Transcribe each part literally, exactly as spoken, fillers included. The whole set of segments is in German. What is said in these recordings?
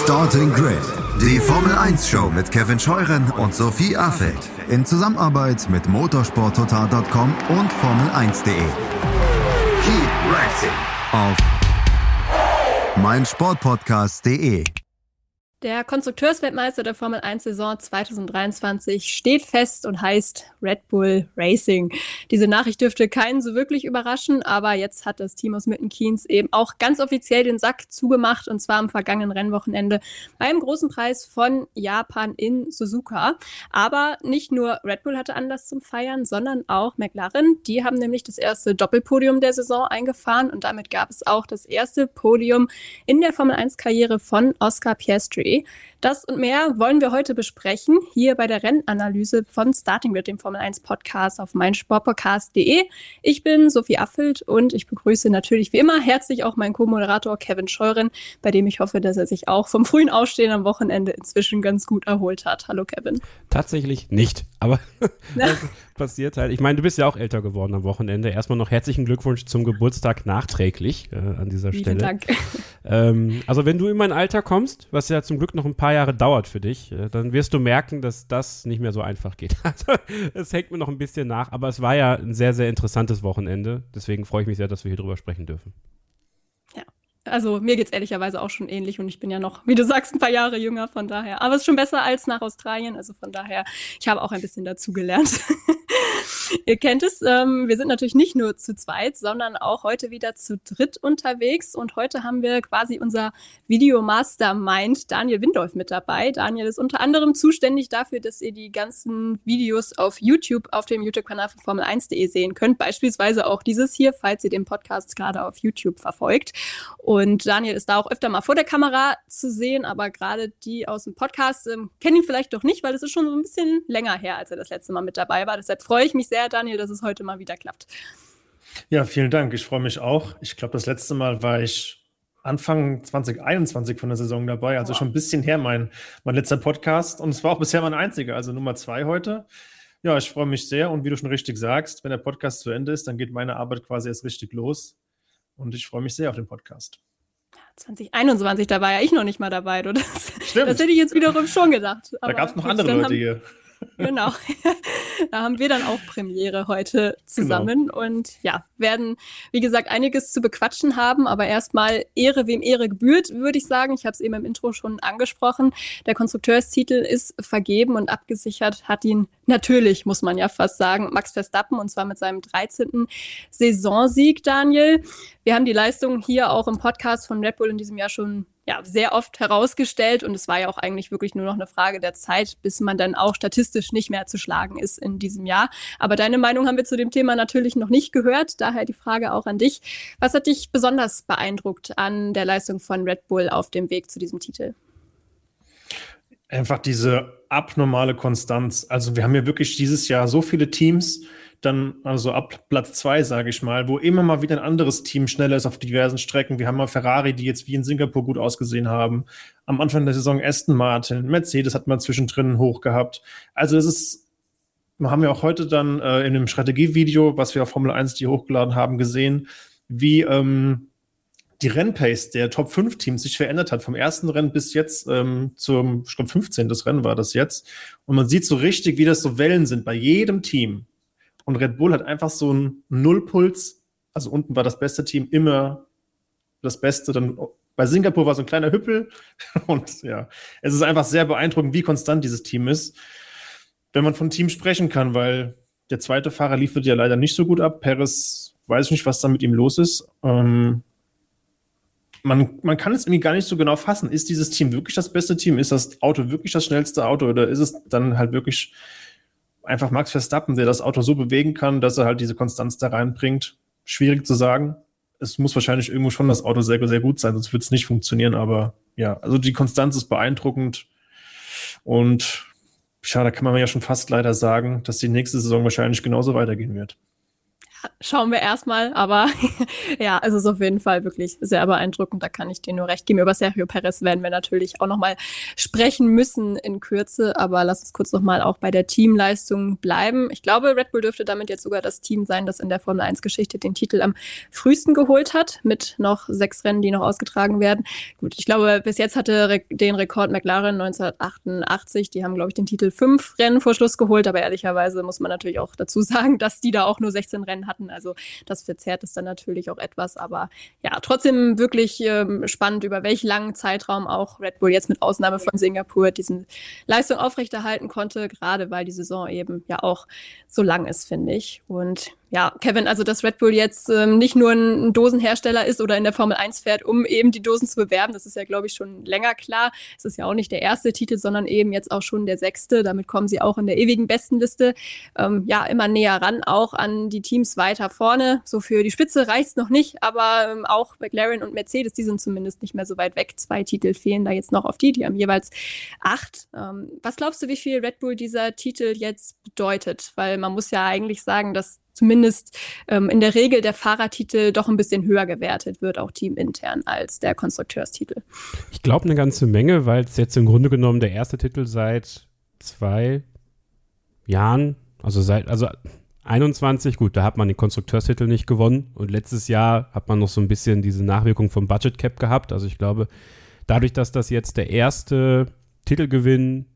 Starting Grid, die Formel eins Show mit Kevin Scheuren und Sophie Affelt in Zusammenarbeit mit motorsport total Punkt com und Formel eins Punkt de. Keep racing auf meinsportpodcast Punkt de. Der Konstrukteursweltmeister der Formel eins-Saison zwanzig dreiundzwanzig steht fest und heißt Red Bull Racing. Diese Nachricht dürfte keinen so wirklich überraschen, aber jetzt hat das Team aus Milton Keynes eben auch ganz offiziell den Sack zugemacht, und zwar am vergangenen Rennwochenende beim großen Preis von Japan in Suzuka. Aber nicht nur Red Bull hatte Anlass zum Feiern, sondern auch McLaren. Die haben nämlich das erste Doppelpodium der Saison eingefahren, und damit gab es auch das erste Podium in der Formel eins-Karriere von Oscar Piastri. Das und mehr wollen wir heute besprechen, hier bei der Rennanalyse von Starting Grid, dem Formel eins Podcast auf meinsportpodcast Punkt de. Ich bin Sophie Affelt und ich begrüße natürlich wie immer herzlich auch meinen Co-Moderator Kevin Scheuren, bei dem ich hoffe, dass er sich auch vom frühen Aufstehen am Wochenende inzwischen ganz gut erholt hat. Hallo Kevin. Tatsächlich nicht, aber das passiert halt. Ich meine, du bist ja auch älter geworden am Wochenende. Erstmal noch herzlichen Glückwunsch zum Geburtstag nachträglich äh, an dieser Vielen Stelle. Dank. Ähm, also wenn du in mein Alter kommst, was ja zum Glück noch ein paar Jahre dauert für dich, äh, dann wirst du merken, dass das nicht mehr so einfach geht. Also es hängt mir noch ein bisschen nach, aber es war ja ein sehr, sehr interessantes Wochenende. Deswegen freue ich mich sehr, dass wir hier drüber sprechen dürfen. Also mir geht's ehrlicherweise auch schon ähnlich, und ich bin ja noch, wie du sagst, ein paar Jahre jünger, von daher. Aber es ist schon besser als nach Australien, also von daher, ich habe auch ein bisschen dazugelernt. Ihr kennt es, ähm, wir sind natürlich nicht nur zu zweit, sondern auch heute wieder zu dritt unterwegs, und heute haben wir quasi unser Video-Mastermind Daniel Windolf mit dabei. Daniel ist unter anderem zuständig dafür, dass ihr die ganzen Videos auf YouTube, auf dem YouTube-Kanal von Formel eins Punkt de sehen könnt, beispielsweise auch dieses hier, falls ihr den Podcast gerade auf YouTube verfolgt. Und Daniel ist da auch öfter mal vor der Kamera zu sehen, aber gerade die aus dem Podcast ähm, kennen ihn vielleicht doch nicht, weil es ist schon so ein bisschen länger her, als er das letzte Mal mit dabei war. Deshalb freue ich mich sehr, Daniel, dass es heute mal wieder klappt. Ja, vielen Dank. Ich freue mich auch. Ich glaube, das letzte Mal war ich Anfang zwanzig einundzwanzig von der Saison dabei, also wow. Schon ein bisschen her mein, mein letzter Podcast, und es war auch bisher mein einziger, also Nummer zwei heute. Ja, ich freue mich sehr, und wie du schon richtig sagst, wenn der Podcast zu Ende ist, dann geht meine Arbeit quasi erst richtig los, und ich freue mich sehr auf den Podcast. zwanzig einundzwanzig, da war ja ich noch nicht mal dabei, oder? Das, Stimmt. Das hätte ich jetzt wiederum schon gedacht. Da gab es noch andere Leute haben, hier. Genau, da haben wir dann auch Premiere heute zusammen, genau. Und ja, werden, wie gesagt, einiges zu bequatschen haben, aber erstmal Ehre, wem Ehre gebührt, würde ich sagen. Ich habe es eben im Intro schon angesprochen. Der Konstrukteurstitel ist vergeben, und abgesichert hat ihn natürlich, muss man ja fast sagen, Max Verstappen, und zwar mit seinem dreizehnten Saisonsieg, Daniel. Wir haben die Leistung hier auch im Podcast von Red Bull in diesem Jahr schon ja, sehr oft herausgestellt, und es war ja auch eigentlich wirklich nur noch eine Frage der Zeit, bis man dann auch statistisch nicht mehr zu schlagen ist in diesem Jahr. Aber deine Meinung haben wir zu dem Thema natürlich noch nicht gehört, daher die Frage auch an dich. Was hat dich besonders beeindruckt an der Leistung von Red Bull auf dem Weg zu diesem Titel? Einfach diese abnormale Konstanz. Also wir haben ja wirklich dieses Jahr so viele Teams, dann also ab Platz zwei, sage ich mal, wo immer mal wieder ein anderes Team schneller ist auf diversen Strecken. Wir haben mal Ferrari, die jetzt wie in Singapur gut ausgesehen haben. Am Anfang der Saison Aston Martin, Mercedes hat man zwischendrin hoch gehabt. Also es ist, wir haben ja auch heute dann äh, in dem Strategievideo, was wir auf Formel eins Punkt de hochgeladen haben, gesehen, wie ähm, die Rennpace der Top fünf Teams sich verändert hat. Vom ersten Rennen bis jetzt ähm, zum, ich glaube, fünfzehnten Rennen war das jetzt. Und man sieht so richtig, wie das so Wellen sind bei jedem Team. Und Red Bull hat einfach so einen Nullpuls. Also unten war das beste Team immer das Beste. Dann bei Singapur war so ein kleiner Hüppel. Und ja, es ist einfach sehr beeindruckend, wie konstant dieses Team ist. Wenn man von Team sprechen kann, weil der zweite Fahrer liefert ja leider nicht so gut ab. Perez, weiß ich nicht, was da mit ihm los ist. Ähm, man, man kann es irgendwie gar nicht so genau fassen. Ist dieses Team wirklich das beste Team? Ist das Auto wirklich das schnellste Auto? Oder ist es dann halt wirklich einfach Max Verstappen, der das Auto so bewegen kann, dass er halt diese Konstanz da reinbringt? Schwierig zu sagen. Es muss wahrscheinlich irgendwo schon das Auto sehr, sehr gut sein, sonst wird es nicht funktionieren. Aber ja, also die Konstanz ist beeindruckend. Und ja, da kann man ja schon fast leider sagen, dass die nächste Saison wahrscheinlich genauso weitergehen wird. Schauen wir erstmal, aber ja, es ist auf jeden Fall wirklich sehr beeindruckend, da kann ich dir nur recht geben. Über Sergio Perez werden wir natürlich auch nochmal sprechen müssen in Kürze, aber lass uns kurz nochmal auch bei der Teamleistung bleiben. Ich glaube, Red Bull dürfte damit jetzt sogar das Team sein, das in der Formel eins Geschichte den Titel am frühesten geholt hat, mit noch sechs Rennen, die noch ausgetragen werden. Gut, ich glaube, bis jetzt hatte Re- den Rekord McLaren neunzehnhundertachtundachtzig, die haben, glaube ich, den Titel fünf Rennen vor Schluss geholt, aber ehrlicherweise muss man natürlich auch dazu sagen, dass die da auch nur sechzehn Rennen hatten. Also das verzerrt es dann natürlich auch etwas. Aber ja, trotzdem wirklich ähm, spannend, über welch langen Zeitraum auch Red Bull jetzt mit Ausnahme von Singapur diesen Leistung aufrechterhalten konnte, gerade weil die Saison eben ja auch so lang ist, finde ich. Und ja, Kevin, also dass Red Bull jetzt ähm, nicht nur ein Dosenhersteller ist oder in der Formel eins fährt, um eben die Dosen zu bewerben, das ist ja, glaube ich, schon länger klar. Es ist ja auch nicht der erste Titel, sondern eben jetzt auch schon der sechste. Damit kommen sie auch in der ewigen Bestenliste ähm, ja immer näher ran, auch an die Teams weiter vorne. So für die Spitze reicht es noch nicht, aber ähm, auch McLaren und Mercedes, die sind zumindest nicht mehr so weit weg. Zwei Titel fehlen da jetzt noch auf die, die haben jeweils acht. Ähm, was glaubst du, wie viel Red Bull dieser Titel jetzt bedeutet? Weil man muss ja eigentlich sagen, dass zumindest ähm, in der Regel der Fahrertitel doch ein bisschen höher gewertet wird, auch teamintern, als der Konstrukteurstitel. Ich glaube eine ganze Menge, weil es jetzt im Grunde genommen der erste Titel seit zwei Jahren, also seit, also einundzwanzig, gut, da hat man den Konstrukteurstitel nicht gewonnen und letztes Jahr hat man noch so ein bisschen diese Nachwirkung vom Budget Cap gehabt. Also ich glaube, dadurch, dass das jetzt der erste Titelgewinn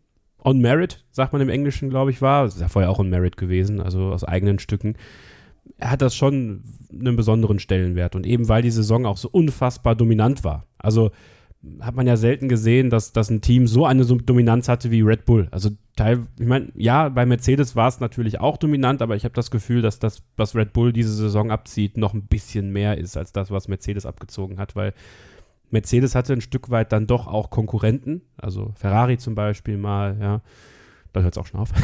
on Merit, sagt man im Englischen, glaube ich, war. Das ist ja vorher auch on Merit gewesen, also aus eigenen Stücken. Er hat das schon einen besonderen Stellenwert. Und eben weil die Saison auch so unfassbar dominant war. Also hat man ja selten gesehen, dass, dass ein Team so eine Dominanz hatte wie Red Bull. Also teil, ich meine, ja, bei Mercedes war es natürlich auch dominant, aber ich habe das Gefühl, dass das, was Red Bull diese Saison abzieht, noch ein bisschen mehr ist als das, was Mercedes abgezogen hat, weil Mercedes hatte ein Stück weit dann doch auch Konkurrenten, also Ferrari zum Beispiel mal, ja, da hört es auch schon auf.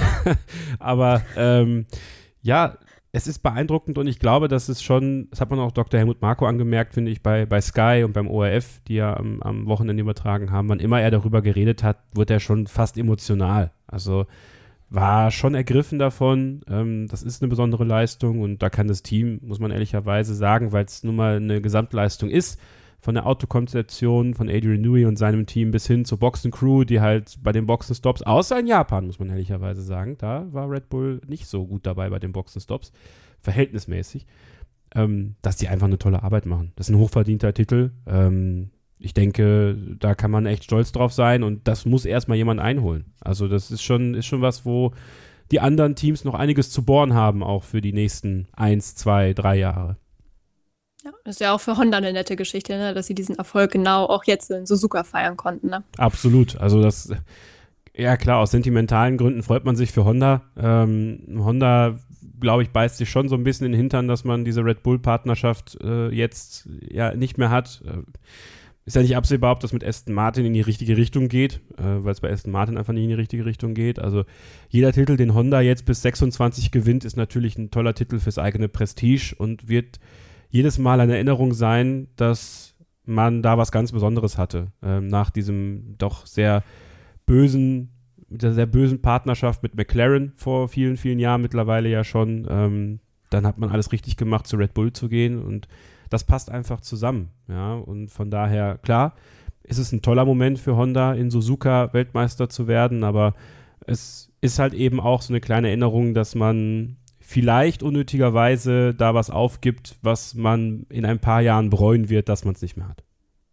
Aber ähm, ja, es ist beeindruckend und ich glaube, dass es schon, das hat man auch Doktor Helmut Marko angemerkt, finde ich, bei, bei Sky und beim O R F, die ja am, am Wochenende übertragen haben, wann immer er darüber geredet hat, wird er schon fast emotional. Also war schon ergriffen davon, ähm, das ist eine besondere Leistung und da kann das Team, muss man ehrlicherweise sagen, weil es nun mal eine Gesamtleistung ist, von der Autokonzeption von Adrian Newey und seinem Team bis hin zur Boxencrew, die halt bei den Boxenstops, außer in Japan, muss man ehrlicherweise sagen, da war Red Bull nicht so gut dabei bei den Boxenstops, verhältnismäßig, ähm, dass die einfach eine tolle Arbeit machen. Das ist ein hochverdienter Titel. Ähm, ich denke, da kann man echt stolz drauf sein und das muss erstmal jemand einholen. Also das ist schon, ist schon was, wo die anderen Teams noch einiges zu bohren haben, auch für die nächsten eins, zwei, drei Jahre. Ja, das ist ja auch für Honda eine nette Geschichte, ne? Dass sie diesen Erfolg genau auch jetzt in Suzuka feiern konnten. Ne? Absolut. Also das, ja klar, aus sentimentalen Gründen freut man sich für Honda. Ähm, Honda, glaube ich, beißt sich schon so ein bisschen in den Hintern, dass man diese Red Bull-Partnerschaft äh, jetzt ja nicht mehr hat. Äh, ist ja nicht absehbar, ob das mit Aston Martin in die richtige Richtung geht, äh, weil es bei Aston Martin einfach nicht in die richtige Richtung geht. Also jeder Titel, den Honda jetzt bis sechsundzwanzig gewinnt, ist natürlich ein toller Titel fürs eigene Prestige und wird jedes Mal eine Erinnerung sein, dass man da was ganz Besonderes hatte. Ähm, nach diesem doch sehr bösen, mit der sehr bösen Partnerschaft mit McLaren vor vielen, vielen Jahren mittlerweile ja schon. Ähm, dann hat man alles richtig gemacht, zu Red Bull zu gehen und das passt einfach zusammen. Ja? Und von daher, klar, ist es ein toller Moment für Honda, in Suzuka Weltmeister zu werden, aber es ist halt eben auch so eine kleine Erinnerung, dass man vielleicht unnötigerweise da was aufgibt, was man in ein paar Jahren bereuen wird, dass man es nicht mehr hat.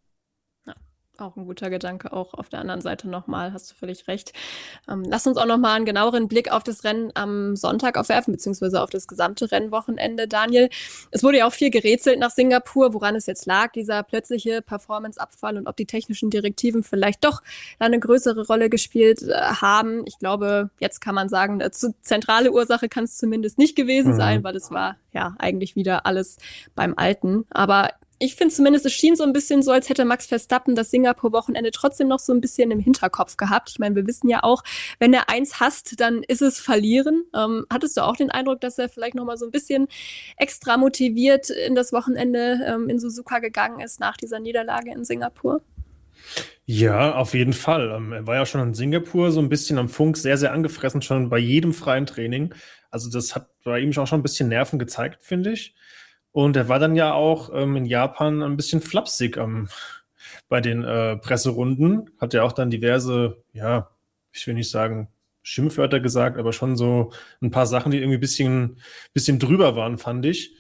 Ja, auch ein guter Gedanke, auch auf der anderen Seite nochmal, hast du völlig recht. Ähm, lass uns auch nochmal einen genaueren Blick auf das Rennen am Sonntag aufwerfen, beziehungsweise auf das gesamte Rennwochenende, Daniel. Es wurde ja auch viel gerätselt nach Singapur, woran es jetzt lag, dieser plötzliche Performance-Abfall und ob die technischen Direktiven vielleicht doch eine größere Rolle gespielt äh, haben. Ich glaube, jetzt kann man sagen, eine zentrale Ursache kann es zumindest nicht gewesen mhm. sein, weil es war ja eigentlich wieder alles beim Alten. Aber ich finde zumindest, es schien so ein bisschen so, als hätte Max Verstappen das Singapur-Wochenende trotzdem noch so ein bisschen im Hinterkopf gehabt. Ich meine, wir wissen ja auch, wenn er eins hasst, dann ist es Verlieren. Ähm, hattest du auch den Eindruck, dass er vielleicht noch mal so ein bisschen extra motiviert in das Wochenende ähm, in Suzuka gegangen ist nach dieser Niederlage in Singapur? Ja, auf jeden Fall. Ähm, er war ja schon in Singapur so ein bisschen am Funk, sehr, sehr angefressen, schon bei jedem freien Training. Also das hat bei ihm auch schon ein bisschen Nerven gezeigt, finde ich. Und er war dann ja auch ähm, in Japan ein bisschen flapsig ähm, bei den äh, Presserunden. Hat ja auch dann diverse, ja, ich will nicht sagen Schimpfwörter gesagt, aber schon so ein paar Sachen, die irgendwie ein bisschen, bisschen drüber waren, fand ich.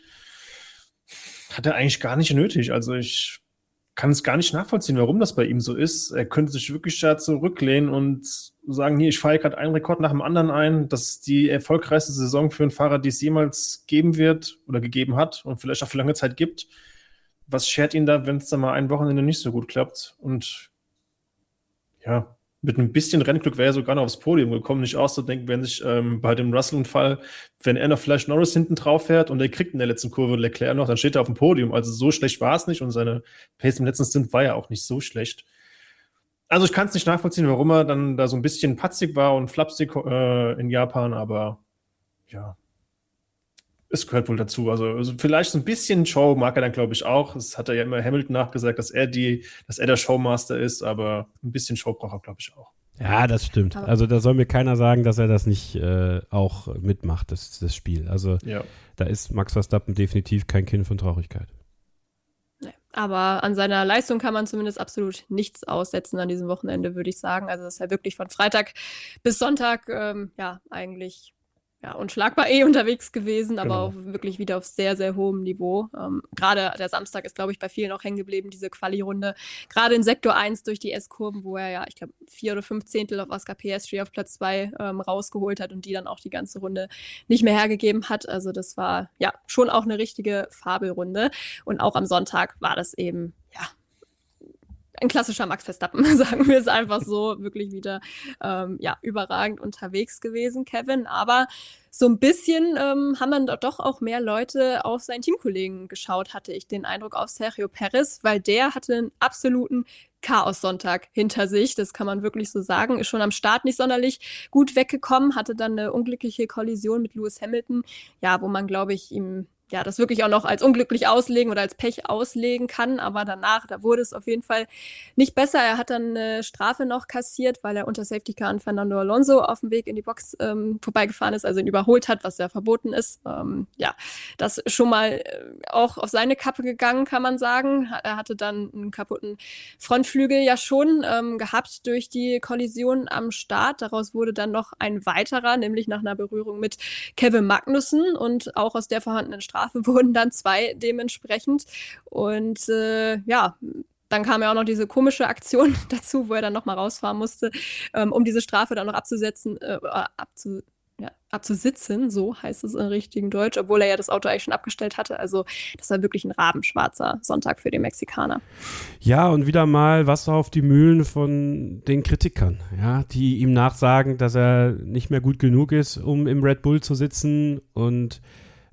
Hat er eigentlich gar nicht nötig. Also ich kann es gar nicht nachvollziehen, warum das bei ihm so ist. Er könnte sich wirklich da zurücklehnen und sagen, hier, ich fahre gerade einen Rekord nach dem anderen ein. Das ist die erfolgreichste Saison für einen Fahrer, die es jemals geben wird oder gegeben hat und vielleicht auch für lange Zeit gibt. Was schert ihn da, wenn es dann mal ein Wochenende nicht so gut klappt? Und ja, mit ein bisschen Rennglück wäre er sogar noch aufs Podium gekommen. Nicht auszudenken, wenn sich ähm, bei dem Russell-Unfall, wenn er noch vielleicht Norris hinten drauf fährt und er kriegt in der letzten Kurve Leclerc noch, dann steht er auf dem Podium. Also so schlecht war es nicht und seine Pace im letzten Stint war ja auch nicht so schlecht. Also ich kann es nicht nachvollziehen, warum er dann da so ein bisschen patzig war und flapsig äh, in Japan, aber ja, es gehört wohl dazu. Also, also vielleicht so ein bisschen Show mag er dann, glaube ich, auch. Das hat er ja immer Hamilton nachgesagt, dass er die, dass er der Showmaster ist, aber ein bisschen Show braucht er, glaube ich, auch. Ja, das stimmt. Also da soll mir keiner sagen, dass er das nicht äh, auch mitmacht, das, das Spiel. Also ja. Da ist Max Verstappen definitiv kein Kind von Traurigkeit. Nee, aber an seiner Leistung kann man zumindest absolut nichts aussetzen an diesem Wochenende, würde ich sagen. Also das ist ja wirklich von Freitag bis Sonntag ähm, ja eigentlich ja, unschlagbar eh unterwegs gewesen, aber genau. Auch wirklich wieder auf sehr, sehr hohem Niveau. Ähm, gerade der Samstag ist, glaube ich, bei vielen auch hängen geblieben, diese Quali-Runde. Gerade in Sektor eins durch die S-Kurven, wo er ja, ich glaube, vier oder fünf Zehntel auf Oscar Piastri auf Platz zwei ähm, rausgeholt hat und die dann auch die ganze Runde nicht mehr hergegeben hat. Also das war ja schon auch eine richtige Fabelrunde. Und auch am Sonntag war das eben, ja, ein klassischer Max Verstappen, sagen wir es einfach so, wirklich wieder ähm, ja, überragend unterwegs gewesen, Kevin. Aber so ein bisschen ähm, haben dann doch auch mehr Leute auf seinen Teamkollegen geschaut, hatte ich den Eindruck, auf Sergio Perez, weil der hatte einen absoluten Chaos-Sonntag hinter sich, das kann man wirklich so sagen, ist schon am Start nicht sonderlich gut weggekommen, hatte dann eine unglückliche Kollision mit Lewis Hamilton, ja, wo man, glaube ich, ihm ja, das wirklich auch noch als unglücklich auslegen oder als Pech auslegen kann, aber danach, da wurde es auf jeden Fall nicht besser. Er hat dann eine Strafe noch kassiert, weil er unter Safety Car an Fernando Alonso auf dem Weg in die Box ähm, vorbeigefahren ist, also ihn überholt hat, was ja verboten ist. Ähm, ja, das ist schon mal äh, auch auf seine Kappe gegangen, kann man sagen. Er hatte dann einen kaputten Frontflügel ja schon ähm, gehabt durch die Kollision am Start. Daraus wurde dann noch ein weiterer, nämlich nach einer Berührung mit Kevin Magnussen, und auch aus der vorhandenen Strafe wurden dann zwei dementsprechend. Und äh, ja, dann kam ja auch noch diese komische Aktion dazu, wo er dann nochmal rausfahren musste, ähm, um diese Strafe dann noch abzusetzen, äh, abzu, ja, abzusitzen, so heißt es im richtigen Deutsch, obwohl er ja das Auto eigentlich schon abgestellt hatte. Also das war wirklich ein rabenschwarzer Sonntag für den Mexikaner. Ja, und wieder mal Wasser auf die Mühlen von den Kritikern, ja, die ihm nachsagen, dass er nicht mehr gut genug ist, um im Red Bull zu sitzen. Und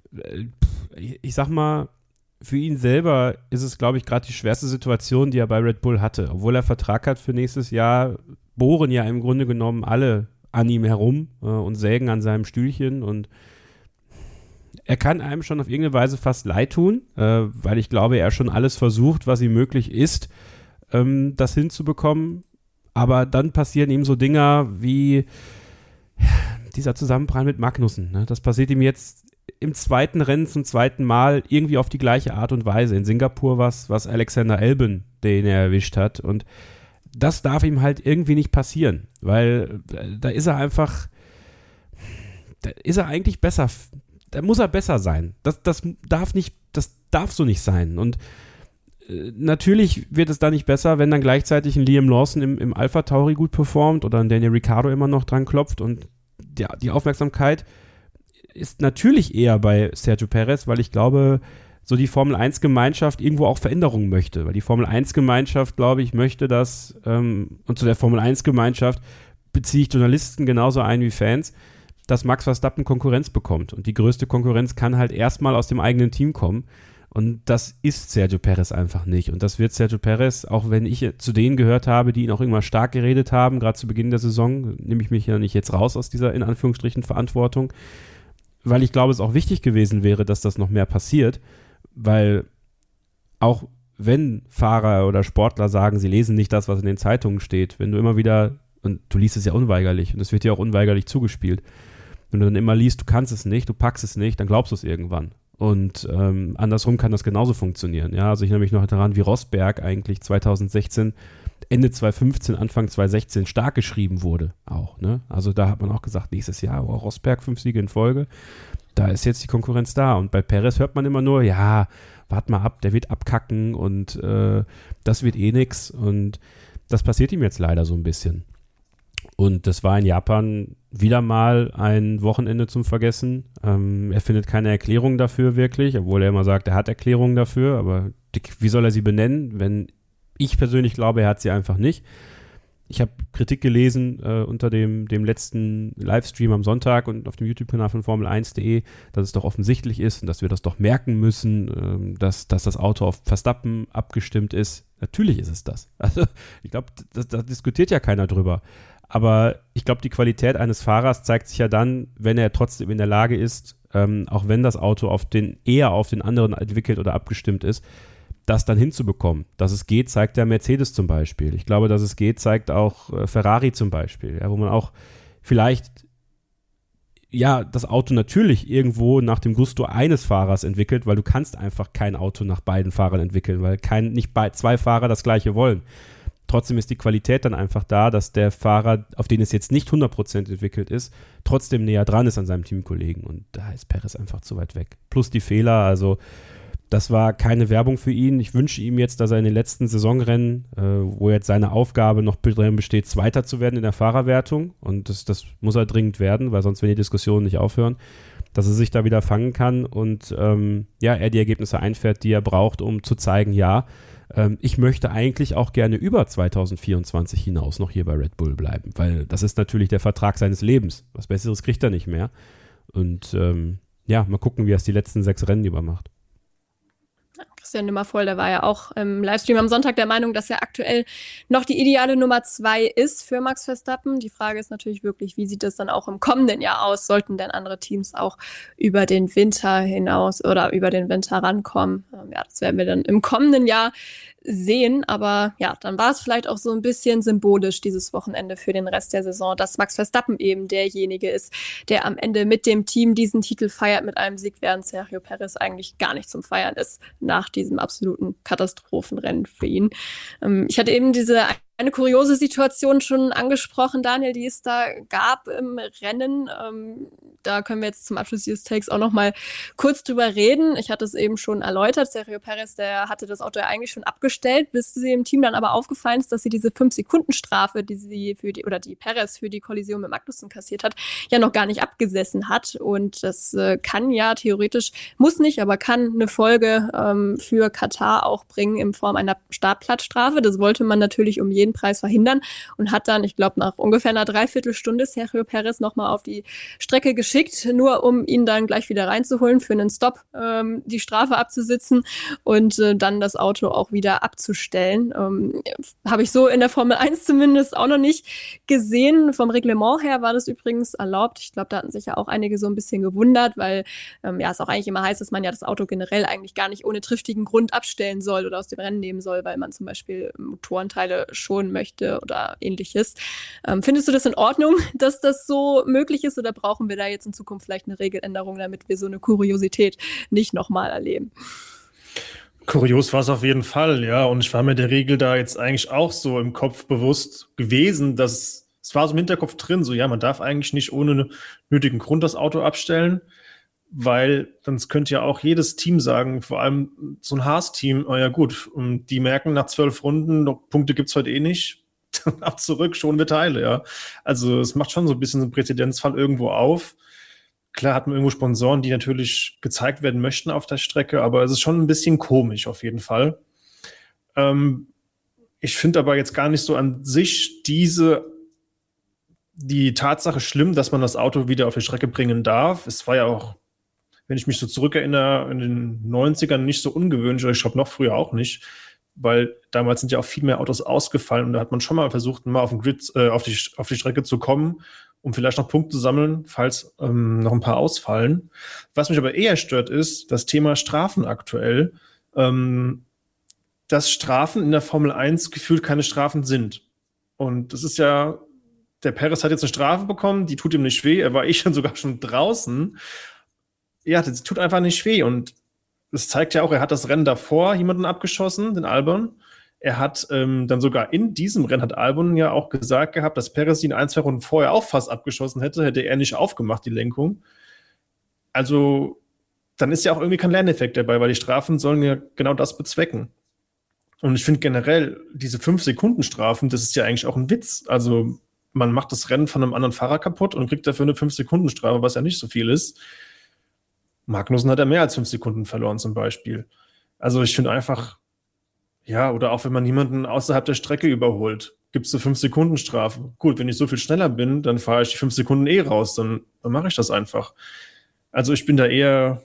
ich sag mal, für ihn selber ist es, glaube ich, gerade die schwerste Situation, die er bei Red Bull hatte. Obwohl er Vertrag hat für nächstes Jahr, bohren ja im Grunde genommen alle an ihm herum äh, und sägen an seinem Stühlchen. Und er kann einem schon auf irgendeine Weise fast leid tun, äh, weil ich glaube, er schon alles versucht, was ihm möglich ist, ähm, das hinzubekommen. Aber dann passieren ihm so Dinger wie dieser Zusammenprall mit Magnussen. Ne? Das passiert ihm jetzt im zweiten Rennen zum zweiten Mal irgendwie auf die gleiche Art und Weise. In Singapur was, was Alexander Albon, den er erwischt hat. Und das darf ihm halt irgendwie nicht passieren, weil da ist er einfach, da ist er eigentlich besser, da muss er besser sein. Das, das darf nicht, das darf so nicht sein. Und äh, natürlich wird es da nicht besser, wenn dann gleichzeitig ein Liam Lawson im, im Alpha Tauri gut performt oder ein Daniel Ricciardo immer noch dran klopft, und die, die Aufmerksamkeit ist natürlich eher bei Sergio Perez, weil ich glaube, so die Formel eins Gemeinschaft irgendwo auch Veränderungen möchte, weil die Formel eins Gemeinschaft, glaube ich, möchte das, ähm, und zu der Formel eins Gemeinschaft beziehe ich Journalisten genauso ein wie Fans, dass Max Verstappen Konkurrenz bekommt, und die größte Konkurrenz kann halt erstmal aus dem eigenen Team kommen, und das ist Sergio Perez einfach nicht, und das wird Sergio Perez, auch wenn ich zu denen gehört habe, die ihn auch irgendwann stark geredet haben, gerade zu Beginn der Saison, nehme ich mich ja nicht jetzt raus aus dieser in Anführungsstrichen Verantwortung, weil ich glaube, es auch wichtig gewesen wäre, dass das noch mehr passiert, weil auch wenn Fahrer oder Sportler sagen, sie lesen nicht das, was in den Zeitungen steht, wenn du immer wieder, und du liest es ja unweigerlich und es wird dir auch unweigerlich zugespielt, wenn du dann immer liest, du kannst es nicht, du packst es nicht, dann glaubst du es irgendwann. Und ähm, andersrum kann das genauso funktionieren. Ja, also ich erinnere mich noch daran, wie Rosberg eigentlich zwanzig sechzehn, Ende zwanzig fünfzehn, Anfang zwanzig sechzehn stark geschrieben wurde auch. Ne? Also da hat man auch gesagt, nächstes Jahr, oh, Rosberg, fünf Siege in Folge, da ist jetzt die Konkurrenz da. Und bei Perez hört man immer nur, ja, wart mal ab, der wird abkacken und äh, das wird eh nix. Und das passiert ihm jetzt leider so ein bisschen. Und das war in Japan wieder mal ein Wochenende zum Vergessen. Ähm, er findet keine Erklärung dafür wirklich, obwohl er immer sagt, er hat Erklärungen dafür, aber die, wie soll er sie benennen, wenn ich persönlich glaube, er hat sie einfach nicht. Ich habe Kritik gelesen äh, unter dem, dem letzten Livestream am Sonntag und auf dem YouTube-Kanal von Formel eins punkt de, dass es doch offensichtlich ist und dass wir das doch merken müssen, ähm, dass, dass das Auto auf Verstappen abgestimmt ist. Natürlich ist es das. Also ich glaube, da diskutiert ja keiner drüber. Aber ich glaube, die Qualität eines Fahrers zeigt sich ja dann, wenn er trotzdem in der Lage ist, ähm, auch wenn das Auto auf den, eher auf den anderen entwickelt oder abgestimmt ist, das dann hinzubekommen. Dass es geht, zeigt der Mercedes zum Beispiel. Ich glaube, dass es geht, zeigt auch äh, Ferrari zum Beispiel, ja, wo man auch vielleicht ja das Auto natürlich irgendwo nach dem Gusto eines Fahrers entwickelt, weil du kannst einfach kein Auto nach beiden Fahrern entwickeln, weil kein, nicht bei, zwei Fahrer das gleiche wollen. Trotzdem ist die Qualität dann einfach da, dass der Fahrer, auf den es jetzt nicht hundert Prozent entwickelt ist, trotzdem näher dran ist an seinem Teamkollegen. Und da ist Perez einfach zu weit weg. Plus die Fehler, also das war keine Werbung für ihn. Ich wünsche ihm jetzt, dass er in den letzten Saisonrennen, äh, wo jetzt seine Aufgabe noch darin besteht, Zweiter zu werden in der Fahrerwertung, und das, das muss er dringend werden, weil sonst werden die Diskussionen nicht aufhören, dass er sich da wieder fangen kann und ähm, ja, er die Ergebnisse einfährt, die er braucht, um zu zeigen, ja, ähm, ich möchte eigentlich auch gerne über zwanzig vierundzwanzig hinaus noch hier bei Red Bull bleiben, weil das ist natürlich der Vertrag seines Lebens. Was Besseres kriegt er nicht mehr. Und ähm, ja, mal gucken, wie er es die letzten sechs Rennen über macht. Christian Nimmervoll, der war ja auch im Livestream am Sonntag der Meinung, dass er aktuell noch die ideale Nummer zwei ist für Max Verstappen. Die Frage ist natürlich wirklich, wie sieht das dann auch im kommenden Jahr aus? Sollten denn andere Teams auch über den Winter hinaus oder über den Winter rankommen? Ja, das werden wir dann im kommenden Jahr sehen, aber ja, dann war es vielleicht auch so ein bisschen symbolisch dieses Wochenende für den Rest der Saison, dass Max Verstappen eben derjenige ist, der am Ende mit dem Team diesen Titel feiert mit einem Sieg, während Sergio Perez eigentlich gar nicht zum Feiern ist nach diesem absoluten Katastrophenrennen für ihn. Ähm, ich hatte eben diese eine kuriose Situation schon angesprochen, Daniel, die es da gab im Rennen. Ähm, da können wir jetzt zum Abschluss dieses Takes auch noch mal kurz drüber reden. Ich hatte es eben schon erläutert. Sergio Perez, der hatte das Auto ja eigentlich schon abgestellt, bis sie im Team dann aber aufgefallen ist, dass sie diese fünf Sekunden Strafe, die sie für die, oder die Perez für die Kollision mit Magnussen kassiert hat, ja noch gar nicht abgesessen hat. Und das äh, kann ja theoretisch, muss nicht, aber kann eine Folge ähm, für Katar auch bringen in Form einer Startplatzstrafe. Das wollte man natürlich um jeden Preis verhindern und hat dann, ich glaube, nach ungefähr einer Dreiviertelstunde Sergio Perez nochmal auf die Strecke geschickt, nur um ihn dann gleich wieder reinzuholen, für einen Stop ähm, die Strafe abzusitzen und äh, dann das Auto auch wieder abzustellen. Ähm, habe ich so in der Formel eins zumindest auch noch nicht gesehen. Vom Reglement her war das übrigens erlaubt. Ich glaube, da hatten sich ja auch einige so ein bisschen gewundert, weil ähm, ja es auch eigentlich immer heißt, dass man ja das Auto generell eigentlich gar nicht ohne triftigen Grund abstellen soll oder aus dem Rennen nehmen soll, weil man zum Beispiel Motorenteile schon möchte oder ähnliches. Ähm, findest du das in Ordnung, dass das so möglich ist, oder brauchen wir da jetzt in Zukunft vielleicht eine Regeländerung, damit wir so eine Kuriosität nicht nochmal erleben? Kurios war es auf jeden Fall, ja. Und ich war mir der Regel da jetzt eigentlich auch so im Kopf bewusst gewesen, dass es war so im Hinterkopf drin, so ja, man darf eigentlich nicht ohne nötigen Grund das Auto abstellen, weil sonst könnte ja auch jedes Team sagen, vor allem so ein Haas-Team, oh ja gut, die merken nach zwölf Runden, Punkte gibt's heute eh nicht, ab zurück, schon wir Teile, ja. Also es macht schon so ein bisschen einen Präzedenzfall irgendwo auf. Klar hat man irgendwo Sponsoren, die natürlich gezeigt werden möchten auf der Strecke, aber es ist schon ein bisschen komisch auf jeden Fall. Ähm, ich finde aber jetzt gar nicht so an sich diese die Tatsache schlimm, dass man das Auto wieder auf die Strecke bringen darf. Es war ja auch, wenn ich mich so zurückerinnere, in den neunzigern nicht so ungewöhnlich, oder ich glaube noch früher auch nicht, weil damals sind ja auch viel mehr Autos ausgefallen und da hat man schon mal versucht, mal auf den Grid, äh, auf die, auf die Strecke zu kommen, um vielleicht noch Punkte zu sammeln, falls ähm, noch ein paar ausfallen. Was mich aber eher stört, ist das Thema Strafen aktuell. Ähm, dass Strafen in der Formel eins gefühlt keine Strafen sind. Und das ist ja, der Perez hat jetzt eine Strafe bekommen, die tut ihm nicht weh, er war eh schon sogar schon draußen. Ja, das tut einfach nicht weh. Und das zeigt ja auch, er hat das Rennen davor jemanden abgeschossen, den Albon. Er hat ähm, dann sogar in diesem Rennen hat Albon ja auch gesagt gehabt, dass Perez ihn ein, zwei Runden vorher auch fast abgeschossen hätte, hätte er nicht aufgemacht, die Lenkung. Also, dann ist ja auch irgendwie kein Lerneffekt dabei, weil die Strafen sollen ja genau das bezwecken. Und ich finde generell, diese fünf Sekunden Strafen, das ist ja eigentlich auch ein Witz. Also, man macht das Rennen von einem anderen Fahrer kaputt und kriegt dafür eine fünf Sekunden Strafe, was ja nicht so viel ist. Magnussen hat ja mehr als fünf Sekunden verloren zum Beispiel. Also, ich finde einfach, ja, oder auch wenn man jemanden außerhalb der Strecke überholt, gibt es eine fünf Sekunden Strafe. Gut, wenn ich so viel schneller bin, dann fahre ich die fünf Sekunden eh raus, dann, dann mache ich das einfach. Also, ich bin da eher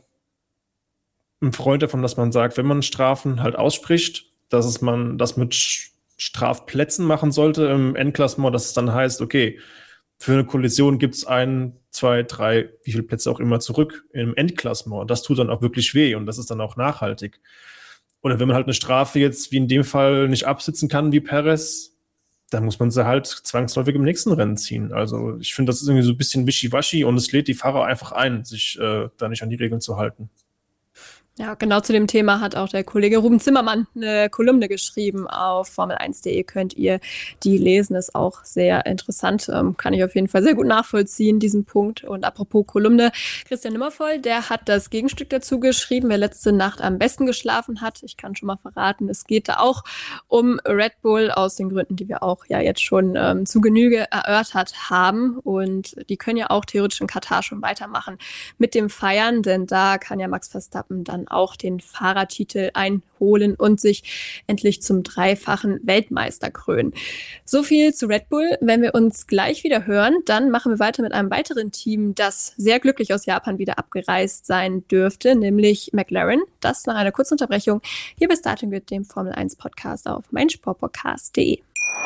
ein Freund davon, dass man sagt, wenn man Strafen halt ausspricht, dass es man das mit Strafplätzen machen sollte im Endklassement, dass es dann heißt, okay, für eine Kollision gibt es ein, zwei, drei, wie viele Plätze auch immer zurück im Endklassement. Das tut dann auch wirklich weh und das ist dann auch nachhaltig. Oder wenn man halt eine Strafe jetzt wie in dem Fall nicht absitzen kann wie Perez, dann muss man sie halt zwangsläufig im nächsten Rennen ziehen. Also ich finde, das ist irgendwie so ein bisschen wischiwaschi und es lädt die Fahrer einfach ein, sich äh, da nicht an die Regeln zu halten. Ja, genau zu dem Thema hat auch der Kollege Ruben Zimmermann eine Kolumne geschrieben. Auf Formel eins punkt de könnt ihr die lesen. Ist auch sehr interessant. Ähm, kann ich auf jeden Fall sehr gut nachvollziehen, diesen Punkt. Und apropos Kolumne, Christian Nimmervoll, der hat das Gegenstück dazu geschrieben, wer letzte Nacht am besten geschlafen hat. Ich kann schon mal verraten, es geht da auch um Red Bull aus den Gründen, die wir auch ja jetzt schon ähm, zu Genüge erörtert haben. Und die können ja auch theoretisch in Katar schon weitermachen mit dem Feiern, denn da kann ja Max Verstappen dann auch den Fahrertitel einholen und sich endlich zum dreifachen Weltmeister krönen. So viel zu Red Bull. Wenn wir uns gleich wieder hören, dann machen wir weiter mit einem weiteren Team, das sehr glücklich aus Japan wieder abgereist sein dürfte, nämlich McLaren. Das nach einer kurzen Unterbrechung hier bei Starting Grid, dem Formel eins Podcast auf meinsportpodcast punkt de.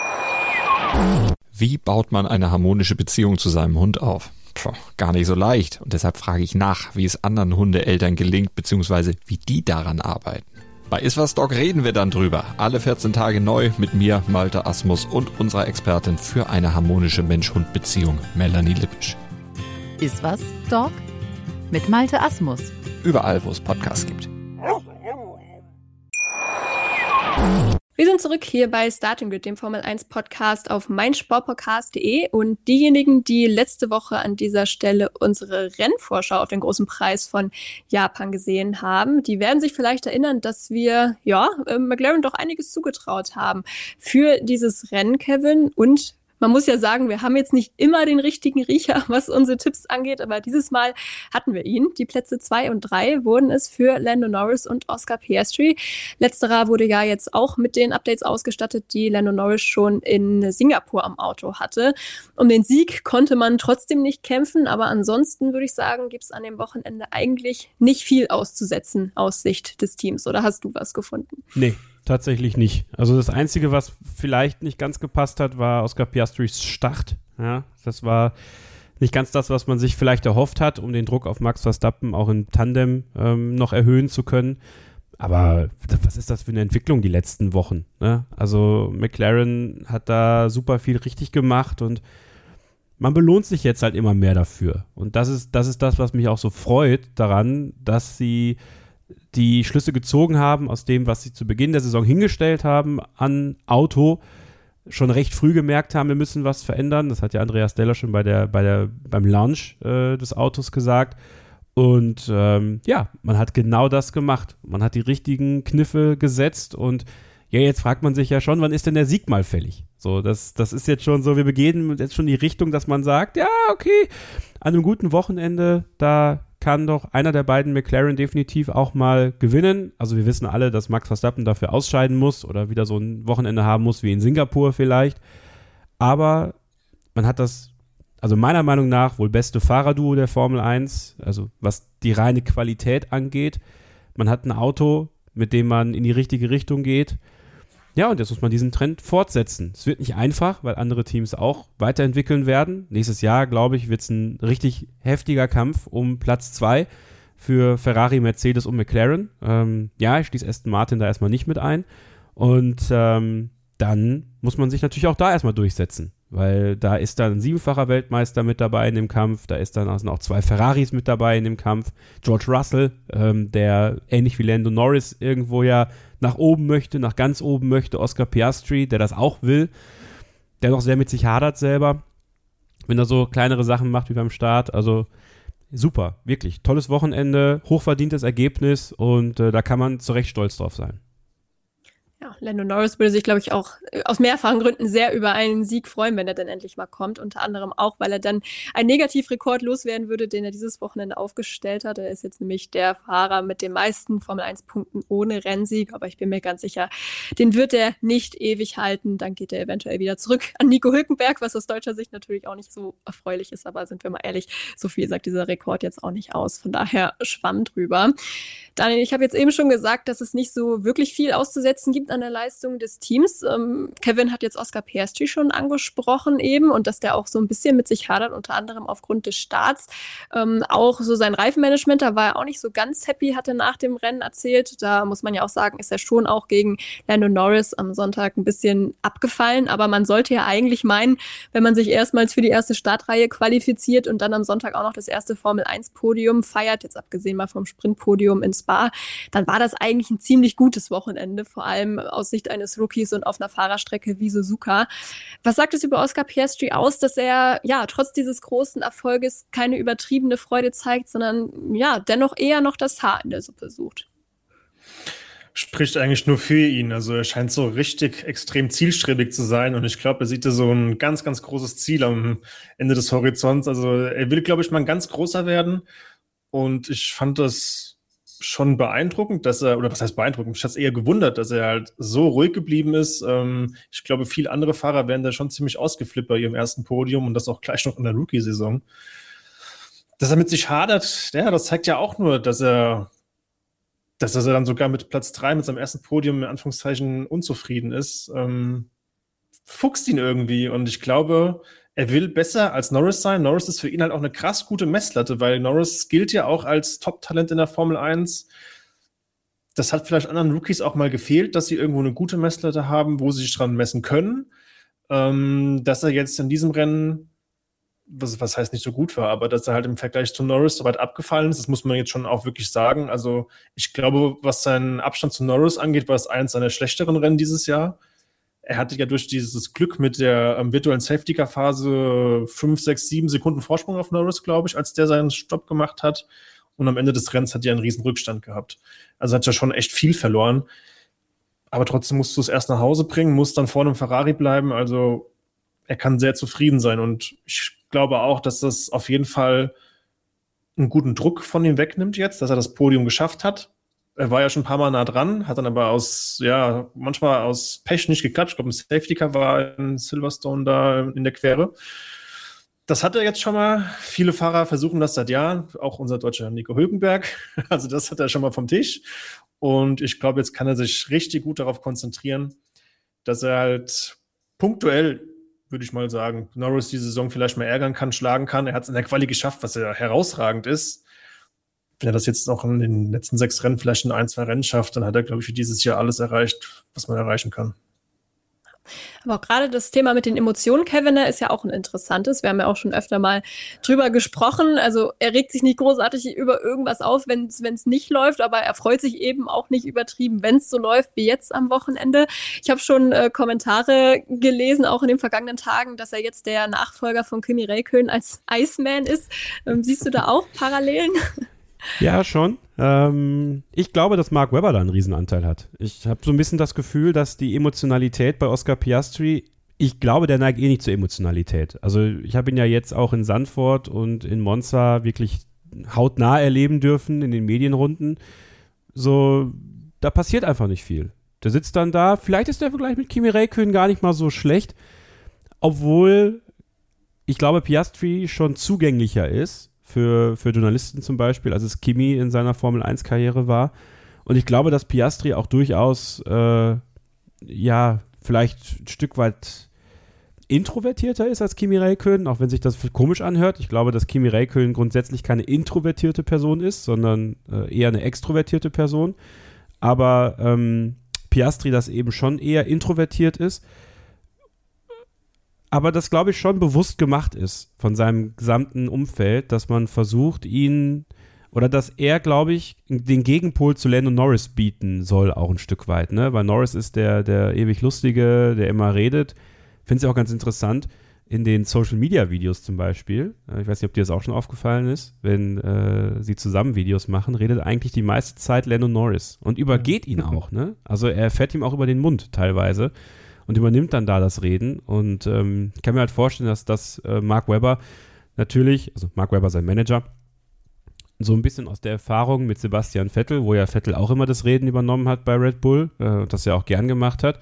Wie baut man eine harmonische Beziehung zu seinem Hund auf? Puh, gar nicht so leicht. Und deshalb frage ich nach, wie es anderen Hundeeltern gelingt, beziehungsweise wie die daran arbeiten. Bei Iswas Dog reden wir dann drüber. Alle vierzehn Tage neu mit mir, Malte Asmus und unserer Expertin für eine harmonische Mensch-Hund-Beziehung, Melanie Lippisch. Iswas Dog mit Malte Asmus. Überall, wo es Podcasts gibt. Wir sind zurück hier bei Starting Grid, dem Formel eins Podcast auf meinsportpodcast punkt de und diejenigen, die letzte Woche an dieser Stelle unsere Rennvorschau auf den großen Preis von Japan gesehen haben, die werden sich vielleicht erinnern, dass wir ja McLaren doch einiges zugetraut haben für dieses Rennen, Kevin, und man muss ja sagen, wir haben jetzt nicht immer den richtigen Riecher, was unsere Tipps angeht, aber dieses Mal hatten wir ihn. Die Plätze zwei und drei wurden es für Lando Norris und Oscar Piastri. Letzterer wurde ja jetzt auch mit den Updates ausgestattet, die Lando Norris schon in Singapur am Auto hatte. Um den Sieg konnte man trotzdem nicht kämpfen, aber ansonsten würde ich sagen, gibt es an dem Wochenende eigentlich nicht viel auszusetzen aus Sicht des Teams. Oder hast du was gefunden? Nee. Tatsächlich nicht. Also das Einzige, was vielleicht nicht ganz gepasst hat, war Oscar Piastris Start. Ja, das war nicht ganz das, was man sich vielleicht erhofft hat, um den Druck auf Max Verstappen auch im Tandem ähm, noch erhöhen zu können. Aber was ist das für eine Entwicklung die letzten Wochen? Ne? Also McLaren hat da super viel richtig gemacht und man belohnt sich jetzt halt immer mehr dafür. Und das ist, das ist das, was mich auch so freut daran, dass sie die Schlüsse gezogen haben aus dem, was sie zu Beginn der Saison hingestellt haben an Auto, schon recht früh gemerkt haben, wir müssen was verändern. Das hat ja Andreas Deller schon bei der, bei der, beim Launch äh, des Autos gesagt. Und ähm, ja, man hat genau das gemacht. Man hat die richtigen Kniffe gesetzt und ja, jetzt fragt man sich ja schon, wann ist denn der Sieg mal fällig? So, das, das ist jetzt schon so, wir begehen jetzt schon die Richtung, dass man sagt, ja, okay, an einem guten Wochenende, da kann doch einer der beiden McLaren definitiv auch mal gewinnen. Also wir wissen alle, dass Max Verstappen dafür ausscheiden muss oder wieder so ein Wochenende haben muss wie in Singapur vielleicht. Aber man hat das, also meiner Meinung nach, wohl beste Fahrerduo der Formel eins, also was die reine Qualität angeht. Man hat ein Auto, mit dem man in die richtige Richtung geht. Ja, und jetzt muss man diesen Trend fortsetzen. Es wird nicht einfach, weil andere Teams auch weiterentwickeln werden. Nächstes Jahr, glaube ich, wird es ein richtig heftiger Kampf um Platz zwei für Ferrari, Mercedes und McLaren. Ähm, ja, ich schließe Aston Martin da erstmal nicht mit ein. Und ähm, dann muss man sich natürlich auch da erstmal durchsetzen, weil da ist dann ein siebenfacher Weltmeister mit dabei in dem Kampf, da ist dann also auch zwei Ferraris mit dabei in dem Kampf, George Russell, ähm, der ähnlich wie Lando Norris irgendwo ja nach oben möchte, nach ganz oben möchte, Oscar Piastri, der das auch will, der noch sehr mit sich hadert selber, wenn er so kleinere Sachen macht wie beim Start, also super, wirklich, tolles Wochenende, hochverdientes Ergebnis und äh, da kann man zu Recht stolz drauf sein. Ja, Lando Norris würde sich, glaube ich, auch aus mehrfachen Gründen sehr über einen Sieg freuen, wenn er dann endlich mal kommt. Unter anderem auch, weil er dann einen Negativrekord loswerden würde, den er dieses Wochenende aufgestellt hat. Er ist jetzt nämlich der Fahrer mit den meisten Formel eins Punkten ohne Rennsieg. Aber ich bin mir ganz sicher, den wird er nicht ewig halten. Dann geht er eventuell wieder zurück an Nico Hülkenberg, was aus deutscher Sicht natürlich auch nicht so erfreulich ist. Aber sind wir mal ehrlich, so viel sagt dieser Rekord jetzt auch nicht aus. Von daher Schwamm drüber. Daniel, ich habe jetzt eben schon gesagt, dass es nicht so wirklich viel auszusetzen gibt an der Leistung des Teams. Ähm, Kevin hat jetzt Oscar Piastri schon angesprochen eben und dass der auch so ein bisschen mit sich hadert, unter anderem aufgrund des Starts. Ähm, auch so sein Reifenmanagement, da war er auch nicht so ganz happy, hat er nach dem Rennen erzählt. Da muss man ja auch sagen, ist er schon auch gegen Lando Norris am Sonntag ein bisschen abgefallen. Aber man sollte ja eigentlich meinen, wenn man sich erstmals für die erste Startreihe qualifiziert und dann am Sonntag auch noch das erste Formel eins Podium feiert, jetzt abgesehen mal vom Sprintpodium in Spa, dann war das eigentlich ein ziemlich gutes Wochenende, vor allem aus Sicht eines Rookies und auf einer Fahrerstrecke wie Suzuka. Was sagt es über Oscar Piastri aus, dass er ja trotz dieses großen Erfolges keine übertriebene Freude zeigt, sondern ja dennoch eher noch das Haar in der Suppe sucht? Spricht eigentlich nur für ihn. Also er scheint so richtig extrem zielstrebig zu sein und ich glaube, er sieht da so ein ganz, ganz großes Ziel am Ende des Horizonts. Also er will, glaube ich, mal ein ganz großer werden und ich fand das schon beeindruckend, dass er, oder was heißt beeindruckend, ich habe es eher gewundert, dass er halt so ruhig geblieben ist. Ähm, ich glaube, viele andere Fahrer wären da schon ziemlich ausgeflippt bei ihrem ersten Podium und das auch gleich noch in der Rookie-Saison. Dass er mit sich hadert, ja, das zeigt ja auch nur, dass er dass er dann sogar mit Platz drei, mit seinem ersten Podium in Anführungszeichen unzufrieden ist. Ähm, fuchst ihn irgendwie und ich glaube, er will besser als Norris sein. Norris ist für ihn halt auch eine krass gute Messlatte, weil Norris gilt ja auch als Top-Talent in der Formel eins. Das hat vielleicht anderen Rookies auch mal gefehlt, dass sie irgendwo eine gute Messlatte haben, wo sie sich dran messen können. Ähm, dass er jetzt in diesem Rennen, was, was heißt nicht so gut war, aber dass er halt im Vergleich zu Norris so weit abgefallen ist, das muss man jetzt schon auch wirklich sagen. Also ich glaube, was seinen Abstand zu Norris angeht, war es eins seiner schlechteren Rennen dieses Jahr. Er hatte ja durch dieses Glück mit der ähm, virtuellen Safety-Car-Phase fünf, sechs, sieben Sekunden Vorsprung auf Norris, glaube ich, als der seinen Stopp gemacht hat. Und am Ende des Rennens hat er einen riesen Rückstand gehabt. Also hat er schon echt viel verloren. Aber trotzdem musst du es erst nach Hause bringen, musst dann vor einem Ferrari bleiben. Also er kann sehr zufrieden sein. Und ich glaube auch, dass das auf jeden Fall einen guten Druck von ihm wegnimmt jetzt, dass er das Podium geschafft hat. Er war ja schon ein paar Mal nah dran, hat dann aber aus, ja, manchmal aus Pech nicht geklappt. Ich glaube, ein Safety-Car war in Silverstone da in der Quere. Das hat er jetzt schon mal. Viele Fahrer versuchen das seit Jahren, auch unser deutscher Nico Hülkenberg. Also das hat er schon mal vom Tisch. Und ich glaube, jetzt kann er sich richtig gut darauf konzentrieren, dass er halt punktuell, würde ich mal sagen, Norris die Saison vielleicht mal ärgern kann, schlagen kann. Er hat es in der Quali geschafft, was ja herausragend ist. Wenn er das jetzt noch in den letzten sechs Rennen vielleicht in ein, zwei Rennen schafft, dann hat er, glaube ich, für dieses Jahr alles erreicht, was man erreichen kann. Aber auch gerade das Thema mit den Emotionen, Kevin, ist ja auch ein interessantes. Wir haben ja auch schon öfter mal drüber gesprochen. Also er regt sich nicht großartig über irgendwas auf, wenn es nicht läuft, aber er freut sich eben auch nicht übertrieben, wenn es so läuft wie jetzt am Wochenende. Ich habe schon äh, Kommentare gelesen, auch in den vergangenen Tagen, dass er jetzt der Nachfolger von Kimi Räikkönen als Iceman ist. Ähm, siehst du da auch Parallelen? Ja, schon. Ähm, ich glaube, dass Mark Webber da einen Riesenanteil hat. Ich habe so ein bisschen das Gefühl, dass die Emotionalität bei Oscar Piastri, ich glaube, der neigt eh nicht zur Emotionalität. Also ich habe ihn ja jetzt auch in Zandvoort und in Monza wirklich hautnah erleben dürfen in den Medienrunden. So, da passiert einfach nicht viel. Der sitzt dann da, vielleicht ist der Vergleich mit Kimi Räikkönen gar nicht mal so schlecht, obwohl ich glaube, Piastri schon zugänglicher ist Für, für Journalisten zum Beispiel, als es Kimi in seiner Formel eins Karriere war. Und ich glaube, dass Piastri auch durchaus, äh, ja, vielleicht ein Stück weit introvertierter ist als Kimi Räikkönen, auch wenn sich das komisch anhört. Ich glaube, dass Kimi Räikkönen grundsätzlich keine introvertierte Person ist, sondern äh, eher eine extrovertierte Person. Aber ähm, Piastri das eben schon eher introvertiert ist, aber das, glaube ich, schon bewusst gemacht ist von seinem gesamten Umfeld, dass man versucht, ihn oder dass er, glaube ich, den Gegenpol zu Lando Norris bieten soll, auch ein Stück weit, ne? Weil Norris ist der, der ewig Lustige, der immer redet. Finde es auch ganz interessant, in den Social-Media-Videos zum Beispiel, ich weiß nicht, ob dir das auch schon aufgefallen ist, wenn äh, sie zusammen Videos machen, redet eigentlich die meiste Zeit Lando Norris und übergeht ihn auch, ne? Also er fährt ihm auch über den Mund teilweise und übernimmt dann da das Reden und ähm, ich kann mir halt vorstellen, dass das äh, Mark Webber natürlich, also Mark Webber sein Manager, so ein bisschen aus der Erfahrung mit Sebastian Vettel, wo ja Vettel auch immer das Reden übernommen hat bei Red Bull äh, und das ja auch gern gemacht hat,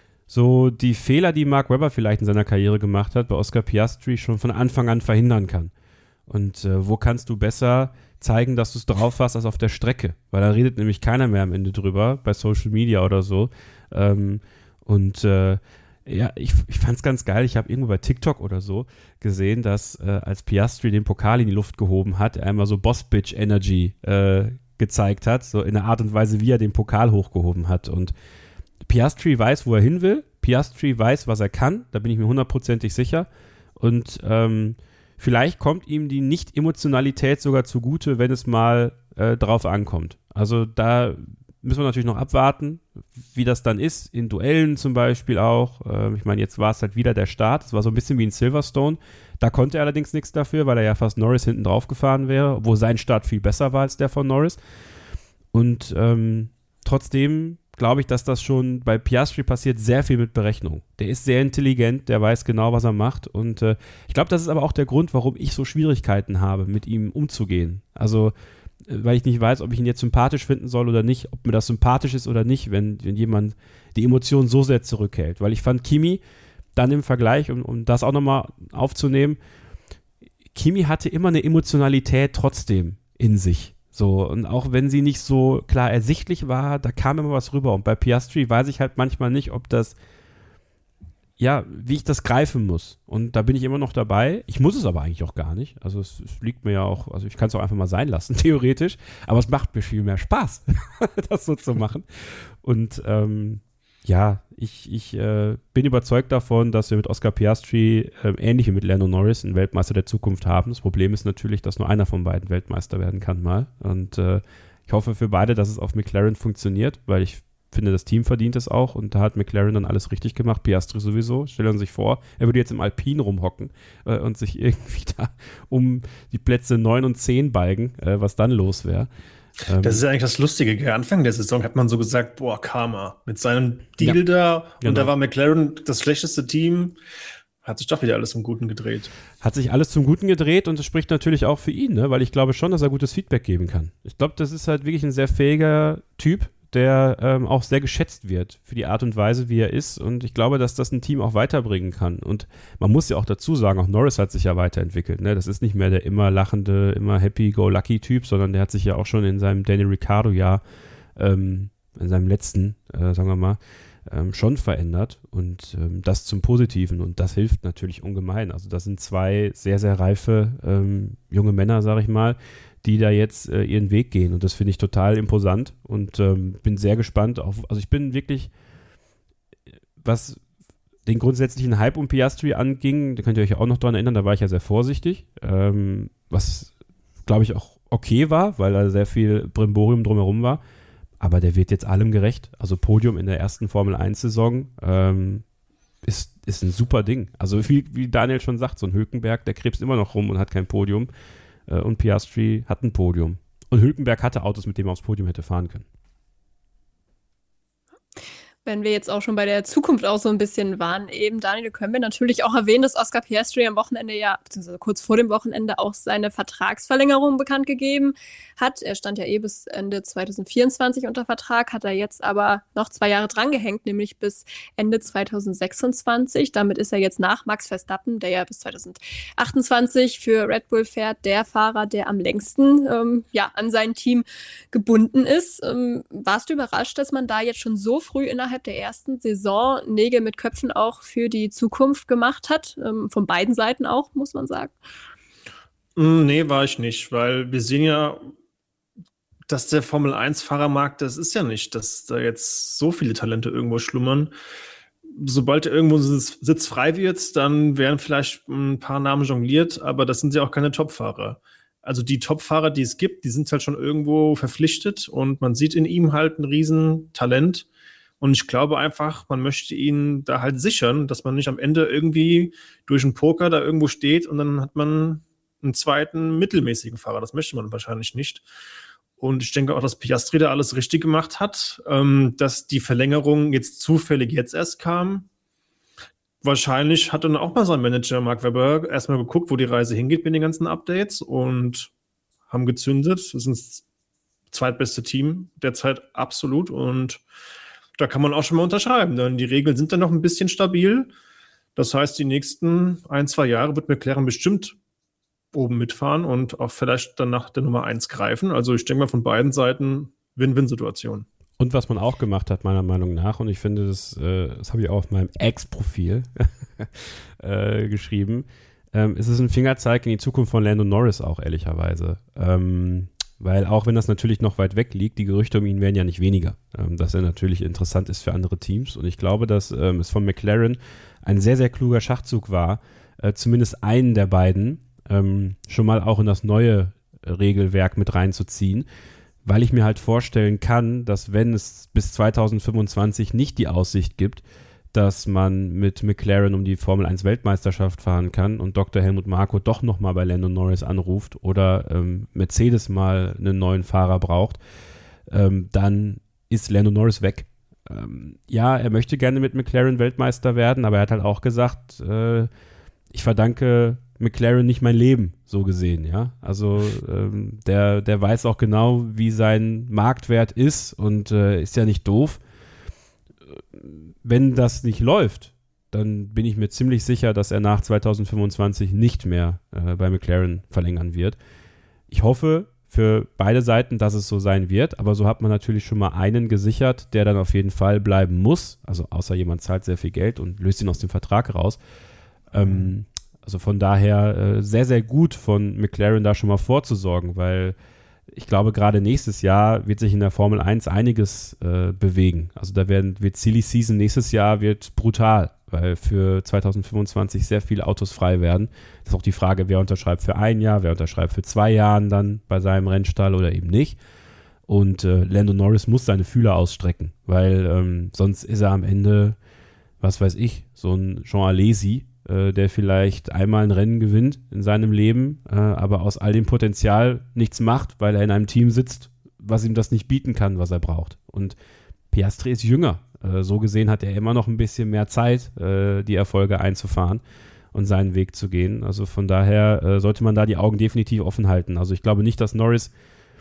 so die Fehler, die Mark Webber vielleicht in seiner Karriere gemacht hat, bei Oscar Piastri schon von Anfang an verhindern kann. Und äh, wo kannst du besser zeigen, dass du es drauf hast, als auf der Strecke? Weil da redet nämlich keiner mehr am Ende drüber, bei Social Media oder so. Ähm, und äh, ja, ich, ich fand es ganz geil. Ich habe irgendwo bei TikTok oder so gesehen, dass äh, als Piastri den Pokal in die Luft gehoben hat, er einmal so Boss-Bitch-Energy äh, gezeigt hat, so in der Art und Weise, wie er den Pokal hochgehoben hat. Und Piastri weiß, wo er hin will. Piastri weiß, was er kann. Da bin ich mir hundertprozentig sicher. Und ähm, vielleicht kommt ihm die Nicht-Emotionalität sogar zugute, wenn es mal äh, drauf ankommt. Also da müssen wir natürlich noch abwarten, wie das dann ist. In Duellen zum Beispiel auch. Ähm, ich meine, jetzt war es halt wieder der Start. Es war so ein bisschen wie in Silverstone. Da konnte er allerdings nichts dafür, weil er ja fast Norris hinten drauf gefahren wäre, obwohl sein Start viel besser war als der von Norris. Und ähm, trotzdem glaube ich, dass das schon bei Piastri passiert, sehr viel mit Berechnung. Der ist sehr intelligent, der weiß genau, was er macht und äh, ich glaube, das ist aber auch der Grund, warum ich so Schwierigkeiten habe, mit ihm umzugehen. Also, äh, weil ich nicht weiß, ob ich ihn jetzt sympathisch finden soll oder nicht, ob mir das sympathisch ist oder nicht, wenn, wenn jemand die Emotionen so sehr zurückhält. Weil ich fand Kimi dann im Vergleich, um, um das auch nochmal aufzunehmen, Kimi hatte immer eine Emotionalität trotzdem in sich. So, und auch wenn sie nicht so klar ersichtlich war, da kam immer was rüber. Und bei Piastri weiß ich halt manchmal nicht, ob das, ja, wie ich das greifen muss. Und da bin ich immer noch dabei. Ich muss es aber eigentlich auch gar nicht. Also es, es liegt mir ja auch, also ich kann es auch einfach mal sein lassen, theoretisch. Aber es macht mir viel mehr Spaß, das so zu machen. Und ähm, ja, ich, ich äh, bin überzeugt davon, dass wir mit Oscar Piastri äh, ähnlich wie mit Lando Norris einen Weltmeister der Zukunft haben. Das Problem ist natürlich, dass nur einer von beiden Weltmeister werden kann mal. Und äh, ich hoffe für beide, dass es auf McLaren funktioniert, weil ich finde, das Team verdient es auch. Und da hat McLaren dann alles richtig gemacht, Piastri sowieso. Stellen Sie sich vor, er würde jetzt im Alpin rumhocken äh, und sich irgendwie da um die Plätze neun und zehn balgen, äh, was dann los wäre. Das ist ja eigentlich das Lustige. Anfang der Saison hat man so gesagt, boah, Karma. Mit seinem Deal ja, da und genau. Da war McLaren das schlechteste Team. Hat sich doch wieder alles zum Guten gedreht. Hat sich alles zum Guten gedreht und das spricht natürlich auch für ihn, ne? Weil ich glaube schon, dass er gutes Feedback geben kann. Ich glaube, das ist halt wirklich ein sehr fähiger Typ, der ähm, auch sehr geschätzt wird für die Art und Weise, wie er ist. Und ich glaube, dass das ein Team auch weiterbringen kann. Und man muss ja auch dazu sagen, auch Norris hat sich ja weiterentwickelt. Ne? Das ist nicht mehr der immer lachende, immer happy-go-lucky-Typ, sondern der hat sich ja auch schon in seinem Daniel Ricciardo-Jahr, ähm, in seinem letzten, äh, sagen wir mal, ähm, schon verändert. Und ähm, das zum Positiven. Und das hilft natürlich ungemein. Also das sind zwei sehr, sehr reife ähm, junge Männer, sag ich mal, die da jetzt äh, ihren Weg gehen. Und das finde ich total imposant und ähm, bin sehr gespannt auf, also ich bin wirklich, was den grundsätzlichen Hype um Piastri anging, da könnt ihr euch ja auch noch dran erinnern, da war ich ja sehr vorsichtig, ähm, was glaube ich auch okay war, weil da sehr viel Brimborium drumherum war, aber der wird jetzt allem gerecht. Also Podium in der ersten Formel eins Saison ähm, ist, ist ein super Ding. Also wie, wie Daniel schon sagt, so ein Hülkenberg, der krebst immer noch rum und hat kein Podium. Und Piastri hat ein Podium. Und Hülkenberg hatte Autos, mit denen er aufs Podium hätte fahren können. Wenn wir jetzt auch schon bei der Zukunft auch so ein bisschen waren, eben, Daniel, können wir natürlich auch erwähnen, dass Oscar Piastri am Wochenende ja, beziehungsweise kurz vor dem Wochenende auch seine Vertragsverlängerung bekannt gegeben hat. Er stand ja eh bis Ende zwanzig vierundzwanzig unter Vertrag, hat er jetzt aber noch zwei Jahre drangehängt, nämlich bis Ende zwanzig sechsundzwanzig. Damit ist er jetzt nach Max Verstappen, der ja bis zwanzig achtundzwanzig für Red Bull fährt, der Fahrer, der am längsten ähm, ja, an sein Team gebunden ist. Ähm, warst du überrascht, dass man da jetzt schon so früh innerhalb der ersten Saison Nägel mit Köpfen auch für die Zukunft gemacht hat? Ähm, von beiden Seiten auch, muss man sagen. Nee, war ich nicht, weil wir sehen ja dass der Formel eins Fahrermarkt, das ist ja nicht, dass da jetzt so viele Talente irgendwo schlummern. Sobald irgendwo ein Sitz, Sitz frei wird, dann werden vielleicht ein paar Namen jongliert, aber das sind ja auch keine Top-Fahrer. Also die Top-Fahrer, die es gibt, die sind halt schon irgendwo verpflichtet und man sieht in ihm halt ein Riesentalent. Und ich glaube einfach, man möchte ihn da halt sichern, dass man nicht am Ende irgendwie durch einen Poker da irgendwo steht und dann hat man einen zweiten mittelmäßigen Fahrer. Das möchte man wahrscheinlich nicht. Und ich denke auch, dass Piastri da alles richtig gemacht hat, ähm, dass die Verlängerung jetzt zufällig jetzt erst kam. Wahrscheinlich hat dann auch mal sein Manager Mark Webber erstmal geguckt, wo die Reise hingeht mit den ganzen Updates und haben gezündet. Das ist das zweitbeste Team derzeit absolut und da kann man auch schon mal unterschreiben, denn die Regeln sind dann noch ein bisschen stabil. Das heißt, die nächsten ein, zwei Jahre wird McLaren bestimmt oben mitfahren und auch vielleicht dann nach der Nummer eins greifen. Also ich denke mal von beiden Seiten Win-Win-Situation. Und was man auch gemacht hat, meiner Meinung nach, und ich finde, das, äh, das habe ich auch auf meinem Ex-Profil äh, geschrieben, ähm, es ist ein Fingerzeig in die Zukunft von Lando Norris auch, ehrlicherweise. Ähm, weil auch wenn das natürlich noch weit weg liegt, die Gerüchte um ihn werden ja nicht weniger, ähm, dass er natürlich interessant ist für andere Teams. Und ich glaube, dass ähm, es von McLaren ein sehr, sehr kluger Schachzug war, äh, zumindest einen der beiden ähm, schon mal auch in das neue Regelwerk mit reinzuziehen, weil ich mir halt vorstellen kann, dass wenn es bis zwanzig fünfundzwanzig nicht die Aussicht gibt, dass man mit McLaren um die Formel eins Weltmeisterschaft fahren kann und Doktor Helmut Marko doch nochmal bei Lando Norris anruft oder ähm, Mercedes mal einen neuen Fahrer braucht, ähm, dann ist Lando Norris weg. Ähm, ja, er möchte gerne mit McLaren Weltmeister werden, aber er hat halt auch gesagt, äh, ich verdanke McLaren nicht mein Leben, so gesehen, ja. Also ähm, der, der weiß auch genau, wie sein Marktwert ist und äh, ist ja nicht doof. Wenn das nicht läuft, dann bin ich mir ziemlich sicher, dass er nach zwanzig fünfundzwanzig nicht mehr äh, bei McLaren verlängern wird. Ich hoffe für beide Seiten, dass es so sein wird, aber so hat man natürlich schon mal einen gesichert, der dann auf jeden Fall bleiben muss, also außer jemand zahlt sehr viel Geld und löst ihn aus dem Vertrag raus. Ähm, also von daher äh, sehr, sehr gut von McLaren da schon mal vorzusorgen, weil ich glaube, gerade nächstes Jahr wird sich in der Formel eins einiges äh, bewegen. Also da werden, wird Silly Season nächstes Jahr wird brutal, weil für zwanzig fünfundzwanzig sehr viele Autos frei werden. Das ist auch die Frage, wer unterschreibt für ein Jahr, wer unterschreibt für zwei Jahre dann bei seinem Rennstall oder eben nicht. Und äh, Lando Norris muss seine Fühler ausstrecken, weil ähm, sonst ist er am Ende, was weiß ich, so ein Jean Alesi, der vielleicht einmal ein Rennen gewinnt in seinem Leben, äh, aber aus all dem Potenzial nichts macht, weil er in einem Team sitzt, was ihm das nicht bieten kann, was er braucht. Und Piastri ist jünger. Äh, so gesehen hat er immer noch ein bisschen mehr Zeit, äh, die Erfolge einzufahren und seinen Weg zu gehen. Also von daher äh, sollte man da die Augen definitiv offen halten. Also ich glaube nicht, dass Norris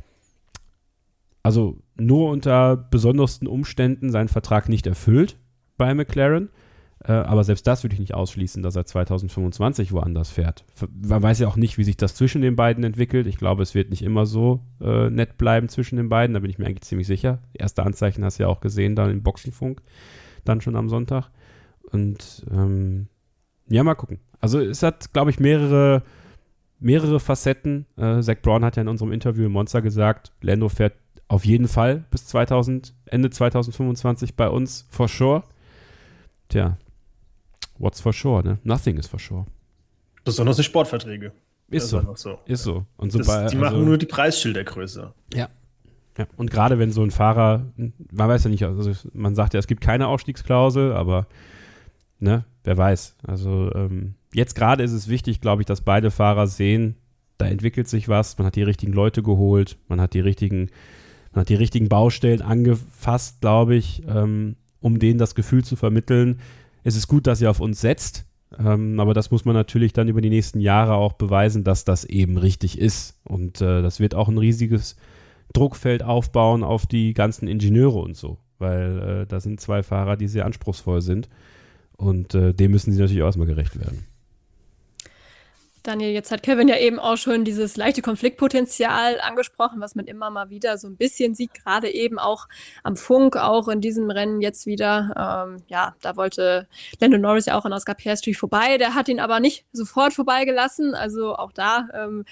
also nur unter besondersten Umständen seinen Vertrag nicht erfüllt bei McLaren. Äh, aber selbst das würde ich nicht ausschließen, dass er zwanzig fünfundzwanzig woanders fährt. Man weiß ja auch nicht, wie sich das zwischen den beiden entwickelt. Ich glaube, es wird nicht immer so äh, nett bleiben zwischen den beiden. Da bin ich mir eigentlich ziemlich sicher. Erste Anzeichen hast du ja auch gesehen, dann im Boxenfunk, dann schon am Sonntag. Und ähm, ja, mal gucken. Also es hat, glaube ich, mehrere, mehrere Facetten. Äh, Zach Brown hat ja in unserem Interview im Monster gesagt, Lando fährt auf jeden Fall bis zweitausend, Ende zwanzig fünfundzwanzig bei uns, for sure. Tja, what's for sure, ne? Nothing is for sure. Besonders die Sportverträge. Ist so. so. Ist so. Und so das, bei, die machen also, nur die Preisschilder größer. Ja. ja. Und gerade wenn so ein Fahrer, man weiß ja nicht, also man sagt ja, es gibt keine Ausstiegsklausel, aber ne, wer weiß. Also ähm, jetzt gerade ist es wichtig, glaube ich, dass beide Fahrer sehen, da entwickelt sich was, man hat die richtigen Leute geholt, man hat die richtigen, man hat die richtigen Baustellen angefasst, glaube ich, ähm, um denen das Gefühl zu vermitteln, es ist gut, dass ihr auf uns setzt, ähm, aber das muss man natürlich dann über die nächsten Jahre auch beweisen, dass das eben richtig ist. Und äh, das wird auch ein riesiges Druckfeld aufbauen auf die ganzen Ingenieure und so, weil äh, da sind zwei Fahrer, die sehr anspruchsvoll sind und äh, dem müssen sie natürlich auch erstmal gerecht werden. Daniel, jetzt hat Kevin ja eben auch schon dieses leichte Konfliktpotenzial angesprochen, was man immer mal wieder so ein bisschen sieht, gerade eben auch am Funk, auch in diesem Rennen jetzt wieder. Ähm, ja, da wollte Lando Norris ja auch an Oscar Piastri vorbei, der hat ihn aber nicht sofort vorbeigelassen, also auch da ähm,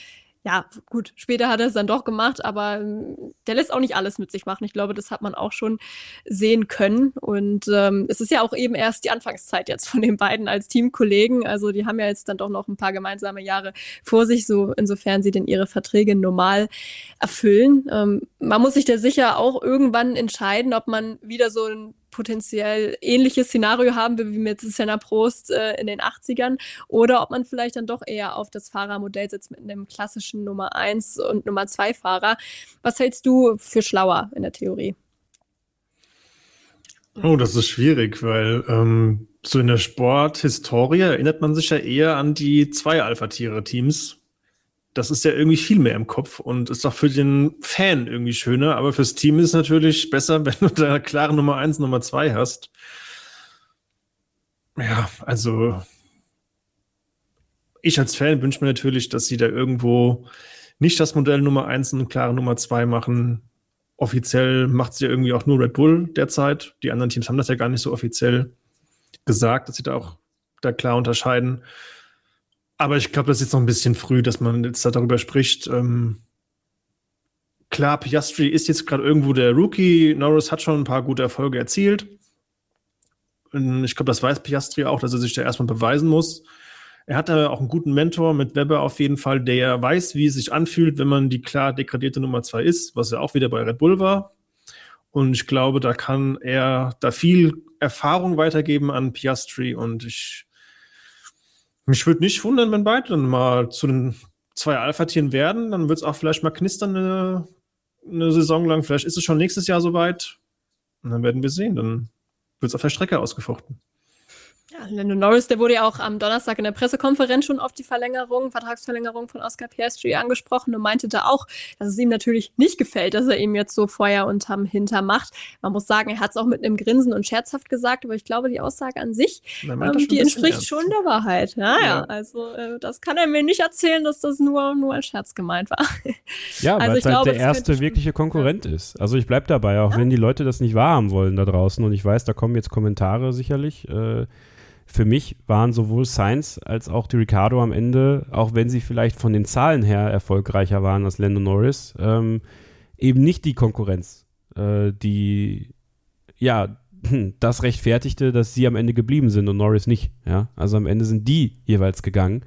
ja, gut, später hat er es dann doch gemacht, aber der lässt auch nicht alles mit sich machen. Ich glaube, das hat man auch schon sehen können. Und ähm, es ist ja auch eben erst die Anfangszeit jetzt von den beiden als Teamkollegen. Also die haben ja jetzt dann doch noch ein paar gemeinsame Jahre vor sich, so insofern sie denn ihre Verträge normal erfüllen. Ähm, man muss sich da sicher auch irgendwann entscheiden, ob man wieder so ein potenziell ähnliches Szenario haben will wie mit Senna Prost äh, in den achtzigern oder ob man vielleicht dann doch eher auf das Fahrermodell setzt mit einem klassischen Nummer eins und Nummer zwei Fahrer. Was hältst du für schlauer in der Theorie? Oh, das ist schwierig, weil ähm, so in der Sporthistorie erinnert man sich ja eher an die zwei Alpha-Tiere-Teams. Das ist ja irgendwie viel mehr im Kopf und ist auch für den Fan irgendwie schöner, aber fürs Team ist es natürlich besser, wenn du da klare Nummer eins, Nummer zwei hast. Ja, also ich als Fan wünsche mir natürlich, dass sie da irgendwo nicht das Modell Nummer eins und klare Nummer zwei machen. Offiziell macht sie ja irgendwie auch nur Red Bull derzeit. Die anderen Teams haben das ja gar nicht so offiziell gesagt, dass sie da auch da klar unterscheiden. Aber ich glaube, das ist jetzt noch ein bisschen früh, dass man jetzt darüber spricht. Ähm, klar, Piastri ist jetzt gerade irgendwo der Rookie. Norris hat schon ein paar gute Erfolge erzielt. Und ich glaube, das weiß Piastri auch, dass er sich da erstmal beweisen muss. Er hat da auch einen guten Mentor mit Webber auf jeden Fall, der weiß, wie es sich anfühlt, wenn man die klar degradierte Nummer zwei ist, was er auch wieder bei Red Bull war. Und ich glaube, da kann er da viel Erfahrung weitergeben an Piastri und ich Mich würde nicht wundern, wenn beide dann mal zu den zwei Alpha-Tieren werden. Dann wird es auch vielleicht mal knistern eine, eine Saison lang. Vielleicht ist es schon nächstes Jahr soweit. Und dann werden wir sehen. Dann wird es auf der Strecke ausgefochten. Ja, Lando Norris, der wurde ja auch am Donnerstag in der Pressekonferenz schon auf die Verlängerung, Vertragsverlängerung von Oscar Piastri angesprochen und meinte da auch, dass es ihm natürlich nicht gefällt, dass er ihm jetzt so Feuer unterm Hintern macht. Man muss sagen, er hat es auch mit einem Grinsen und scherzhaft gesagt, aber ich glaube, die Aussage an sich, ähm, die entspricht schon der Wahrheit. Ja, ja, ja. Also äh, das kann er mir nicht erzählen, dass das nur, nur als Scherz gemeint war. Ja, also weil es halt glaube, der erste wirkliche Konkurrent ja. ist. Also ich bleibe dabei, auch ja. wenn die Leute das nicht wahrhaben wollen da draußen und ich weiß, da kommen jetzt Kommentare sicherlich, äh, für mich waren sowohl Sainz als auch die Ricciardo am Ende, auch wenn sie vielleicht von den Zahlen her erfolgreicher waren als Lando Norris, ähm, eben nicht die Konkurrenz, äh, die ja das rechtfertigte, dass sie am Ende geblieben sind und Norris nicht. Ja? Also am Ende sind die jeweils gegangen,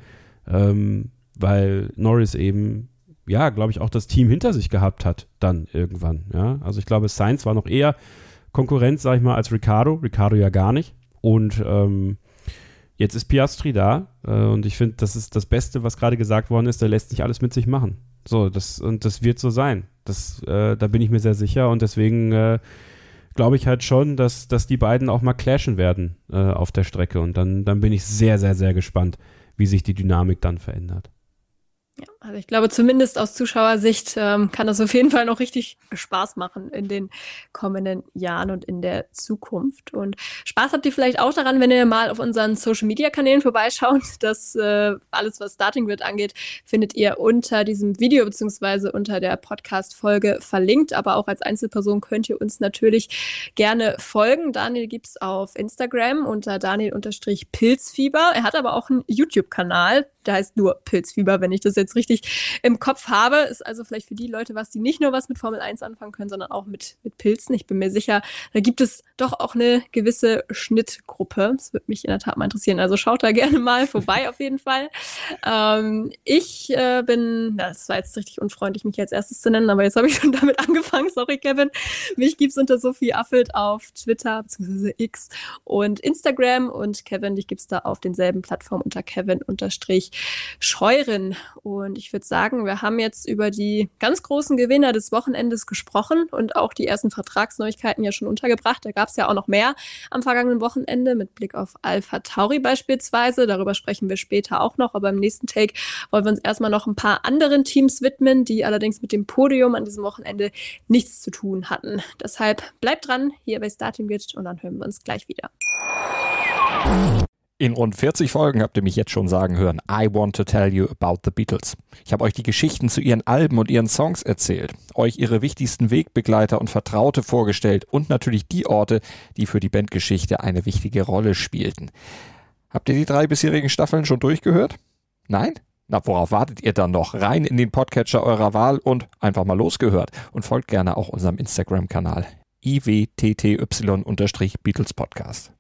ähm, weil Norris eben, ja, glaube ich, auch das Team hinter sich gehabt hat dann irgendwann. Ja? Also ich glaube, Sainz war noch eher Konkurrent, sag ich mal, als Ricciardo. Ricciardo ja gar nicht. Und ähm, jetzt ist Piastri da äh, und ich finde, das ist das Beste, was gerade gesagt worden ist, der lässt nicht alles mit sich machen. So, das, und das wird so sein. Das, äh, da bin ich mir sehr sicher und deswegen äh, glaube ich halt schon, dass, dass die beiden auch mal clashen werden äh, auf der Strecke und dann, dann bin ich sehr, sehr, sehr gespannt, wie sich die Dynamik dann verändert. Ja, also ich glaube, zumindest aus Zuschauersicht ähm, kann das auf jeden Fall noch richtig Spaß machen in den kommenden Jahren und in der Zukunft. Und Spaß habt ihr vielleicht auch daran, wenn ihr mal auf unseren Social-Media-Kanälen vorbeischaut. Das äh, alles, was Starting Grid angeht, findet ihr unter diesem Video beziehungsweise unter der Podcast-Folge verlinkt. Aber auch als Einzelperson könnt ihr uns natürlich gerne folgen. Daniel gibt's auf Instagram unter Daniel-Pilzfieber. Er hat aber auch einen YouTube-Kanal, der heißt nur Pilzfieber, wenn ich das jetzt richtig im Kopf habe. Ist also vielleicht für die Leute was, die nicht nur was mit Formel eins anfangen können, sondern auch mit, mit Pilzen. Ich bin mir sicher, da gibt es doch auch eine gewisse Schnittgruppe. Das würde mich in der Tat mal interessieren. Also schaut da gerne mal vorbei auf jeden Fall. Ähm, ich äh, bin, na, das war jetzt richtig unfreundlich, mich als erstes zu nennen, aber jetzt habe ich schon damit angefangen. Sorry, Kevin. Mich gibt's unter Sophie Affelt auf Twitter bzw. X und Instagram und Kevin, dich gibt's da auf denselben Plattformen unter Kevin-Scheuren. Und ich würde sagen, wir haben jetzt über die ganz großen Gewinner des Wochenendes gesprochen und auch die ersten Vertragsneuigkeiten ja schon untergebracht. Da gab es ja auch noch mehr am vergangenen Wochenende mit Blick auf AlphaTauri beispielsweise. Darüber sprechen wir später auch noch. Aber im nächsten Take wollen wir uns erstmal noch ein paar anderen Teams widmen, die allerdings mit dem Podium an diesem Wochenende nichts zu tun hatten. Deshalb bleibt dran hier bei Starting Grid und dann hören wir uns gleich wieder. In rund vierzig Folgen habt ihr mich jetzt schon sagen hören, I want to tell you about the Beatles. Ich habe euch die Geschichten zu ihren Alben und ihren Songs erzählt, euch ihre wichtigsten Wegbegleiter und Vertraute vorgestellt und natürlich die Orte, die für die Bandgeschichte eine wichtige Rolle spielten. Habt ihr die drei bisherigen Staffeln schon durchgehört? Nein? Na, worauf wartet ihr dann noch? Rein in den Podcatcher eurer Wahl und einfach mal losgehört. Und folgt gerne auch unserem Instagram-Kanal I W T T Y-Beatles Podcast.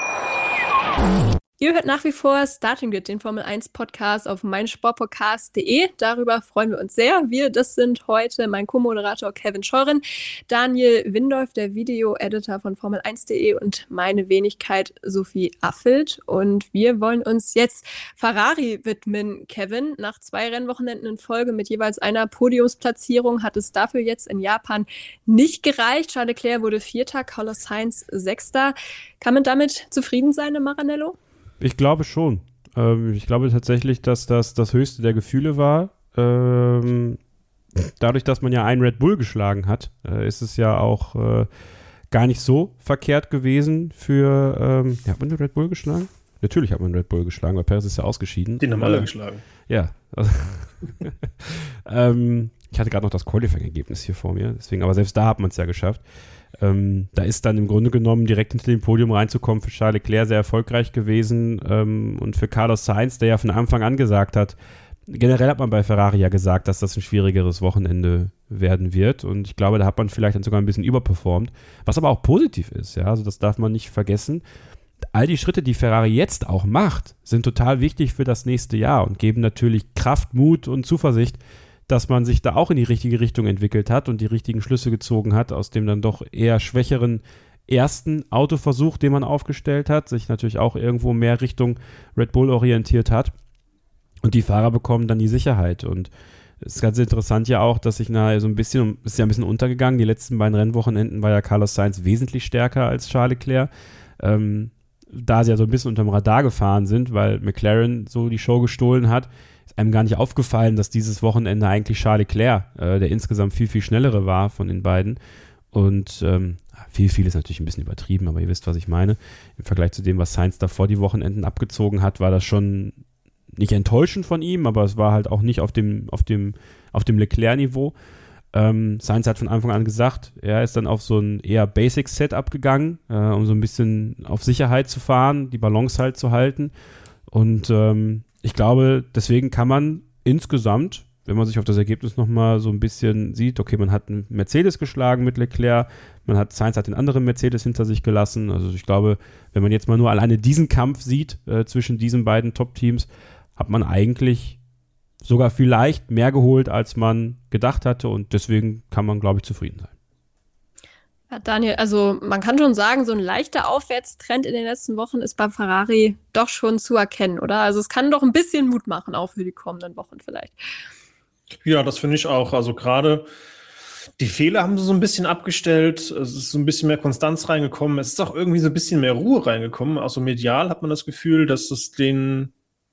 Ihr hört nach wie vor Starting Grid, den Formel eins Podcast auf meinsportpodcast punkt de. Darüber freuen wir uns sehr. Wir, das sind heute mein Co-Moderator Kevin Scheuren, Daniel Windolf, der Video-Editor von Formel eins punkt de und meine Wenigkeit Sophie Affelt. Und wir wollen uns jetzt Ferrari widmen, Kevin. Nach zwei Rennwochenenden in Folge mit jeweils einer Podiumsplatzierung hat es dafür jetzt in Japan nicht gereicht. Charles Leclerc wurde Vierter, Carlos Sainz Sechster. Kann man damit zufrieden sein in Maranello? Ich glaube schon. Ähm, ich glaube tatsächlich, dass das das höchste der Gefühle war. Ähm, dadurch, dass man ja einen Red Bull geschlagen hat, äh, ist es ja auch äh, gar nicht so verkehrt gewesen für, ähm, ja, hat man den Red Bull geschlagen? Natürlich hat man den Red Bull geschlagen, weil Perez ist ja ausgeschieden. Den haben alle äh, geschlagen. Ja. Also ähm, ich hatte gerade noch das Qualifying-Ergebnis hier vor mir, deswegen, aber selbst da hat man es ja geschafft. Ähm, da ist dann im Grunde genommen direkt hinter dem Podium reinzukommen für Charles Leclerc sehr erfolgreich gewesen ähm, und für Carlos Sainz, der ja von Anfang an gesagt hat, generell hat man bei Ferrari ja gesagt, dass das ein schwierigeres Wochenende werden wird und ich glaube, da hat man vielleicht dann sogar ein bisschen überperformt, was aber auch positiv ist, ja, also das darf man nicht vergessen. All die Schritte, die Ferrari jetzt auch macht, sind total wichtig für das nächste Jahr und geben natürlich Kraft, Mut und Zuversicht, dass man sich da auch in die richtige Richtung entwickelt hat und die richtigen Schlüsse gezogen hat, aus dem dann doch eher schwächeren ersten Autoversuch, den man aufgestellt hat, sich natürlich auch irgendwo mehr Richtung Red Bull orientiert hat. Und die Fahrer bekommen dann die Sicherheit. Und es ist ganz interessant ja auch, dass sich na, so ein bisschen, ist ja ein bisschen untergegangen. Die letzten beiden Rennwochenenden war ja Carlos Sainz wesentlich stärker als Charles Leclerc. Ähm, da sie ja so ein bisschen unterm Radar gefahren sind, weil McLaren so die Show gestohlen hat, ist einem gar nicht aufgefallen, dass dieses Wochenende eigentlich Charles Leclerc, äh, der insgesamt viel, viel schnellere war von den beiden. Und ähm, viel, viel ist natürlich ein bisschen übertrieben, aber ihr wisst, was ich meine. Im Vergleich zu dem, was Sainz davor die Wochenenden abgezogen hat, war das schon nicht enttäuschend von ihm, aber es war halt auch nicht auf dem, auf dem, auf dem Leclerc-Niveau. Ähm, Sainz hat von Anfang an gesagt, er ist dann auf so ein eher Basic-Setup gegangen, äh, um so ein bisschen auf Sicherheit zu fahren, die Balance halt zu halten. Und ähm, ich glaube, deswegen kann man insgesamt, wenn man sich auf das Ergebnis nochmal so ein bisschen sieht, okay, man hat einen Mercedes geschlagen mit Leclerc, man hat, Sainz hat den anderen Mercedes hinter sich gelassen. Also ich glaube, wenn man jetzt mal nur alleine diesen Kampf sieht äh, zwischen diesen beiden Top-Teams, hat man eigentlich sogar vielleicht mehr geholt, als man gedacht hatte und deswegen kann man, glaube ich, zufrieden sein. Ja, Daniel, also man kann schon sagen, so ein leichter Aufwärtstrend in den letzten Wochen ist bei Ferrari doch schon zu erkennen, oder? Also es kann doch ein bisschen Mut machen, auch für die kommenden Wochen vielleicht. Ja, das finde ich auch. Also gerade die Fehler haben sie so ein bisschen abgestellt, es ist so ein bisschen mehr Konstanz reingekommen, es ist auch irgendwie so ein bisschen mehr Ruhe reingekommen. Also medial hat man das Gefühl, dass es denen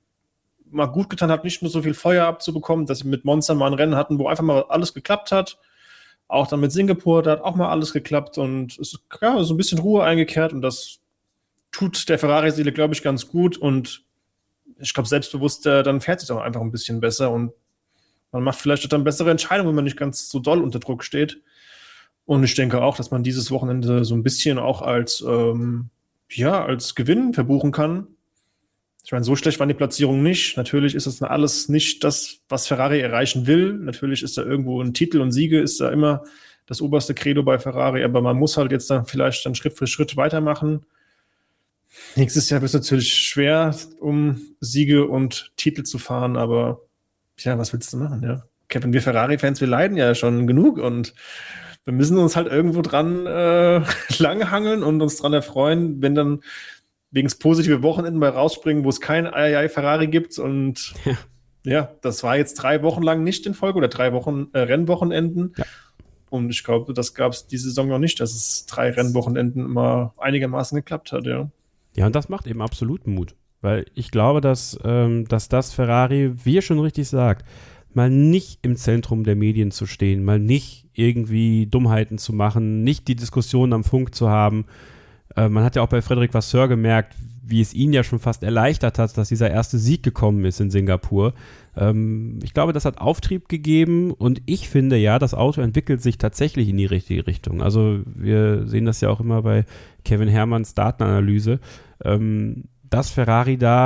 mal gut getan hat, nicht nur so viel Feuer abzubekommen, dass sie mit Monza mal ein Rennen hatten, wo einfach mal alles geklappt hat. Auch dann mit Singapur, da hat auch mal alles geklappt und es ist ja, so ein bisschen Ruhe eingekehrt und das tut der Ferrari-Seele, glaube ich, ganz gut und ich glaube, selbstbewusster, dann fährt es auch einfach ein bisschen besser und man macht vielleicht dann bessere Entscheidungen, wenn man nicht ganz so doll unter Druck steht. Und ich denke auch, dass man dieses Wochenende so ein bisschen auch als, ähm, ja, als Gewinn verbuchen kann. Ich meine, so schlecht waren die Platzierungen nicht. Natürlich ist das alles nicht das, was Ferrari erreichen will. Natürlich ist da irgendwo ein Titel und Siege, ist da immer das oberste Credo bei Ferrari. Aber man muss halt jetzt dann vielleicht dann Schritt für Schritt weitermachen. Nächstes Jahr wird es natürlich schwer, um Siege und Titel zu fahren. Aber ja, was willst du machen? Ja, Kevin, wir Ferrari-Fans, wir leiden ja schon genug. Und wir müssen uns halt irgendwo dran äh, langhangeln und uns dran erfreuen, wenn dann wegen das positive Wochenende mal rausspringen, wo es kein Ai-Ai Ferrari gibt. Und ja. ja, das war jetzt drei Wochen lang nicht in Folge oder drei Wochen äh, Rennwochenenden. Ja. Und ich glaube, das gab es diese Saison noch nicht, dass es drei Rennwochenenden immer einigermaßen geklappt hat, ja. Ja, und das macht eben absolut Mut. Weil ich glaube, dass, ähm, dass das Ferrari, wie ihr schon richtig sagt, mal nicht im Zentrum der Medien zu stehen, mal nicht irgendwie Dummheiten zu machen, nicht die Diskussion am Funk zu haben. Man hat ja auch bei Frederic Vasseur gemerkt, wie es ihn ja schon fast erleichtert hat, dass dieser erste Sieg gekommen ist in Singapur. Ähm, ich glaube, das hat Auftrieb gegeben und ich finde ja, das Auto entwickelt sich tatsächlich in die richtige Richtung. Also wir sehen das ja auch immer bei Kevin Herrmanns Datenanalyse, ähm, dass Ferrari da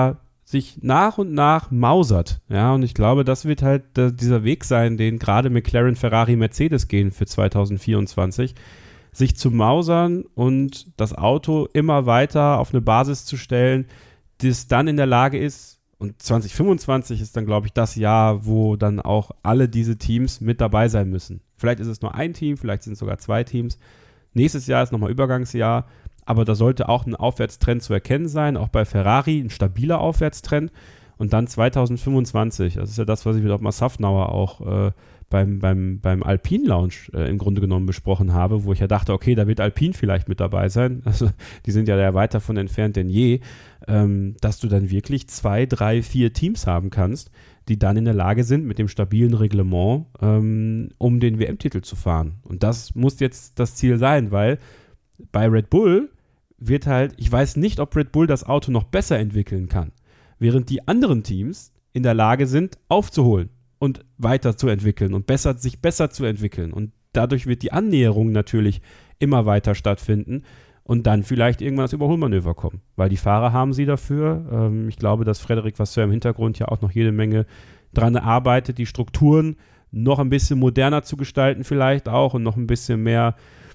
sich nach und nach mausert. Ja, und ich glaube, das wird halt äh, dieser Weg sein, den gerade McLaren, Ferrari, Mercedes gehen für zwanzig vierundzwanzig, sich zu mausern und das Auto immer weiter auf eine Basis zu stellen, das dann in der Lage ist, und zwanzig fünfundzwanzig ist dann, glaube ich, das Jahr, wo dann auch alle diese Teams mit dabei sein müssen. Vielleicht ist es nur ein Team, vielleicht sind es sogar zwei Teams. Nächstes Jahr ist nochmal Übergangsjahr, aber da sollte auch ein Aufwärtstrend zu erkennen sein, auch bei Ferrari ein stabiler Aufwärtstrend. Und dann zwanzig fünfundzwanzig, das ist ja das, was ich mit Ottmar Safnauer auch äh, beim, beim, beim Alpine Lounge äh, im Grunde genommen besprochen habe, wo ich ja dachte, okay, da wird Alpine vielleicht mit dabei sein. Also die sind ja da weit davon entfernt denn je, ähm, dass du dann wirklich zwei, drei, vier Teams haben kannst, die dann in der Lage sind, mit dem stabilen Reglement ähm, um den W M-Titel zu fahren. Und das muss jetzt das Ziel sein, weil bei Red Bull wird halt, ich weiß nicht, ob Red Bull das Auto noch besser entwickeln kann, während die anderen Teams in der Lage sind, aufzuholen und weiterzuentwickeln und besser, sich besser zu entwickeln. Und dadurch wird die Annäherung natürlich immer weiter stattfinden und dann vielleicht irgendwann das Überholmanöver kommen, weil die Fahrer haben sie dafür. Ähm, ich glaube, dass Frederic Vasseur im Hintergrund ja auch noch jede Menge dran arbeitet, die Strukturen noch ein bisschen moderner zu gestalten vielleicht auch und noch ein bisschen mehr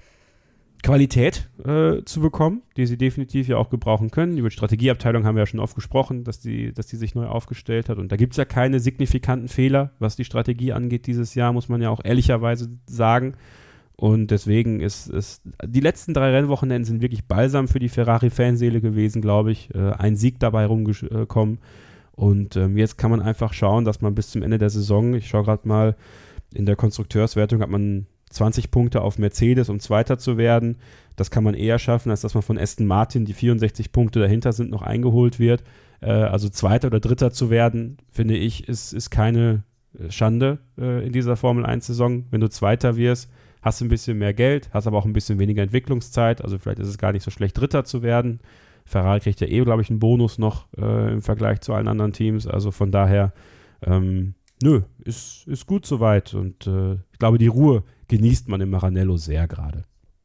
Qualität äh, zu bekommen, die sie definitiv ja auch gebrauchen können. Über die Strategieabteilung haben wir ja schon oft gesprochen, dass die, dass die sich neu aufgestellt hat. Und da gibt es ja keine signifikanten Fehler, was die Strategie angeht dieses Jahr, muss man ja auch ehrlicherweise sagen. Und deswegen ist es, die letzten drei Rennwochenenden sind wirklich balsam für die Ferrari-Fanseele gewesen, glaube ich. Äh, ein Sieg dabei rumgekommen. Und ähm, jetzt kann man einfach schauen, dass man bis zum Ende der Saison, ich schaue gerade mal, in der Konstrukteurswertung hat man zwanzig Punkte auf Mercedes, um Zweiter zu werden. Das kann man eher schaffen, als dass man von Aston Martin, die vierundsechzig Punkte dahinter sind, noch eingeholt wird. Äh, also Zweiter oder Dritter zu werden, finde ich, ist, ist keine Schande äh, in dieser Formel eins Saison. Wenn du Zweiter wirst, hast du ein bisschen mehr Geld, hast aber auch ein bisschen weniger Entwicklungszeit. Also vielleicht ist es gar nicht so schlecht, Dritter zu werden. Ferrari kriegt ja eh, glaube ich, einen Bonus noch äh, im Vergleich zu allen anderen Teams. Also von daher, ähm, nö, ist, ist gut soweit. Und äh, ich glaube, die Ruhe genießt man im Maranello sehr gerade.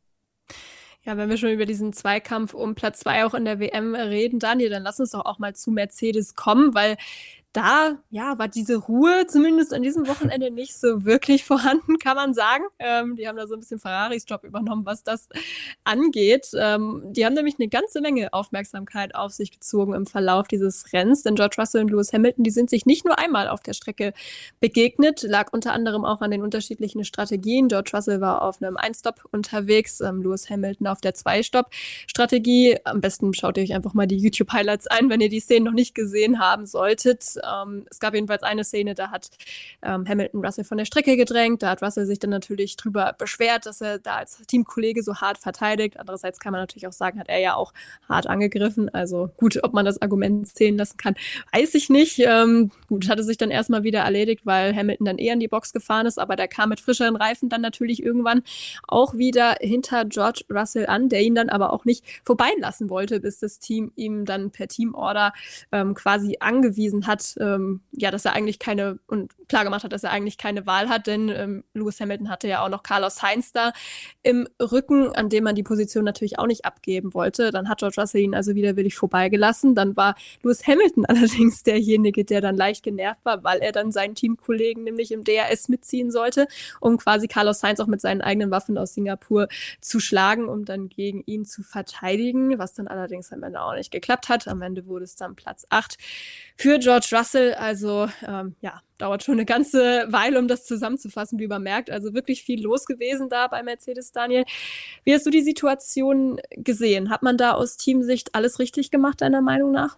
Ja, wenn wir schon über diesen Zweikampf um Platz zwei auch in der W M reden, Daniel, dann lass uns doch auch mal zu Mercedes kommen, weil da, ja, war diese Ruhe zumindest an diesem Wochenende nicht so wirklich vorhanden, kann man sagen. Ähm, die haben da so ein bisschen Ferraris Job übernommen, was das angeht. Ähm, die haben nämlich eine ganze Menge Aufmerksamkeit auf sich gezogen im Verlauf dieses Rennens, denn George Russell und Lewis Hamilton, die sind sich nicht nur einmal auf der Strecke begegnet, lag unter anderem auch an den unterschiedlichen Strategien. George Russell war auf einem Ein-Stop unterwegs, ähm, Lewis Hamilton auf der Zwei-Stop-Strategie. Am besten schaut ihr euch einfach mal die YouTube-Highlights ein, wenn ihr die Szenen noch nicht gesehen haben solltet. Ähm, es gab jedenfalls eine Szene, da hat ähm, Hamilton Russell von der Strecke gedrängt. Da hat Russell sich dann natürlich drüber beschwert, dass er da als Teamkollege so hart verteidigt. Andererseits kann man natürlich auch sagen, hat er ja auch hart angegriffen. Also gut, ob man das Argument zählen lassen kann, weiß ich nicht. Ähm, gut, hatte sich dann erstmal wieder erledigt, weil Hamilton dann eher in die Box gefahren ist, aber der kam mit frischeren Reifen dann natürlich irgendwann auch wieder hinter George Russell an, der ihn dann aber auch nicht vorbeilassen wollte, bis das Team ihm dann per Teamorder ähm, quasi angewiesen hat, Ähm, ja, dass er eigentlich keine, und klar gemacht hat, dass er eigentlich keine Wahl hat, denn ähm, Lewis Hamilton hatte ja auch noch Carlos Sainz da im Rücken, an dem man die Position natürlich auch nicht abgeben wollte. Dann hat George Russell ihn also widerwillig vorbeigelassen. Dann war Lewis Hamilton allerdings derjenige, der dann leicht genervt war, weil er dann seinen Teamkollegen nämlich im D R S mitziehen sollte, um quasi Carlos Sainz auch mit seinen eigenen Waffen aus Singapur zu schlagen, um dann gegen ihn zu verteidigen, was dann allerdings am Ende auch nicht geklappt hat. Am Ende wurde es dann Platz acht für George Russell, also ähm, ja, dauert schon eine ganze Weile, um das zusammenzufassen, wie man merkt. Also wirklich viel los gewesen da bei Mercedes, Daniel. Wie hast du die Situation gesehen? Hat man da aus Teamsicht alles richtig gemacht, deiner Meinung nach?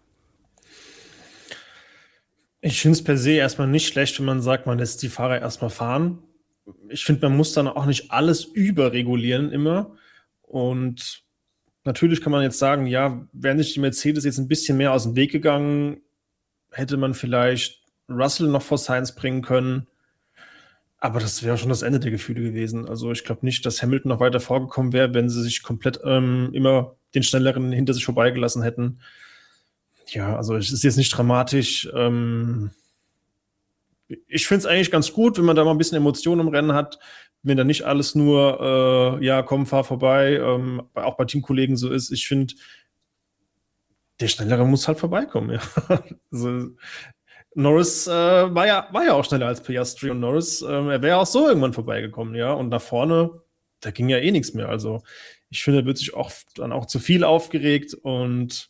Ich finde es per se erstmal nicht schlecht, wenn man sagt, man lässt die Fahrer erstmal fahren. Ich finde, man muss dann auch nicht alles überregulieren immer. Und natürlich kann man jetzt sagen, ja, wären sich die Mercedes jetzt ein bisschen mehr aus dem Weg gegangen, hätte man vielleicht Russell noch vor Sainz bringen können. Aber das wäre schon das Ende der Gefühle gewesen. Also ich glaube nicht, dass Hamilton noch weiter vorgekommen wäre, wenn sie sich komplett ähm, immer den Schnelleren hinter sich vorbeigelassen hätten. Ja, also es ist jetzt nicht dramatisch. Ähm ich finde es eigentlich ganz gut, wenn man da mal ein bisschen Emotionen im Rennen hat, wenn da nicht alles nur, äh, ja, komm, fahr vorbei, ähm, auch bei Teamkollegen so ist. Ich finde, der Schnellere muss halt vorbeikommen, ja. Also, Norris äh, war, ja, war ja auch schneller als Piastri und Norris, äh, er wäre auch so irgendwann vorbeigekommen, ja. Und nach vorne, da ging ja eh nichts mehr. Also ich finde, er wird sich auch dann auch zu viel aufgeregt und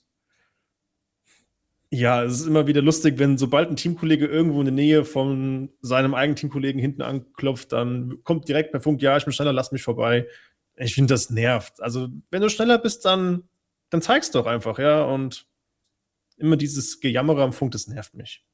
ja, es ist immer wieder lustig, wenn sobald ein Teamkollege irgendwo in der Nähe von seinem eigenen Teamkollegen hinten anklopft, dann kommt direkt per Funk, ja, ich bin schneller, lass mich vorbei. Ich finde, das nervt. Also wenn du schneller bist, dann, dann zeig's doch einfach, ja. Und immer dieses Gejammere am Funk, das nervt mich.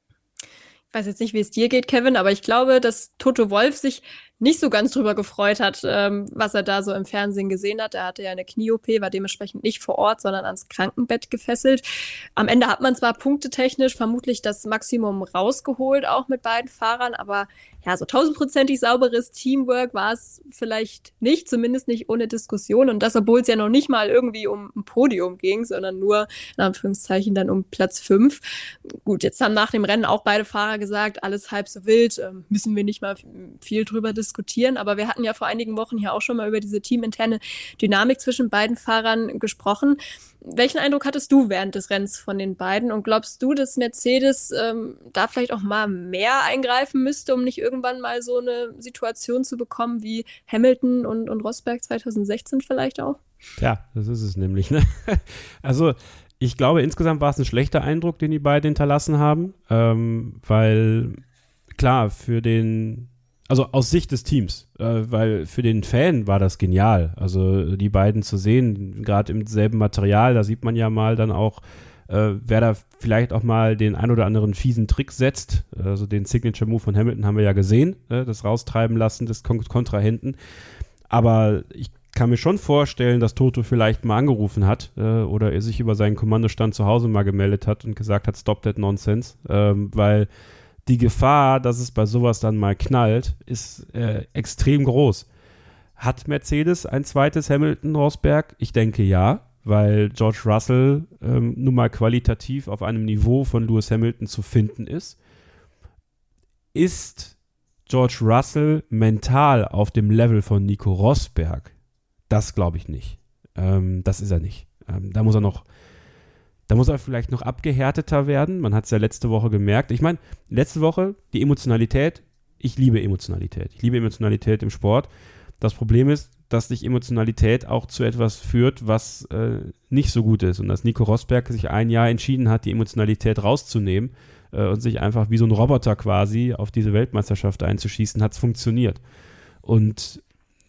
Ich weiß jetzt nicht, wie es dir geht, Kevin, aber ich glaube, dass Toto Wolff sich nicht so ganz drüber gefreut hat, ähm, was er da so im Fernsehen gesehen hat. Er hatte ja eine Knie-O P, war dementsprechend nicht vor Ort, sondern ans Krankenbett gefesselt. Am Ende hat man zwar punktetechnisch vermutlich das Maximum rausgeholt, auch mit beiden Fahrern, aber ja, so tausendprozentig sauberes Teamwork war es vielleicht nicht, zumindest nicht ohne Diskussion. Und das, obwohl es ja noch nicht mal irgendwie um ein Podium ging, sondern nur in Anführungszeichen dann um Platz fünf. Gut, jetzt haben nach dem Rennen auch beide Fahrer gesagt, alles halb so wild, äh, müssen wir nicht mal viel drüber diskutieren. Aber wir hatten ja vor einigen Wochen hier auch schon mal über diese teaminterne Dynamik zwischen beiden Fahrern gesprochen. Welchen Eindruck hattest du während des Rennens von den beiden? Und glaubst du, dass Mercedes ähm, da vielleicht auch mal mehr eingreifen müsste, um nicht irgendwann mal so eine Situation zu bekommen wie Hamilton und, und Rosberg zwanzig sechzehn vielleicht auch? Ja, das ist es nämlich, ne? Also ich glaube, insgesamt war es ein schlechter Eindruck, den die beiden hinterlassen haben, ähm, weil klar, für den Also aus Sicht des Teams, äh, weil für den Fan war das genial. Also die beiden zu sehen, gerade im selben Material, da sieht man ja mal dann auch, äh, wer da vielleicht auch mal den ein oder anderen fiesen Trick setzt. Also den Signature-Move von Hamilton haben wir ja gesehen, äh, das Raustreiben lassen des Kon- Kontrahenten. Aber ich kann mir schon vorstellen, dass Toto vielleicht mal angerufen hat äh, oder er sich über seinen Kommandostand zu Hause mal gemeldet hat und gesagt hat, stop that nonsense, ähm, weil die Gefahr, dass es bei sowas dann mal knallt, ist äh, extrem groß. Hat Mercedes ein zweites Hamilton-Rosberg? Ich denke ja, weil George Russell ähm, nun mal qualitativ auf einem Niveau von Lewis Hamilton zu finden ist. Ist George Russell mental auf dem Level von Nico Rosberg? Das glaube ich nicht. Ähm, das ist er nicht. Ähm, da muss er noch Da muss er vielleicht noch abgehärteter werden. Man hat es ja letzte Woche gemerkt. Ich meine, letzte Woche die Emotionalität. Ich liebe Emotionalität. Ich liebe Emotionalität im Sport. Das Problem ist, dass sich Emotionalität auch zu etwas führt, was äh, nicht so gut ist. Und dass Nico Rosberg sich ein Jahr entschieden hat, die Emotionalität rauszunehmen äh, und sich einfach wie so ein Roboter quasi auf diese Weltmeisterschaft einzuschießen, hat es funktioniert. Und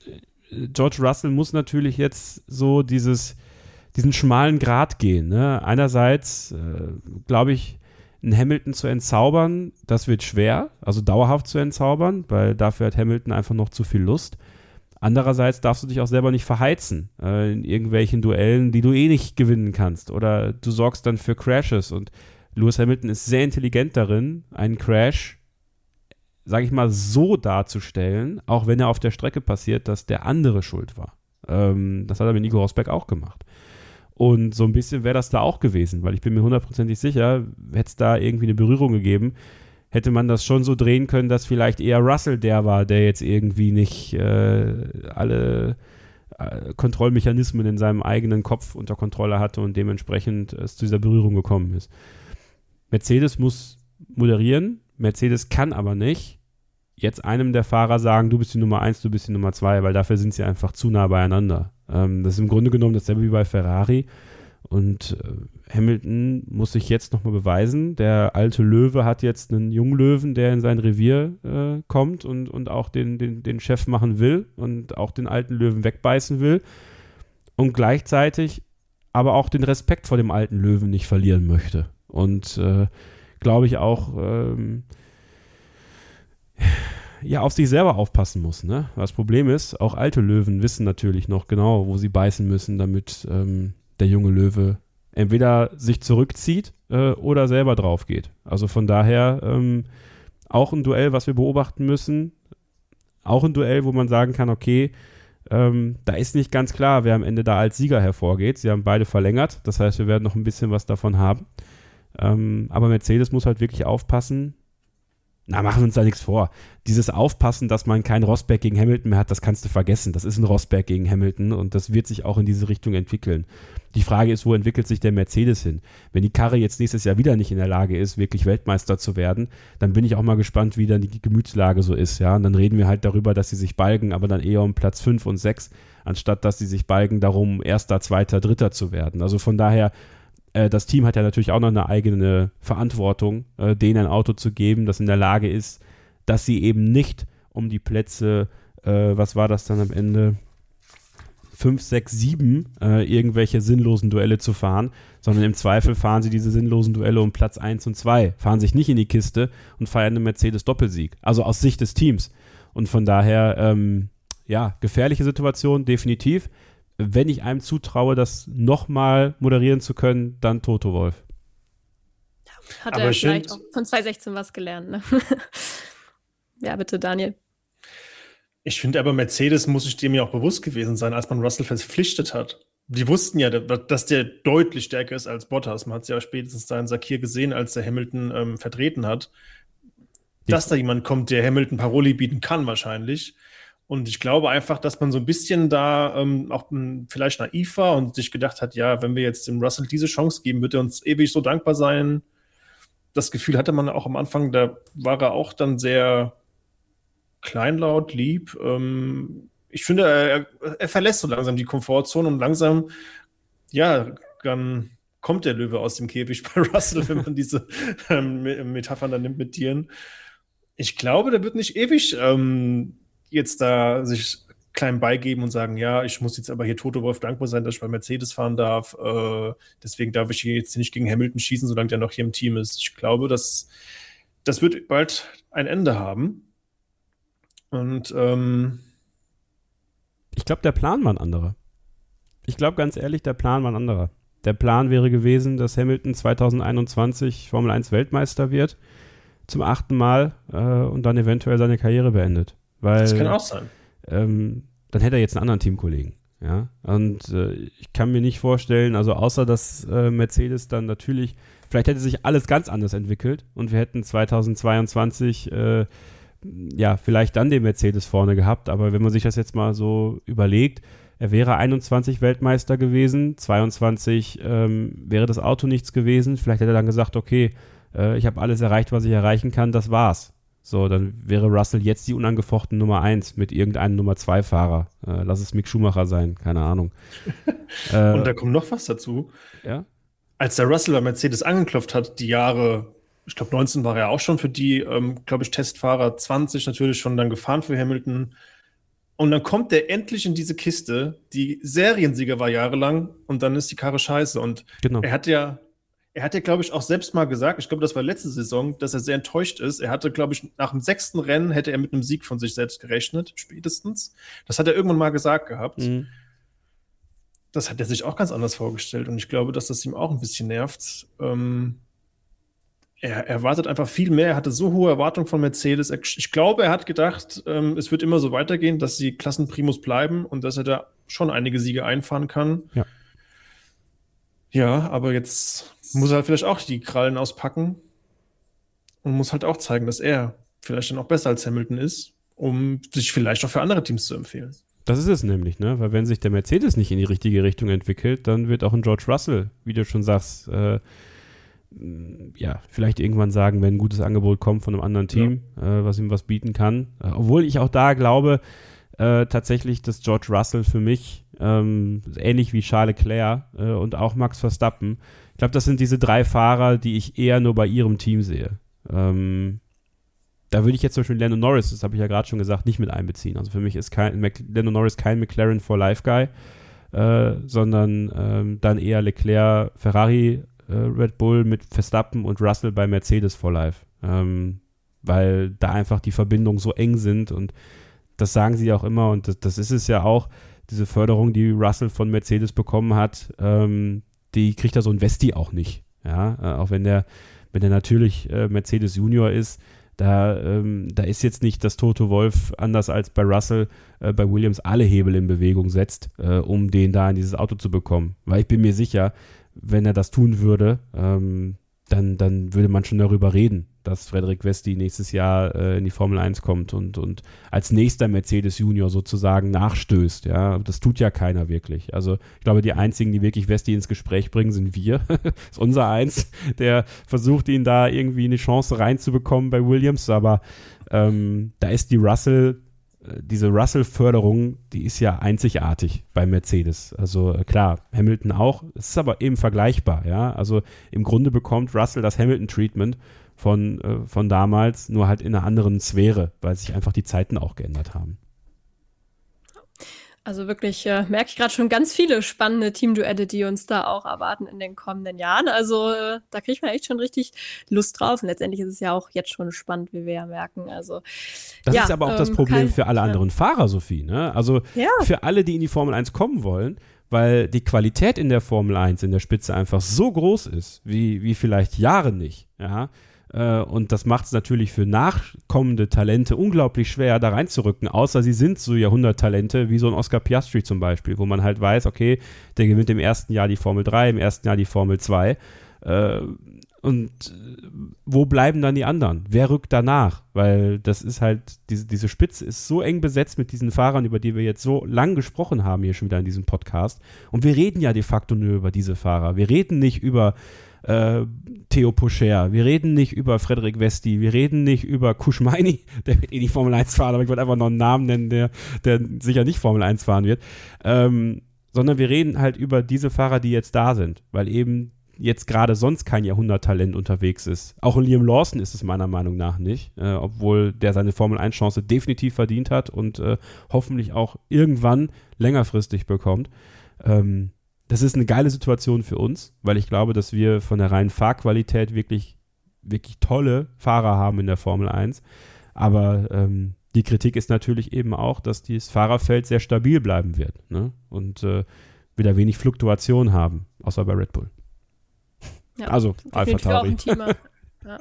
äh, George Russell muss natürlich jetzt so dieses diesen schmalen Grat gehen. Ne? Einerseits, äh, glaube ich, einen Hamilton zu entzaubern, das wird schwer, also dauerhaft zu entzaubern, weil dafür hat Hamilton einfach noch zu viel Lust. Andererseits darfst du dich auch selber nicht verheizen äh, in irgendwelchen Duellen, die du eh nicht gewinnen kannst. Oder du sorgst dann für Crashes. Und Lewis Hamilton ist sehr intelligent darin, einen Crash, sage ich mal, so darzustellen, auch wenn er auf der Strecke passiert, dass der andere schuld war. Ähm, das hat er mit Nico Rosberg auch gemacht. Und so ein bisschen wäre das da auch gewesen, weil ich bin mir hundertprozentig sicher, hätte es da irgendwie eine Berührung gegeben, hätte man das schon so drehen können, dass vielleicht eher Russell der war, der jetzt irgendwie nicht äh, alle äh, Kontrollmechanismen in seinem eigenen Kopf unter Kontrolle hatte und dementsprechend es zu dieser Berührung gekommen ist. Mercedes muss moderieren, Mercedes kann aber nicht jetzt einem der Fahrer sagen, du bist die Nummer eins, du bist die Nummer zwei, weil dafür sind sie einfach zu nah beieinander. Ähm, das ist im Grunde genommen dasselbe wie bei Ferrari. Und äh, Hamilton muss sich jetzt nochmal beweisen. Der alte Löwe hat jetzt einen jungen Löwen, der in sein Revier äh, kommt und, und auch den, den, den Chef machen will und auch den alten Löwen wegbeißen will. Und gleichzeitig aber auch den Respekt vor dem alten Löwen nicht verlieren möchte. Und äh, glaube ich auch ähm, ja, auf sich selber aufpassen muss. Ne? Das Problem ist, auch alte Löwen wissen natürlich noch genau, wo sie beißen müssen, damit ähm, der junge Löwe entweder sich zurückzieht äh, oder selber drauf geht. Also von daher ähm, auch ein Duell, was wir beobachten müssen. Auch ein Duell, wo man sagen kann, okay, ähm, da ist nicht ganz klar, wer am Ende da als Sieger hervorgeht. Sie haben beide verlängert, das heißt, wir werden noch ein bisschen was davon haben. Ähm, aber Mercedes muss halt wirklich aufpassen, Na, machen wir uns da nichts vor. Dieses Aufpassen, dass man keinen Rosberg gegen Hamilton mehr hat, das kannst du vergessen. Das ist ein Rosberg gegen Hamilton und das wird sich auch in diese Richtung entwickeln. Die Frage ist, wo entwickelt sich der Mercedes hin? Wenn die Karre jetzt nächstes Jahr wieder nicht in der Lage ist, wirklich Weltmeister zu werden, dann bin ich auch mal gespannt, wie dann die Gemütslage so ist. Ja? Und dann reden wir halt darüber, dass sie sich balgen, aber dann eher um Platz fünf und sechs, anstatt dass sie sich balgen darum, Erster, Zweiter, Dritter zu werden. Also von daher, äh, das Team hat ja natürlich auch noch eine eigene Verantwortung, äh, denen ein Auto zu geben, das in der Lage ist, dass sie eben nicht um die Plätze, äh, was war das dann am Ende, fünf, sechs, sieben äh, irgendwelche sinnlosen Duelle zu fahren, sondern im Zweifel fahren sie diese sinnlosen Duelle um Platz eins und zwei, fahren sich nicht in die Kiste und feiern einen Mercedes-Doppelsieg. Also aus Sicht des Teams. Und von daher, ähm, ja, gefährliche Situation, definitiv. Wenn ich einem zutraue, das nochmal moderieren zu können, dann Toto Wolff. Hat Aber er ich vielleicht find- auch von zwanzig sechzehn was gelernt, ne? Ja, bitte, Daniel. Ich finde aber, Mercedes muss sich dem ja auch bewusst gewesen sein, als man Russell verpflichtet hat. Die wussten ja, dass der deutlich stärker ist als Bottas. Man hat es ja spätestens da in Sakir gesehen, als der Hamilton ähm, vertreten hat. Dass da jemand kommt, der Hamilton Paroli bieten kann wahrscheinlich. Und ich glaube einfach, dass man so ein bisschen da ähm, auch m, vielleicht naiv war und sich gedacht hat, ja, wenn wir jetzt dem Russell diese Chance geben, wird er uns ewig so dankbar sein. Das Gefühl hatte man auch am Anfang, da war er auch dann sehr kleinlaut, lieb. Ähm, ich finde, er, er verlässt so langsam die Komfortzone und langsam, ja, dann kommt der Löwe aus dem Käfig bei Russell, wenn man diese ähm, Metaphern dann nimmt mit Tieren. Ich glaube, der wird nicht ewig ähm, jetzt da sich klein beigeben und sagen, ja, ich muss jetzt aber hier Toto Wolff dankbar sein, dass ich bei Mercedes fahren darf. Äh, deswegen darf ich hier jetzt nicht gegen Hamilton schießen, solange der noch hier im Team ist. Ich glaube, dass das wird bald ein Ende haben. Und ähm, Ich glaube, der Plan war ein anderer. Ich glaube ganz ehrlich, der Plan war ein anderer. Der Plan wäre gewesen, dass Hamilton zwanzig einundzwanzig Formel eins Weltmeister wird, zum achten Mal äh, und dann eventuell seine Karriere beendet. Weil, das kann auch sein. Ähm, dann hätte er jetzt einen anderen Teamkollegen. Ja? Und äh, ich kann mir nicht vorstellen, also außer dass äh, Mercedes dann natürlich, vielleicht hätte sich alles ganz anders entwickelt und wir hätten zwanzig zweiundzwanzig äh, ja, vielleicht dann den Mercedes vorne gehabt, aber wenn man sich das jetzt mal so überlegt, er wäre einundzwanzig Weltmeister gewesen, zweiundzwanzig ähm, wäre das Auto nichts gewesen, vielleicht hätte er dann gesagt, okay, äh, ich habe alles erreicht, was ich erreichen kann, das war's. So, dann wäre Russell jetzt die unangefochten Nummer eins mit irgendeinem Nummer zwei Fahrer. Äh, lass es Mick Schumacher sein, keine Ahnung. äh, Und da kommt noch was dazu. Ja? Als der Russell bei Mercedes angeklopft hat, die Jahre, ich glaube neunzehn war er auch schon für die, ähm, glaube ich, Testfahrer, zwanzig natürlich schon dann gefahren für Hamilton. Und dann kommt der endlich in diese Kiste, die Seriensieger war jahrelang und dann ist die Karre scheiße. Und Genau. er hat ja, er hat ja, glaube ich, auch selbst mal gesagt, ich glaube, das war letzte Saison, dass er sehr enttäuscht ist. Er hatte, glaube ich, nach dem sechsten Rennen hätte er mit einem Sieg von sich selbst gerechnet, spätestens. Das hat er irgendwann mal gesagt gehabt. Mhm. Das hat er sich auch ganz anders vorgestellt. Und ich glaube, dass das ihm auch ein bisschen nervt. Ähm, er erwartet einfach viel mehr. Er hatte so hohe Erwartungen von Mercedes. Er, ich glaube, er hat gedacht, ähm, es wird immer so weitergehen, dass sie Klassenprimus bleiben und dass er da schon einige Siege einfahren kann. Ja. Ja, aber jetzt muss er halt vielleicht auch die Krallen auspacken und muss halt auch zeigen, dass er vielleicht dann auch besser als Hamilton ist, um sich vielleicht auch für andere Teams zu empfehlen. Das ist es nämlich, ne? Weil wenn sich der Mercedes nicht in die richtige Richtung entwickelt, dann wird auch ein George Russell, wie du schon sagst, äh, ja, vielleicht irgendwann sagen, wenn ein gutes Angebot kommt von einem anderen Team, ja. äh, was ihm was bieten kann. Äh, obwohl ich auch da glaube, äh, tatsächlich, dass George Russell für mich, ähm, ähnlich wie Charles Leclerc äh, und auch Max Verstappen, ich glaube, das sind diese drei Fahrer, die ich eher nur bei ihrem Team sehe. Ähm, da würde ich jetzt zum Beispiel Lando Norris, das habe ich ja gerade schon gesagt, nicht mit einbeziehen. Also für mich ist kein, Mac, Lando Norris kein McLaren for Life Guy, äh, sondern ähm, dann eher Leclerc, Ferrari, äh, Red Bull mit Verstappen und Russell bei Mercedes for Life. Ähm, weil da einfach die Verbindungen so eng sind und das sagen sie auch immer und das, das ist es ja auch, diese Förderung, die Russell von Mercedes bekommen hat, ähm, die kriegt er so ein Vesti auch nicht. Ja, äh, auch wenn der, wenn der natürlich äh, Mercedes Junior ist, da, ähm, da ist jetzt nicht, dass Toto Wolff anders als bei Russell äh, bei Williams alle Hebel in Bewegung setzt, äh, um den da in dieses Auto zu bekommen. Weil ich bin mir sicher, wenn er das tun würde, ähm, dann, dann würde man schon darüber reden, dass Frederik Westi nächstes Jahr äh, in die Formel eins kommt und, und als nächster Mercedes Junior sozusagen nachstößt. Ja, das tut ja keiner wirklich. Also ich glaube, die einzigen, die wirklich Westi ins Gespräch bringen, sind wir. Das ist unser Eins, der versucht, ihn da irgendwie eine Chance reinzubekommen bei Williams, aber ähm, da ist die Russell diese Russell-Förderung, die ist ja einzigartig bei Mercedes. Also klar, Hamilton auch, es ist aber eben vergleichbar, ja. Also im Grunde bekommt Russell das Hamilton-Treatment von, äh, von damals, nur halt in einer anderen Sphäre, weil sich einfach die Zeiten auch geändert haben. Also wirklich äh, merke ich gerade schon ganz viele spannende Teamduette, die uns da auch erwarten in den kommenden Jahren. Also äh, da kriegt man echt schon richtig Lust drauf. Und letztendlich ist es ja auch jetzt schon spannend, wie wir ja merken. Also das ja, ist aber auch ähm, das Problem kein, für alle anderen ja. Fahrer, Sophie. Ne? Also ja. für alle, die in die Formel eins kommen wollen, weil die Qualität in der Formel eins in der Spitze einfach so groß ist, wie, wie vielleicht Jahre nicht. Ja. Und das macht es natürlich für nachkommende Talente unglaublich schwer, da reinzurücken, außer sie sind so Jahrhunderttalente, wie so ein Oscar Piastri zum Beispiel, wo man halt weiß, okay, der gewinnt im ersten Jahr die Formel drei, im ersten Jahr die Formel zwei. Und wo bleiben dann die anderen? Wer rückt danach? Weil das ist halt, diese, diese Spitze ist so eng besetzt mit diesen Fahrern, über die wir jetzt so lang gesprochen haben hier schon wieder in diesem Podcast. Und wir reden ja de facto nur über diese Fahrer. Wir reden nicht über Äh, Theo Pocher, wir reden nicht über Frederik Westi, wir reden nicht über Kuschmeini, der wird eh nicht Formel eins fahren, aber ich wollte einfach noch einen Namen nennen, der, der sicher nicht Formel eins fahren wird, ähm, sondern wir reden halt über diese Fahrer, die jetzt da sind, weil eben jetzt gerade sonst kein Jahrhunderttalent unterwegs ist. Auch in Liam Lawson ist es meiner Meinung nach nicht, äh, obwohl der seine Formel eins Chance definitiv verdient hat und äh, hoffentlich auch irgendwann längerfristig bekommt. Ähm, Das ist eine geile Situation für uns, weil ich glaube, dass wir von der reinen Fahrqualität wirklich, wirklich tolle Fahrer haben in der Formel eins. Aber ähm, die Kritik ist natürlich eben auch, dass dieses Fahrerfeld sehr stabil bleiben wird, ne? Und äh, wieder wenig Fluktuation haben, außer bei Red Bull. Ja, also Alpha Tauri. Ja.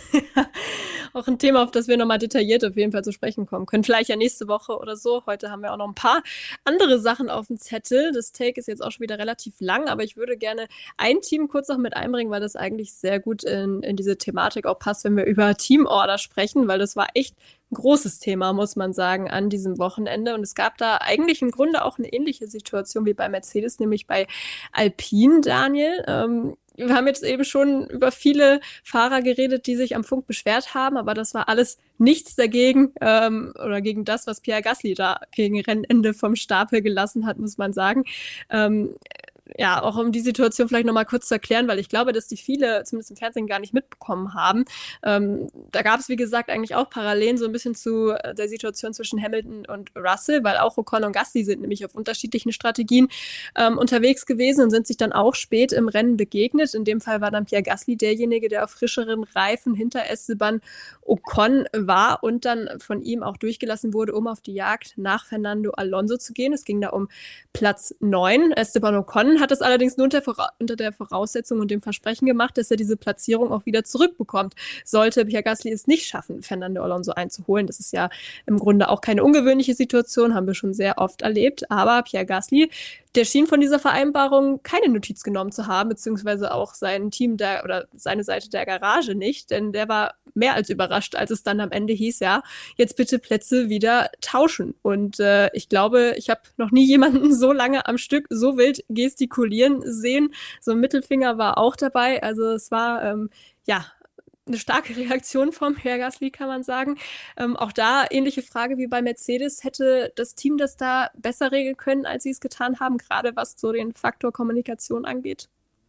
Auch ein Thema, auf das wir nochmal detailliert auf jeden Fall zu sprechen kommen können. Vielleicht ja nächste Woche oder so. Heute haben wir auch noch ein paar andere Sachen auf dem Zettel. Das Take ist jetzt auch schon wieder relativ lang, aber ich würde gerne ein Team kurz noch mit einbringen, weil das eigentlich sehr gut in, in diese Thematik auch passt, wenn wir über Teamorder sprechen, weil das war echt ein großes Thema, muss man sagen, an diesem Wochenende. Und es gab da eigentlich im Grunde auch eine ähnliche Situation wie bei Mercedes, nämlich bei Alpine, Daniel. Ähm, Wir haben jetzt eben schon über viele Fahrer geredet, die sich am Funk beschwert haben, aber das war alles nichts dagegen ähm, oder gegen das, was Pierre Gasly da gegen Rennende vom Stapel gelassen hat, muss man sagen. Ähm, ja, auch um die Situation vielleicht nochmal kurz zu erklären, weil ich glaube, dass die viele, zumindest im Fernsehen, gar nicht mitbekommen haben. Ähm, da gab es, wie gesagt, eigentlich auch Parallelen so ein bisschen zu der Situation zwischen Hamilton und Russell, weil auch Ocon und Gasly sind nämlich auf unterschiedlichen Strategien ähm, unterwegs gewesen und sind sich dann auch spät im Rennen begegnet. In dem Fall war dann Pierre Gasly derjenige, der auf frischeren Reifen hinter Esteban Ocon war und dann von ihm auch durchgelassen wurde, um auf die Jagd nach Fernando Alonso zu gehen. Es ging da um Platz neun. Esteban Ocon hat es allerdings nur unter, unter der Voraussetzung und dem Versprechen gemacht, dass er diese Platzierung auch wieder zurückbekommt. Sollte Pierre Gasly es nicht schaffen, Fernando Alonso einzuholen. Das ist ja im Grunde auch keine ungewöhnliche Situation, haben wir schon sehr oft erlebt. Aber Pierre Gasly, der schien von dieser Vereinbarung keine Notiz genommen zu haben, beziehungsweise auch sein Team der oder seine Seite der Garage nicht, denn der war mehr als überrascht, als es dann am Ende hieß, ja, jetzt bitte Plätze wieder tauschen. Und äh, ich glaube, ich habe noch nie jemanden so lange am Stück so wild gestikulieren sehen. So ein Mittelfinger war auch dabei. Also es war, ähm, ja, eine starke Reaktion vom Pierre Gasly, kann man sagen. Ähm, auch da ähnliche Frage wie bei Mercedes. Hätte das Team das da besser regeln können, als sie es getan haben, gerade was so den Faktor Kommunikation angeht?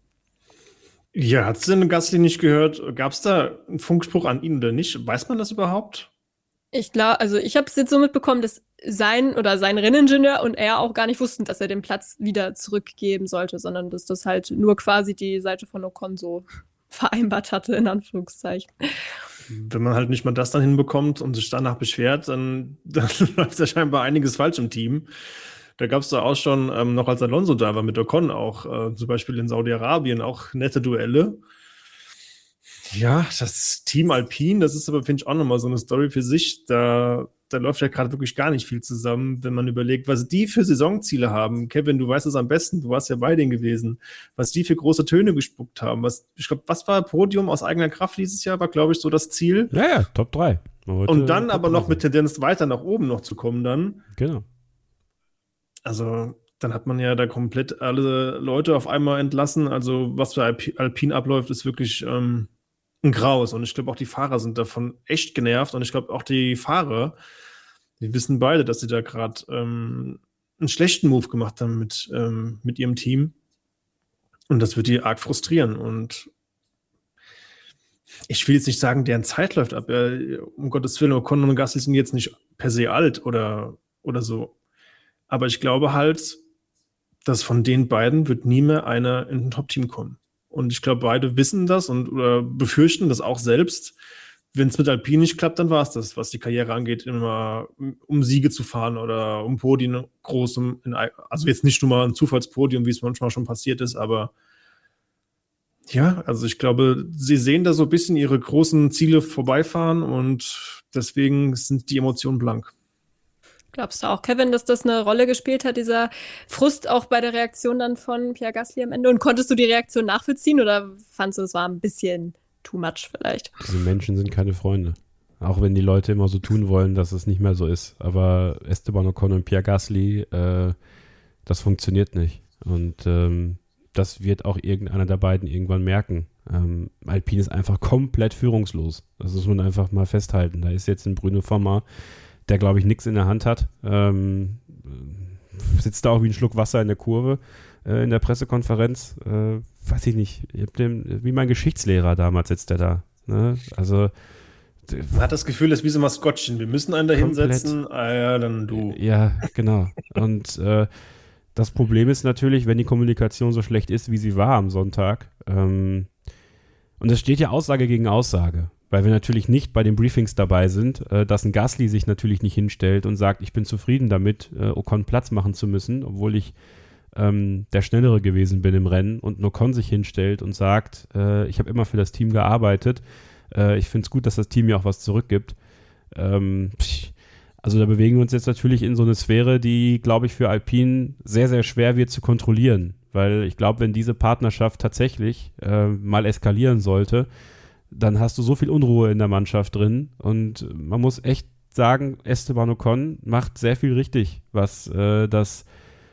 Ja, hat es denn Gasly nicht gehört? Gab es da einen Funkspruch an ihn oder nicht? Weiß man das überhaupt? Ich glaube, also ich habe es jetzt so mitbekommen, dass sein oder sein Renningenieur und er auch gar nicht wussten, dass er den Platz wieder zurückgeben sollte, sondern dass das halt nur quasi die Seite von Ocon so vereinbart hatte, in Anführungszeichen. Wenn man halt nicht mal das dann hinbekommt und sich danach beschwert, dann, dann läuft ja scheinbar einiges falsch im Team. Da gab es da auch schon, ähm, noch als Alonso da war mit Ocon auch, äh, zum Beispiel in Saudi-Arabien, auch nette Duelle. Ja, das Team Alpine, das ist aber, finde ich, auch nochmal so eine Story für sich. Da, da läuft ja gerade wirklich gar nicht viel zusammen, wenn man überlegt, was die für Saisonziele haben. Kevin, du weißt es am besten, du warst ja bei denen gewesen. Was die für große Töne gespuckt haben. Was, ich glaube, was war Podium aus eigener Kraft dieses Jahr, war, glaube ich, so das Ziel. Ja, ja, Top drei. Und dann aber noch mit Tendenz weiter nach oben noch zu kommen dann. Genau. Also dann hat man ja da komplett alle Leute auf einmal entlassen. Also was für Alp- Alpine abläuft, ist wirklich ähm, ein Graus. Und ich glaube, auch die Fahrer sind davon echt genervt. Und ich glaube, auch die Fahrer, die wissen beide, dass sie da gerade ähm, einen schlechten Move gemacht haben mit, ähm, mit ihrem Team. Und das wird die arg frustrieren. Und ich will jetzt nicht sagen, deren Zeit läuft ab. Ja, um Gottes Willen, Ocon und Gasly sind jetzt nicht per se alt oder, oder so. Aber ich glaube halt, dass von den beiden wird nie mehr einer in ein Top-Team kommen. Und ich glaube, beide wissen das und oder befürchten das auch selbst. Wenn es mit Alpine nicht klappt, dann war es das, was die Karriere angeht, immer um Siege zu fahren oder um Podien groß. Um in, also jetzt nicht nur mal ein Zufallspodium, wie es manchmal schon passiert ist, aber ja, also ich glaube, sie sehen da so ein bisschen ihre großen Ziele vorbeifahren und deswegen sind die Emotionen blank. Glaubst du auch, Kevin, dass das eine Rolle gespielt hat, dieser Frust auch bei der Reaktion dann von Pierre Gasly am Ende? Und konntest du die Reaktion nachvollziehen oder fandst du, es war ein bisschen too much vielleicht? Diese Menschen sind keine Freunde. Auch wenn die Leute immer so tun wollen, dass es nicht mehr so ist. Aber Esteban Ocon und Pierre Gasly, äh, das funktioniert nicht. Und ähm, das wird auch irgendeiner der beiden irgendwann merken. Ähm, Alpine ist einfach komplett führungslos. Das muss man einfach mal festhalten. Da ist jetzt ein Bruno Former, der, glaube ich, nichts in der Hand hat. Ähm, sitzt da auch wie ein Schluck Wasser in der Kurve äh, in der Pressekonferenz. Äh, weiß ich nicht. Ich hab den, wie mein Geschichtslehrer damals sitzt der da. Ne? Also man hat das Gefühl, das ist wie so ein Maskottchen. Wir müssen einen da hinsetzen. Ah ja, dann du. Ja, genau. Und äh, das Problem ist natürlich, wenn die Kommunikation so schlecht ist, wie sie war am Sonntag. Ähm, und es steht ja Aussage gegen Aussage. Weil wir natürlich nicht bei den Briefings dabei sind, äh, dass ein Gasly sich natürlich nicht hinstellt und sagt, ich bin zufrieden damit, äh, Ocon Platz machen zu müssen, obwohl ich ähm, der Schnellere gewesen bin im Rennen und Ocon sich hinstellt und sagt, äh, ich habe immer für das Team gearbeitet, äh, ich finde es gut, dass das Team mir auch was zurückgibt. Ähm, psch, also da bewegen wir uns jetzt natürlich in so eine Sphäre, die, glaube ich, für Alpine sehr, sehr schwer wird zu kontrollieren, weil ich glaube, wenn diese Partnerschaft tatsächlich äh, mal eskalieren sollte, dann hast du so viel Unruhe in der Mannschaft drin und man muss echt sagen, Esteban Ocon macht sehr viel richtig, was äh, das,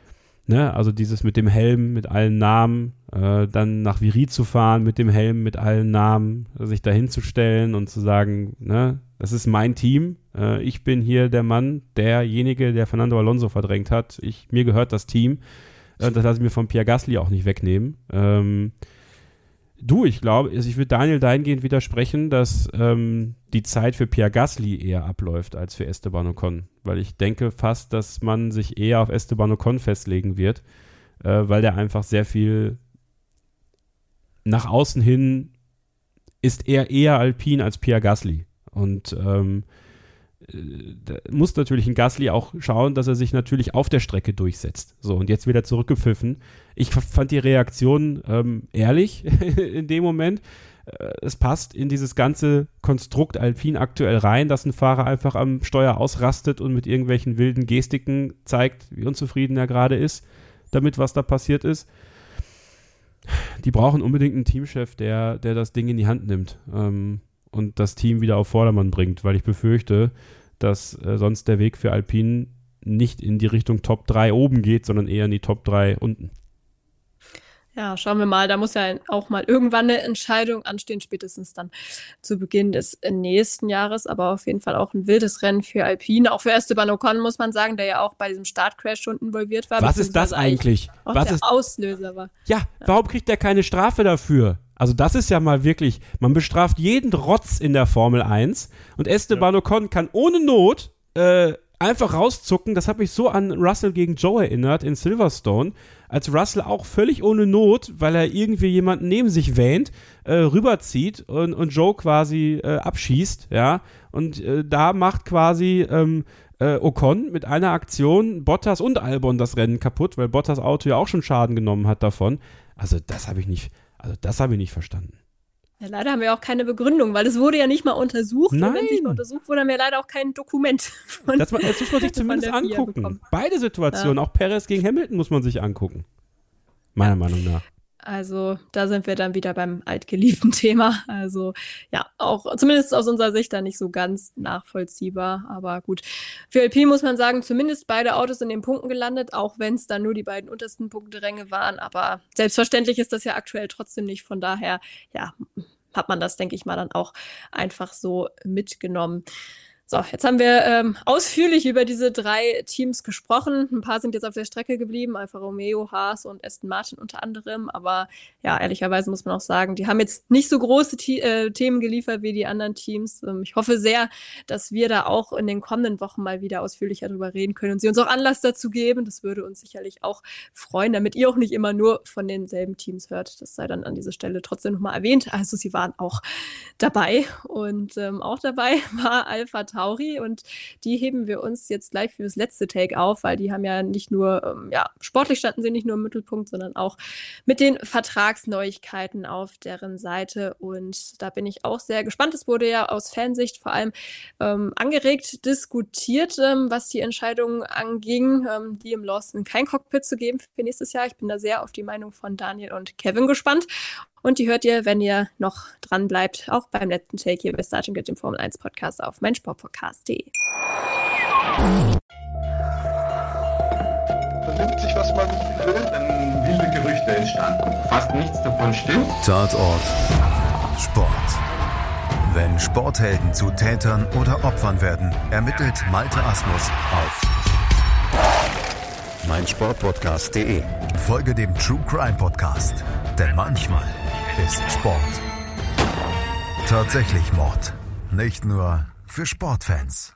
ne, also dieses mit dem Helm, mit allen Namen, äh, dann nach Viry zu fahren mit dem Helm, mit allen Namen, sich dahin zu stellen und zu sagen, ne, das ist mein Team, äh, ich bin hier der Mann, derjenige, der Fernando Alonso verdrängt hat, ich, mir gehört das Team, äh, das lasse ich mir von Pierre Gasly auch nicht wegnehmen. Ähm, Du, ich glaube, ich würde Daniel dahingehend widersprechen, dass ähm, die Zeit für Pierre Gasly eher abläuft als für Esteban Ocon. Weil ich denke fast, dass man sich eher auf Esteban Ocon festlegen wird, äh, weil der einfach sehr viel nach außen hin ist er eher Alpine als Pierre Gasly. Und ähm, da muss natürlich ein Gasly auch schauen, dass er sich natürlich auf der Strecke durchsetzt. So, und jetzt wird er zurückgepfiffen. Ich fand die Reaktion ähm, ehrlich in dem Moment. Äh, es passt in dieses ganze Konstrukt Alpine aktuell rein, dass ein Fahrer einfach am Steuer ausrastet und mit irgendwelchen wilden Gestiken zeigt, wie unzufrieden er gerade ist, damit was da passiert ist. Die brauchen unbedingt einen Teamchef, der, der das Ding in die Hand nimmt ähm, und das Team wieder auf Vordermann bringt, weil ich befürchte, dass äh, sonst der Weg für Alpine nicht in die Richtung Top drei oben geht, sondern eher in die Top drei unten. Ja, schauen wir mal. Da muss ja auch mal irgendwann eine Entscheidung anstehen, spätestens dann zu Beginn des nächsten Jahres. Aber auf jeden Fall auch ein wildes Rennen für Alpine. Auch für Esteban Ocon, muss man sagen, der ja auch bei diesem Startcrash schon involviert war. Was ist das eigentlich? Auch Was der ist Auslöser war. Ja, ja, warum kriegt der keine Strafe dafür? Also das ist ja mal wirklich, man bestraft jeden Rotz in der Formel eins und Esteban ja. Ocon kann ohne Not äh, einfach rauszucken. Das hat mich so an Russell gegen Joe erinnert in Silverstone, als Russell auch völlig ohne Not, weil er irgendwie jemanden neben sich wähnt, äh, rüberzieht und, und Joe quasi äh, abschießt, ja, und äh, da macht quasi ähm, äh, Ocon mit einer Aktion Bottas und Albon das Rennen kaputt, weil Bottas Auto ja auch schon Schaden genommen hat davon. Also das habe ich nicht, also das habe ich nicht verstanden. Ja, leider haben wir auch keine Begründung, weil es wurde ja nicht mal untersucht. Nein. Und wenn es nicht mal untersucht wurde, haben wir leider auch kein Dokument von Das, das muss man sich zumindest angucken. Beide Situationen, ja. Auch Perez gegen Hamilton muss man sich angucken. Meiner Meinung nach. Also da sind wir dann wieder beim altgeliebten Thema. Also ja, auch zumindest aus unserer Sicht da nicht so ganz nachvollziehbar. Aber gut, für Alpine muss man sagen, zumindest beide Autos in den Punkten gelandet, auch wenn es dann nur die beiden untersten Punkteränge waren. Aber selbstverständlich ist das ja aktuell trotzdem nicht. Von daher, ja, hat man das, denke ich mal, dann auch einfach so mitgenommen. So, jetzt haben wir ähm, ausführlich über diese drei Teams gesprochen. Ein paar sind jetzt auf der Strecke geblieben, Alfa Romeo, Haas und Aston Martin unter anderem. Aber ja, ehrlicherweise muss man auch sagen, die haben jetzt nicht so große T- äh, Themen geliefert wie die anderen Teams. Ähm, ich hoffe sehr, dass wir da auch in den kommenden Wochen mal wieder ausführlicher drüber reden können und sie uns auch Anlass dazu geben. Das würde uns sicherlich auch freuen, damit ihr auch nicht immer nur von denselben Teams hört. Das sei dann an dieser Stelle trotzdem nochmal erwähnt. Also sie waren auch dabei und ähm, auch dabei war Alpha Tauri und die heben wir uns jetzt gleich für das letzte Take auf, weil die haben ja nicht nur, ähm, ja, sportlich standen sie nicht nur im Mittelpunkt, sondern auch mit den Vertragsneuigkeiten auf deren Seite und da bin ich auch sehr gespannt. Es wurde ja aus Fansicht vor allem ähm, angeregt diskutiert, ähm, was die Entscheidung anging, ähm, Liam Lawson kein Cockpit zu geben für nächstes Jahr. Ich bin da sehr auf die Meinung von Daniel und Kevin gespannt. Und die hört ihr, wenn ihr noch dran bleibt, auch beim letzten Take hier bei Starting Grid, dem Formel eins Podcast auf meinsportpodcast punkt de. Vernimmt sich, was man will, dann wilde Gerüchte entstanden. Fast nichts davon stimmt. Tatort Sport. Wenn Sporthelden zu Tätern oder Opfern werden, ermittelt Malte Asmus auf meinsportpodcast punkt de. Folge dem True Crime Podcast, denn manchmal ist Sport tatsächlich Mord. Nicht nur für Sportfans.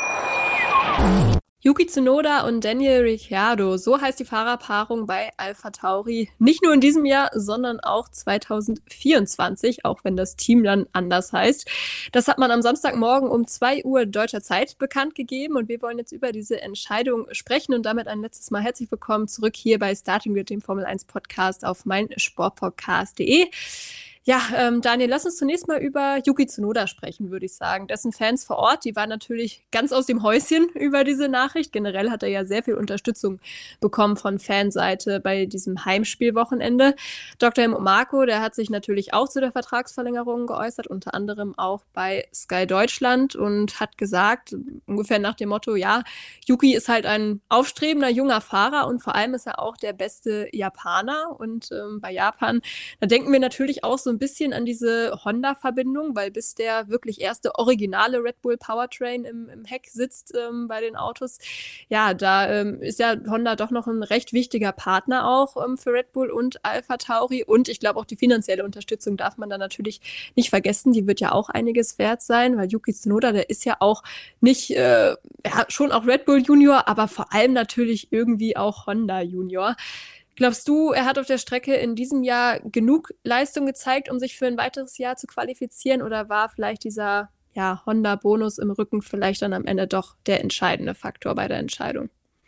Yuki Tsunoda und Daniel Ricciardo, so heißt die Fahrerpaarung bei Alpha Tauri. Nicht nur in diesem Jahr, sondern auch zwanzig vierundzwanzig, auch wenn das Team dann anders heißt. Das hat man am Samstagmorgen um zwei Uhr deutscher Zeit bekannt gegeben und wir wollen jetzt über diese Entscheidung sprechen und damit ein letztes Mal herzlich willkommen zurück hier bei Starting Grid, dem Formel eins Podcast auf meinsportpodcast punkt de. Ja, ähm, Daniel, lass uns zunächst mal über Yuki Tsunoda sprechen, würde ich sagen. Dessen Fans vor Ort, die waren natürlich ganz aus dem Häuschen über diese Nachricht. Generell hat er ja sehr viel Unterstützung bekommen von Fanseite bei diesem Heimspielwochenende. Doktor Helmut Marko, der hat sich natürlich auch zu der Vertragsverlängerung geäußert, unter anderem auch bei Sky Deutschland und hat gesagt, ungefähr nach dem Motto, ja, Yuki ist halt ein aufstrebender junger Fahrer und vor allem ist er auch der beste Japaner. Und ähm, bei Japan, da denken wir natürlich auch so ein bisschen an diese Honda-Verbindung, weil bis der wirklich erste originale Red Bull Powertrain im, im Heck sitzt ähm, bei den Autos, ja, da ähm, ist ja Honda doch noch ein recht wichtiger Partner auch ähm, für Red Bull und Alpha Tauri und ich glaube auch die finanzielle Unterstützung darf man da natürlich nicht vergessen, die wird ja auch einiges wert sein, weil Yuki Tsunoda, der ist ja auch nicht, äh, ja, schon auch Red Bull Junior, aber vor allem natürlich irgendwie auch Honda Junior. Glaubst du, er hat auf der Strecke in diesem Jahr genug Leistung gezeigt, um sich für ein weiteres Jahr zu qualifizieren? Oder war vielleicht dieser ja, Honda-Bonus im Rücken vielleicht dann am Ende doch der entscheidende Faktor bei der Entscheidung?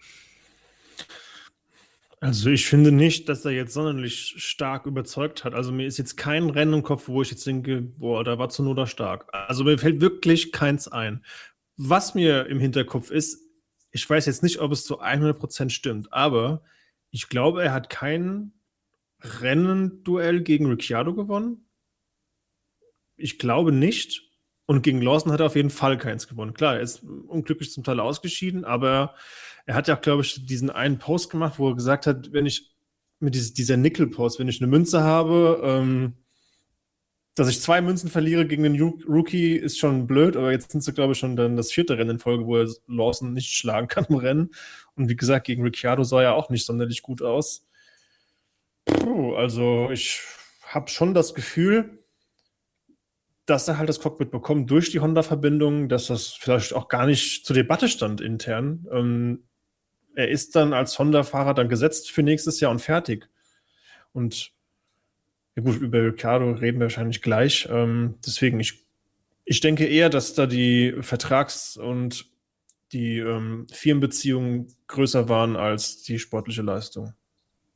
Also ich finde nicht, dass er jetzt sonderlich stark überzeugt hat. Also mir ist jetzt kein Rennen im Kopf, wo ich jetzt denke, boah, da war Tsunoda stark. Also mir fällt wirklich keins ein. Was mir im Hinterkopf ist, ich weiß jetzt nicht, ob es zu hundert Prozent stimmt, aber ich glaube, er hat kein Rennenduell gegen Ricciardo gewonnen. Ich glaube nicht. Und gegen Lawson hat er auf jeden Fall keins gewonnen. Klar, er ist unglücklich zum Teil ausgeschieden, aber er hat ja, glaube ich, diesen einen Post gemacht, wo er gesagt hat, wenn ich mit dieses, dieser Nickel-Post, wenn ich eine Münze habe, ähm, dass ich zwei Münzen verliere gegen den Rookie, ist schon blöd, aber jetzt sind sie, glaube ich, schon dann das vierte Rennen in Folge, wo er Lawson nicht schlagen kann im Rennen. Und wie gesagt, gegen Ricciardo sah er auch nicht sonderlich gut aus. Puh, also ich habe schon das Gefühl, dass er halt das Cockpit bekommt durch die Honda-Verbindung, dass das vielleicht auch gar nicht zur Debatte stand intern. Ähm, er ist dann als Honda-Fahrer dann gesetzt für nächstes Jahr und fertig. Und ja gut, über Ricciardo reden wir wahrscheinlich gleich. Ähm, deswegen, ich, ich denke eher, dass da die Vertrags- und die ähm, Firmenbeziehungen größer waren als die sportliche Leistung.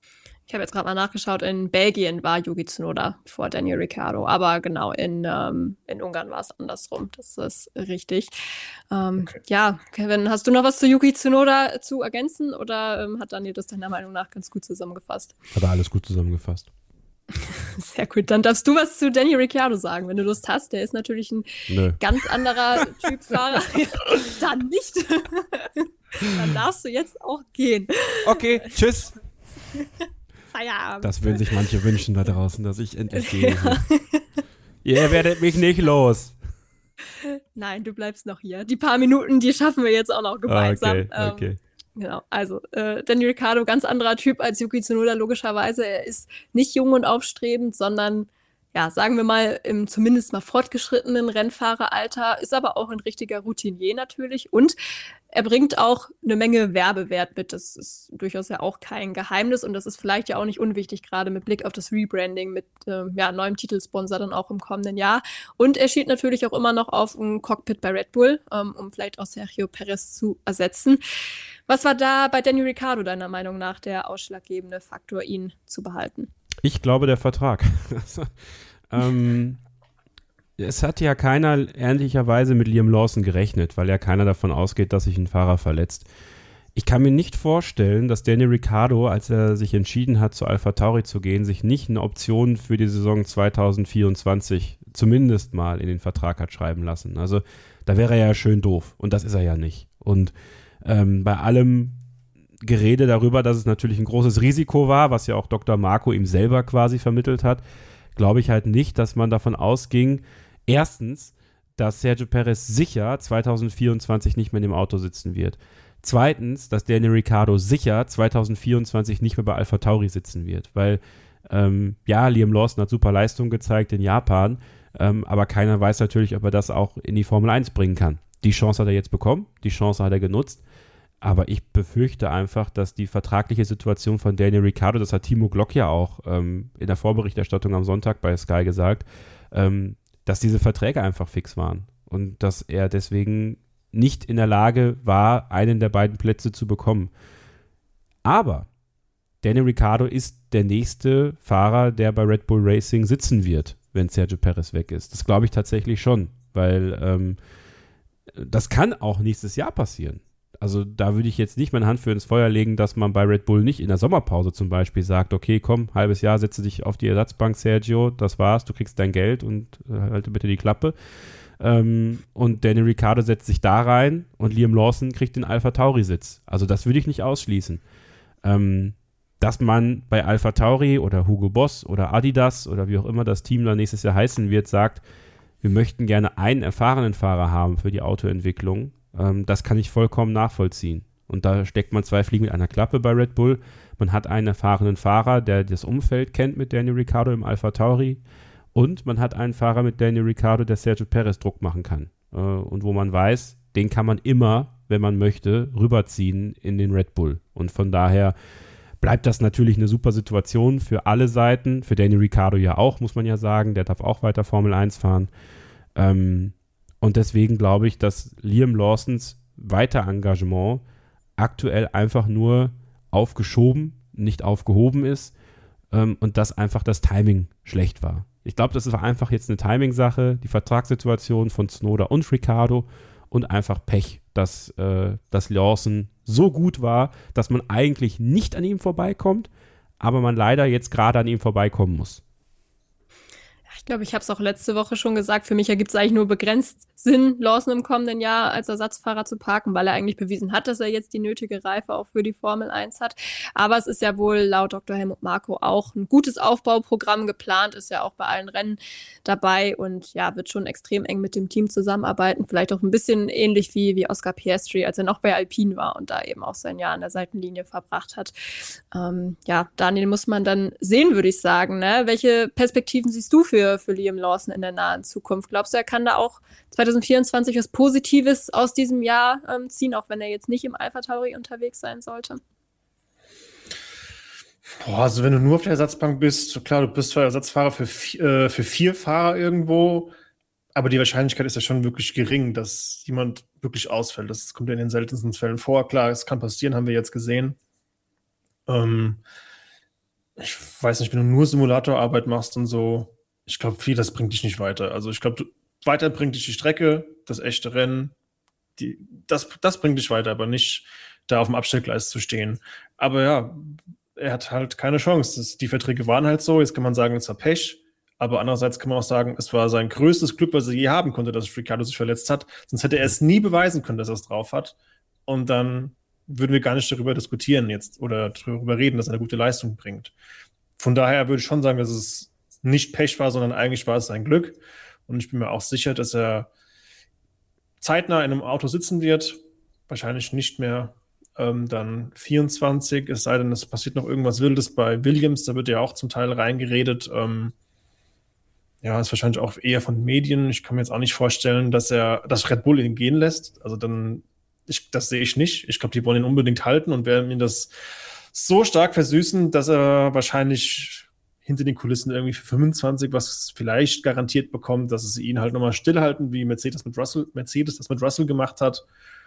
Ich habe jetzt gerade mal nachgeschaut, in Belgien war Yuki Tsunoda vor Daniel Ricciardo, aber genau, in, ähm, in Ungarn war es andersrum, das ist richtig. Ähm, okay. Ja, Kevin, hast du noch was zu Yuki Tsunoda zu ergänzen oder ähm, hat Daniel das deiner Meinung nach ganz gut zusammengefasst? Hat er alles gut zusammengefasst. Sehr gut, dann darfst du was zu Daniel Ricciardo sagen, wenn du Lust hast. Der ist natürlich ein Nö. ganz anderer Typ Fahrer. Dann nicht. Dann darfst du jetzt auch gehen. Okay, tschüss. Feierabend. Das würden sich manche wünschen da draußen, dass ich endlich gehe. Ja. Ihr werdet mich nicht los. Nein, du bleibst noch hier. Die paar Minuten, die schaffen wir jetzt auch noch gemeinsam. Okay, okay. Ähm, genau, also äh, Daniel Ricciardo, ganz anderer Typ als Yuki Tsunoda, logischerweise. Er ist nicht jung und aufstrebend, sondern, ja, sagen wir mal, im zumindest mal fortgeschrittenen Rennfahreralter, ist aber auch ein richtiger Routinier natürlich und er bringt auch eine Menge Werbewert mit. Das ist durchaus ja auch kein Geheimnis und das ist vielleicht ja auch nicht unwichtig, gerade mit Blick auf das Rebranding mit äh, ja, neuem Titelsponsor dann auch im kommenden Jahr. Und er schielt natürlich auch immer noch auf ein Cockpit bei Red Bull, ähm, um vielleicht auch Sergio Perez zu ersetzen. Was war da bei Daniel Ricciardo deiner Meinung nach der ausschlaggebende Faktor, ihn zu behalten? Ich glaube, der Vertrag. ähm, es hat ja keiner ehrlicherweise mit Liam Lawson gerechnet, weil ja keiner davon ausgeht, dass sich ein Fahrer verletzt. Ich kann mir nicht vorstellen, dass Daniel Ricciardo, als er sich entschieden hat, zu AlphaTauri zu gehen, sich nicht eine Option für die Saison zwanzig vierundzwanzig zumindest mal in den Vertrag hat schreiben lassen. Also da wäre er ja schön doof und das ist er ja nicht. Und ähm, bei allem Gerede darüber, dass es natürlich ein großes Risiko war, was ja auch Doktor Marco ihm selber quasi vermittelt hat, glaube ich halt nicht, dass man davon ausging, erstens, dass Sergio Perez sicher zwanzig vierundzwanzig nicht mehr in dem Auto sitzen wird. Zweitens, dass Daniel Ricciardo sicher zwanzig vierundzwanzig nicht mehr bei AlphaTauri sitzen wird, weil ähm, ja, Liam Lawson hat super Leistung gezeigt in Japan, ähm, aber keiner weiß natürlich, ob er das auch in die Formel eins bringen kann. Die Chance hat er jetzt bekommen, die Chance hat er genutzt, aber ich befürchte einfach, dass die vertragliche Situation von Daniel Ricciardo, das hat Timo Glock ja auch ähm, in der Vorberichterstattung am Sonntag bei Sky gesagt, ähm, dass diese Verträge einfach fix waren und dass er deswegen nicht in der Lage war, einen der beiden Plätze zu bekommen. Aber Daniel Ricciardo ist der nächste Fahrer, der bei Red Bull Racing sitzen wird, wenn Sergio Perez weg ist. Das glaube ich tatsächlich schon, weil ähm, das kann auch nächstes Jahr passieren. Also da würde ich jetzt nicht meine Hand für ins Feuer legen, dass man bei Red Bull nicht in der Sommerpause zum Beispiel sagt, okay, komm, halbes Jahr, setze dich auf die Ersatzbank, Sergio, das war's, du kriegst dein Geld und äh, halte bitte die Klappe. Ähm, und Daniel Ricciardo setzt sich da rein und Liam Lawson kriegt den AlphaTauri-Sitz. Also das würde ich nicht ausschließen. Ähm, dass man bei AlphaTauri oder Hugo Boss oder Adidas oder wie auch immer das Team dann nächstes Jahr heißen wird, sagt, wir möchten gerne einen erfahrenen Fahrer haben für die Autoentwicklung. Ähm, das kann ich vollkommen nachvollziehen. Und da steckt man zwei Fliegen mit einer Klappe bei Red Bull. Man hat einen erfahrenen Fahrer, der das Umfeld kennt mit Daniel Ricciardo im AlphaTauri. Und man hat einen Fahrer mit Daniel Ricciardo, der Sergio Perez Druck machen kann. Äh, und wo man weiß, den kann man immer, wenn man möchte, rüberziehen in den Red Bull. Und von daher bleibt das natürlich eine super Situation für alle Seiten. Für Daniel Ricciardo ja auch, muss man ja sagen. Der darf auch weiter Formel eins fahren. Ähm, und deswegen glaube ich, dass Liam Lawsons weiter Engagement aktuell einfach nur aufgeschoben, nicht aufgehoben ist. Ähm, und dass einfach das Timing schlecht war. Ich glaube, das war einfach jetzt eine Timing-Sache, die Vertragssituation von Tsunoda und Ricciardo und einfach Pech, dass, äh, dass Lawson so gut war, dass man eigentlich nicht an ihm vorbeikommt, aber man leider jetzt gerade an ihm vorbeikommen muss. Ich glaube, ich habe es auch letzte Woche schon gesagt, für mich ergibt es eigentlich nur begrenzt Sinn, Lawson im kommenden Jahr als Ersatzfahrer zu parken, weil er eigentlich bewiesen hat, dass er jetzt die nötige Reife auch für die Formel eins hat. Aber es ist ja wohl laut Doktor Helmut Marko auch ein gutes Aufbauprogramm geplant, ist ja auch bei allen Rennen dabei und ja, wird schon extrem eng mit dem Team zusammenarbeiten. Vielleicht auch ein bisschen ähnlich wie, wie Oscar Piastri, als er noch bei Alpine war und da eben auch sein Jahr an der Seitenlinie verbracht hat. Ähm, ja, Daniel, muss man dann sehen, würde ich sagen. Ne? Welche Perspektiven siehst du für, für Liam Lawson in der nahen Zukunft? Glaubst du, er kann da auch zwanzig vierundzwanzig was Positives aus diesem Jahr ähm, ziehen, auch wenn er jetzt nicht im AlphaTauri unterwegs sein sollte? Boah, also wenn du nur auf der Ersatzbank bist, klar, du bist zwar Ersatzfahrer für, äh, für vier Fahrer irgendwo, aber die Wahrscheinlichkeit ist ja schon wirklich gering, dass jemand wirklich ausfällt. Das kommt ja in den seltensten Fällen vor. Klar, es kann passieren, haben wir jetzt gesehen. Ähm, ich weiß nicht, wenn du nur Simulatorarbeit machst und so, ich glaube, viel, das bringt dich nicht weiter. Also ich glaube, weiter bringt dich die Strecke, das echte Rennen, die, das, das bringt dich weiter, aber nicht da auf dem Abstellgleis zu stehen. Aber ja, er hat halt keine Chance. Das, die Verträge waren halt so, jetzt kann man sagen, es war Pech, aber andererseits kann man auch sagen, es war sein größtes Glück, was er je haben konnte, dass Ricciardo sich verletzt hat. Sonst hätte er es nie beweisen können, dass er es drauf hat. Und dann würden wir gar nicht darüber diskutieren jetzt oder darüber reden, dass er eine gute Leistung bringt. Von daher würde ich schon sagen, dass es nicht Pech war, sondern eigentlich war es sein Glück. Und ich bin mir auch sicher, dass er zeitnah in einem Auto sitzen wird. Wahrscheinlich nicht mehr ähm, dann vierundzwanzig, es sei denn, es passiert noch irgendwas Wildes bei Williams. Da wird ja auch zum Teil reingeredet. Ähm, ja, ist wahrscheinlich auch eher von Medien. Ich kann mir jetzt auch nicht vorstellen, dass er, dass Red Bull ihn gehen lässt. Also dann, ich, das sehe ich nicht. Ich glaube, die wollen ihn unbedingt halten und werden ihn das so stark versüßen, dass er wahrscheinlich hinter den Kulissen irgendwie für fünfundzwanzig was vielleicht garantiert bekommt, dass sie ihn halt nochmal stillhalten, wie Mercedes mit Russell, Mercedes das mit Russell gemacht hat.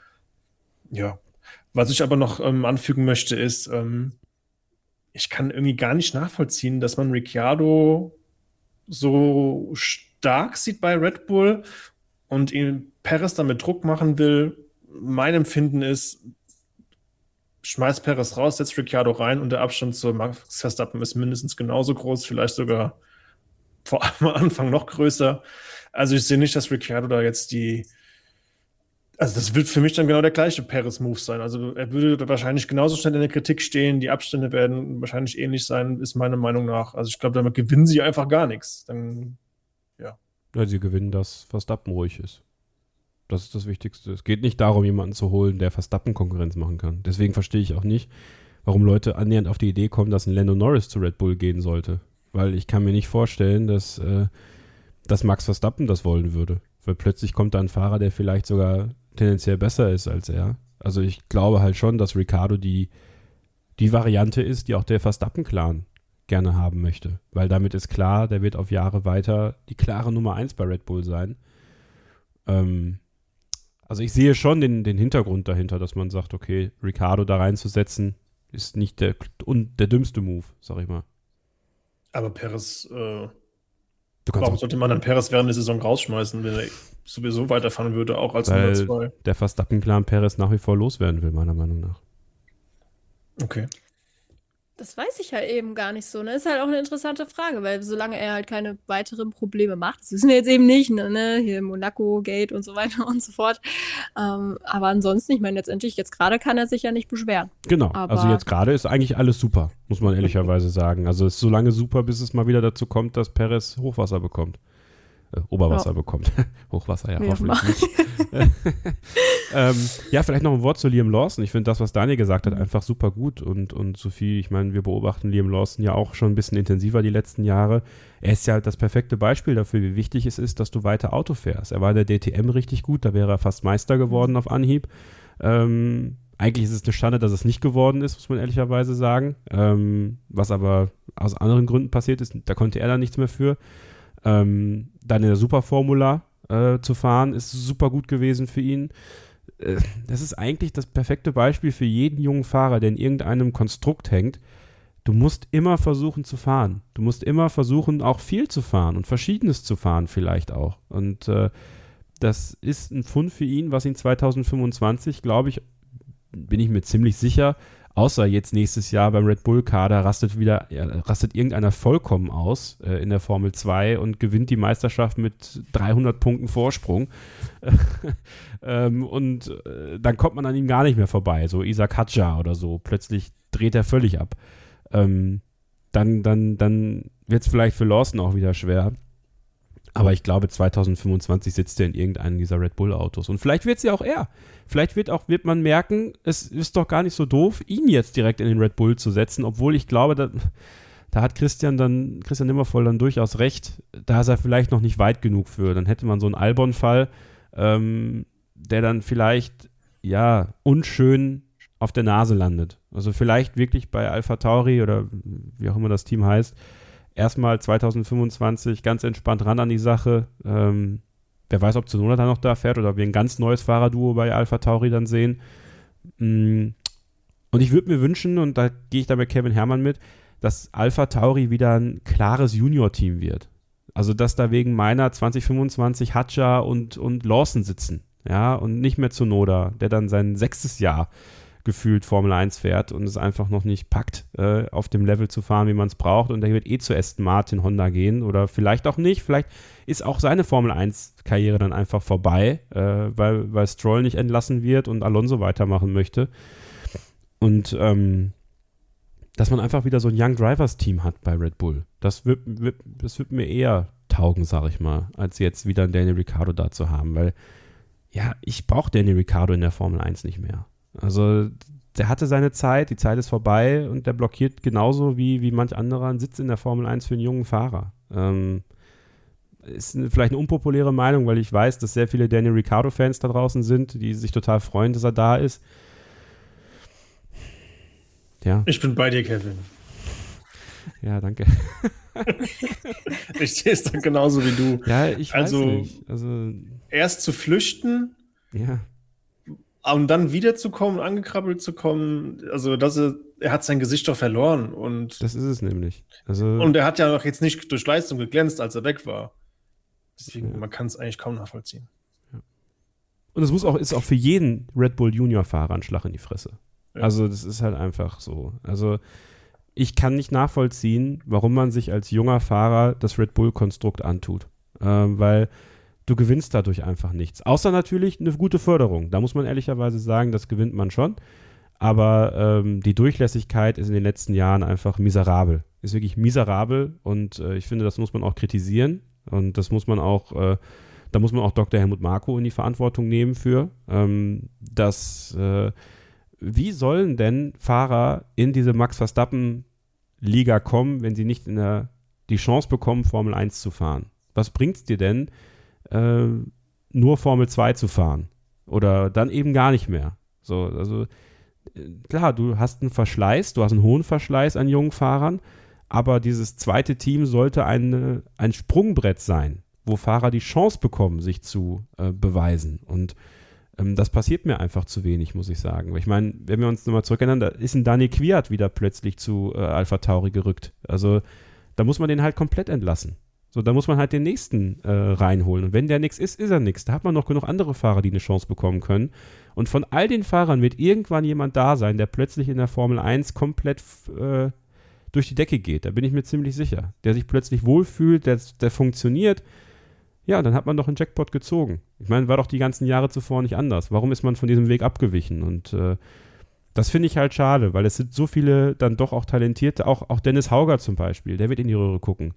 Ja. Was ich aber noch ähm, anfügen möchte, ist, ähm, ich kann irgendwie gar nicht nachvollziehen, dass man Ricciardo so stark sieht bei Red Bull und ihn Perez damit Druck machen will. Mein Empfinden ist, schmeißt Perez raus, setzt Ricciardo rein und der Abstand zu Max Verstappen ist mindestens genauso groß, vielleicht sogar vor allem am Anfang noch größer. Also ich sehe nicht, dass Ricciardo da jetzt die Also das wird für mich dann genau der gleiche Perez-Move sein. Also er würde wahrscheinlich genauso schnell in der Kritik stehen, die Abstände werden wahrscheinlich ähnlich sein, ist meine Meinung nach. Also ich glaube, damit gewinnen sie einfach gar nichts. Dann, ja. Ja, sie gewinnen, dass Verstappen ruhig ist. Das ist das Wichtigste. Es geht nicht darum, jemanden zu holen, der Verstappen Konkurrenz machen kann. Deswegen verstehe ich auch nicht, warum Leute annähernd auf die Idee kommen, dass ein Lando Norris zu Red Bull gehen sollte. Weil ich kann mir nicht vorstellen, dass, äh, dass Max Verstappen das wollen würde. Weil plötzlich kommt da ein Fahrer, der vielleicht sogar tendenziell besser ist als er. Also ich glaube halt schon, dass Ricciardo die, die Variante ist, die auch der Verstappen-Clan gerne haben möchte. Weil damit ist klar, der wird auf Jahre weiter die klare Nummer eins bei Red Bull sein. Ähm, also ich sehe schon den, den Hintergrund dahinter, dass man sagt, okay, Ricciardo da reinzusetzen, ist nicht der, und der dümmste Move, sag ich mal. Aber Perez, äh, Du kannst warum sollte man dann Perez während der Saison rausschmeißen, wenn er sowieso weiterfahren würde, auch als Nummer zwei? Der Verstappen-Clan Perez nach wie vor loswerden will, meiner Meinung nach. Okay. Das weiß ich halt eben gar nicht so. Ne? Ist halt auch eine interessante Frage, weil solange er halt keine weiteren Probleme macht, das wissen wir jetzt eben nicht, ne? Hier Monaco-Gate und so weiter und so fort. Ähm, aber ansonsten, ich meine, letztendlich, jetzt gerade kann er sich ja nicht beschweren. Genau, aber also jetzt gerade ist eigentlich alles super, muss man ehrlicherweise sagen. Also es ist so lange super, bis es mal wieder dazu kommt, dass Perez Hochwasser bekommt. Äh, Oberwasser ja. bekommt. Hochwasser, ja, ja hoffentlich nicht. ähm, ja, vielleicht noch ein Wort zu Liam Lawson. Ich finde das, was Daniel gesagt hat, einfach super gut. Und, und Sophie, ich meine, wir beobachten Liam Lawson ja auch schon ein bisschen intensiver die letzten Jahre. Er ist ja das perfekte Beispiel dafür, wie wichtig es ist, dass du weiter Auto fährst. Er war in der D T M richtig gut, da wäre er fast Meister geworden auf Anhieb. Ähm, eigentlich ist es eine Schande, dass es nicht geworden ist, muss man ehrlicherweise sagen. Ähm, was aber aus anderen Gründen passiert ist, da konnte er dann nichts mehr für. Ähm, dann in der Superformula äh, zu fahren, ist super gut gewesen für ihn. Äh, das ist eigentlich das perfekte Beispiel für jeden jungen Fahrer, der in irgendeinem Konstrukt hängt. Du musst immer versuchen zu fahren. Du musst immer versuchen, auch viel zu fahren und Verschiedenes zu fahren vielleicht auch. Und äh, das ist ein Fund für ihn, was ihn zwanzig fünfundzwanzig, glaube ich, bin ich mir ziemlich sicher, außer jetzt nächstes Jahr beim Red Bull-Kader rastet wieder, ja, rastet irgendeiner vollkommen aus äh, in der Formel zwei und gewinnt die Meisterschaft mit dreihundert Punkten Vorsprung. ähm, und äh, dann kommt man an ihm gar nicht mehr vorbei, so Isaac Hadjar oder so. Plötzlich dreht er völlig ab. Ähm, dann dann, dann wird es vielleicht für Lawson auch wieder schwer. Aber ich glaube, zwanzig fünfundzwanzig sitzt er in irgendeinem dieser Red Bull-Autos. Und vielleicht wird es ja auch er. Vielleicht wird auch wird man merken, es ist doch gar nicht so doof, ihn jetzt direkt in den Red Bull zu setzen, obwohl ich glaube, da, da hat Christian dann, Christian Nimmervoll dann durchaus recht, da ist er vielleicht noch nicht weit genug für. Dann hätte man so einen Albon-Fall, ähm, der dann vielleicht, ja, unschön auf der Nase landet. Also vielleicht wirklich bei AlphaTauri oder wie auch immer das Team heißt, erstmal zwanzig fünfundzwanzig ganz entspannt ran an die Sache. Ähm, wer weiß, ob Tsunoda dann noch da fährt oder ob wir ein ganz neues Fahrerduo bei AlphaTauri dann sehen. Mm. Und ich würde mir wünschen, und da gehe ich da mit Kevin Herrmann mit, dass Alpha Tauri wieder ein klares Junior-Team wird. Also, dass da wegen meiner zwanzig fünfundzwanzig Hadja und, und Lawson sitzen, ja, und nicht mehr Tsunoda, der dann sein sechstes Jahr gefühlt Formel eins fährt und es einfach noch nicht packt, äh, auf dem Level zu fahren, wie man es braucht, und der wird eh zu Aston Martin, Honda gehen oder vielleicht auch nicht, vielleicht ist auch seine Formel eins Karriere dann einfach vorbei, äh, weil, weil Stroll nicht entlassen wird und Alonso weitermachen möchte. Und ähm, dass man einfach wieder so ein Young Drivers Team hat bei Red Bull. Das wird, wird, das wird mir eher taugen, sag ich mal, als jetzt wieder einen Daniel Ricciardo da zu haben, weil ja, ich brauche Daniel Ricciardo in der Formel eins nicht mehr. Also der hatte seine Zeit, die Zeit ist vorbei und der blockiert genauso wie, wie manch anderer einen Sitz in der Formel eins für einen jungen Fahrer. Ähm, ist eine, vielleicht eine unpopuläre Meinung, weil ich weiß, dass sehr viele Daniel Ricciardo-Fans da draußen sind, die sich total freuen, dass er da ist. Ja. Ich bin bei dir, Kevin. Ja, danke. Ich sehe es dann genauso wie du. Ja, ich also, weiß nicht. Also erst zu flüchten, ja. und dann wiederzukommen, angekrabbelt zu kommen, also das ist, er hat sein Gesicht doch verloren. Und, das ist es nämlich. Also, und er hat ja noch jetzt nicht durch Leistung geglänzt, als er weg war. Deswegen, ja. man kann es eigentlich kaum nachvollziehen. Ja. Und es muss auch, ist auch für jeden Red Bull Junior-Fahrer ein Schlag in die Fresse. Ja. Also das ist halt einfach so. Also ich kann nicht nachvollziehen, warum man sich als junger Fahrer das Red Bull-Konstrukt antut. Ähm, weil du gewinnst dadurch einfach nichts. Außer natürlich eine gute Förderung. Da muss man ehrlicherweise sagen, das gewinnt man schon. Aber ähm, die Durchlässigkeit ist in den letzten Jahren einfach miserabel. Ist wirklich miserabel und äh, ich finde, das muss man auch kritisieren. Und das muss man auch, äh, da muss man auch Doktor Helmut Marko in die Verantwortung nehmen für. Ähm, dass, äh, wie sollen denn Fahrer in diese Max Verstappen-Liga kommen, wenn sie nicht in der, die Chance bekommen, Formel eins zu fahren? Was bringt es dir denn, äh, nur Formel zwei zu fahren? Oder dann eben gar nicht mehr? So, also äh, klar, du hast einen Verschleiß, du hast einen hohen Verschleiß an jungen Fahrern, aber dieses zweite Team sollte eine, ein Sprungbrett sein, wo Fahrer die Chance bekommen, sich zu äh, beweisen. Und ähm, das passiert mir einfach zu wenig, muss ich sagen. Ich meine, wenn wir uns nochmal zurückerinnern, da ist ein Dani Kvyat wieder plötzlich zu äh, Alpha Tauri gerückt. Also da muss man den halt komplett entlassen. So, da muss man halt den nächsten äh, reinholen. Und wenn der nichts ist, ist er nichts. Da hat man noch genug andere Fahrer, die eine Chance bekommen können. Und von all den Fahrern wird irgendwann jemand da sein, der plötzlich in der Formel eins komplett äh, durch die Decke geht. Da bin ich mir ziemlich sicher. Der sich plötzlich wohlfühlt, der, der funktioniert. Ja, dann hat man doch einen Jackpot gezogen. Ich meine, war doch die ganzen Jahre zuvor nicht anders. Warum ist man von diesem Weg abgewichen? Und äh, das finde ich halt schade, weil es sind so viele dann doch auch talentierte, auch, auch Dennis Hauger zum Beispiel, der wird in die Röhre gucken.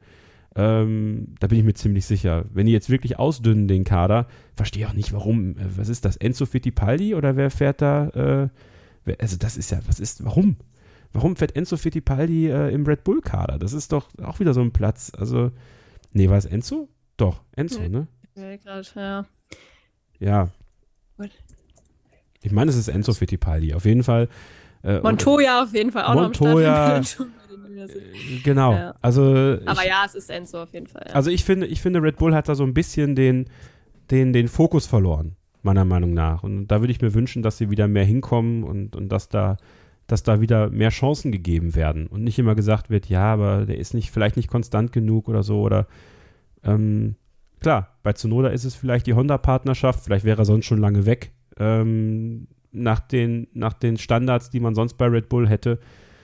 Ähm, da bin ich mir ziemlich sicher. Wenn die jetzt wirklich ausdünnen, den Kader, verstehe auch nicht, warum. Äh, was ist das? Enzo Fittipaldi oder wer fährt da? Äh, wer, also das ist ja, was ist, warum? Warum fährt Enzo Fittipaldi äh, im Red Bull-Kader? Das ist doch auch wieder so ein Platz. Also, nee, war es Enzo? Doch, Enzo, nee, ne? Ja, gerade, ja. Ja. What? Ich meine, es ist Enzo Fittipaldi. Auf jeden Fall. Äh, Montoya auf jeden Fall auch Montoya, noch am Start. Genau. Ja. Also Aber ich, ja, es ist Enzo auf jeden Fall. Ja. Also ich finde, ich finde, Red Bull hat da so ein bisschen den, den, den Fokus verloren, meiner Meinung nach. Und da würde ich mir wünschen, dass sie wieder mehr hinkommen und, und dass da, dass da wieder mehr Chancen gegeben werden. Und nicht immer gesagt wird, ja, aber der ist nicht, vielleicht nicht konstant genug oder so. Oder ähm, klar, bei Tsunoda ist es vielleicht die Honda-Partnerschaft, vielleicht wäre er sonst schon lange weg, ähm, nach den, nach den Standards, die man sonst bei Red Bull hätte.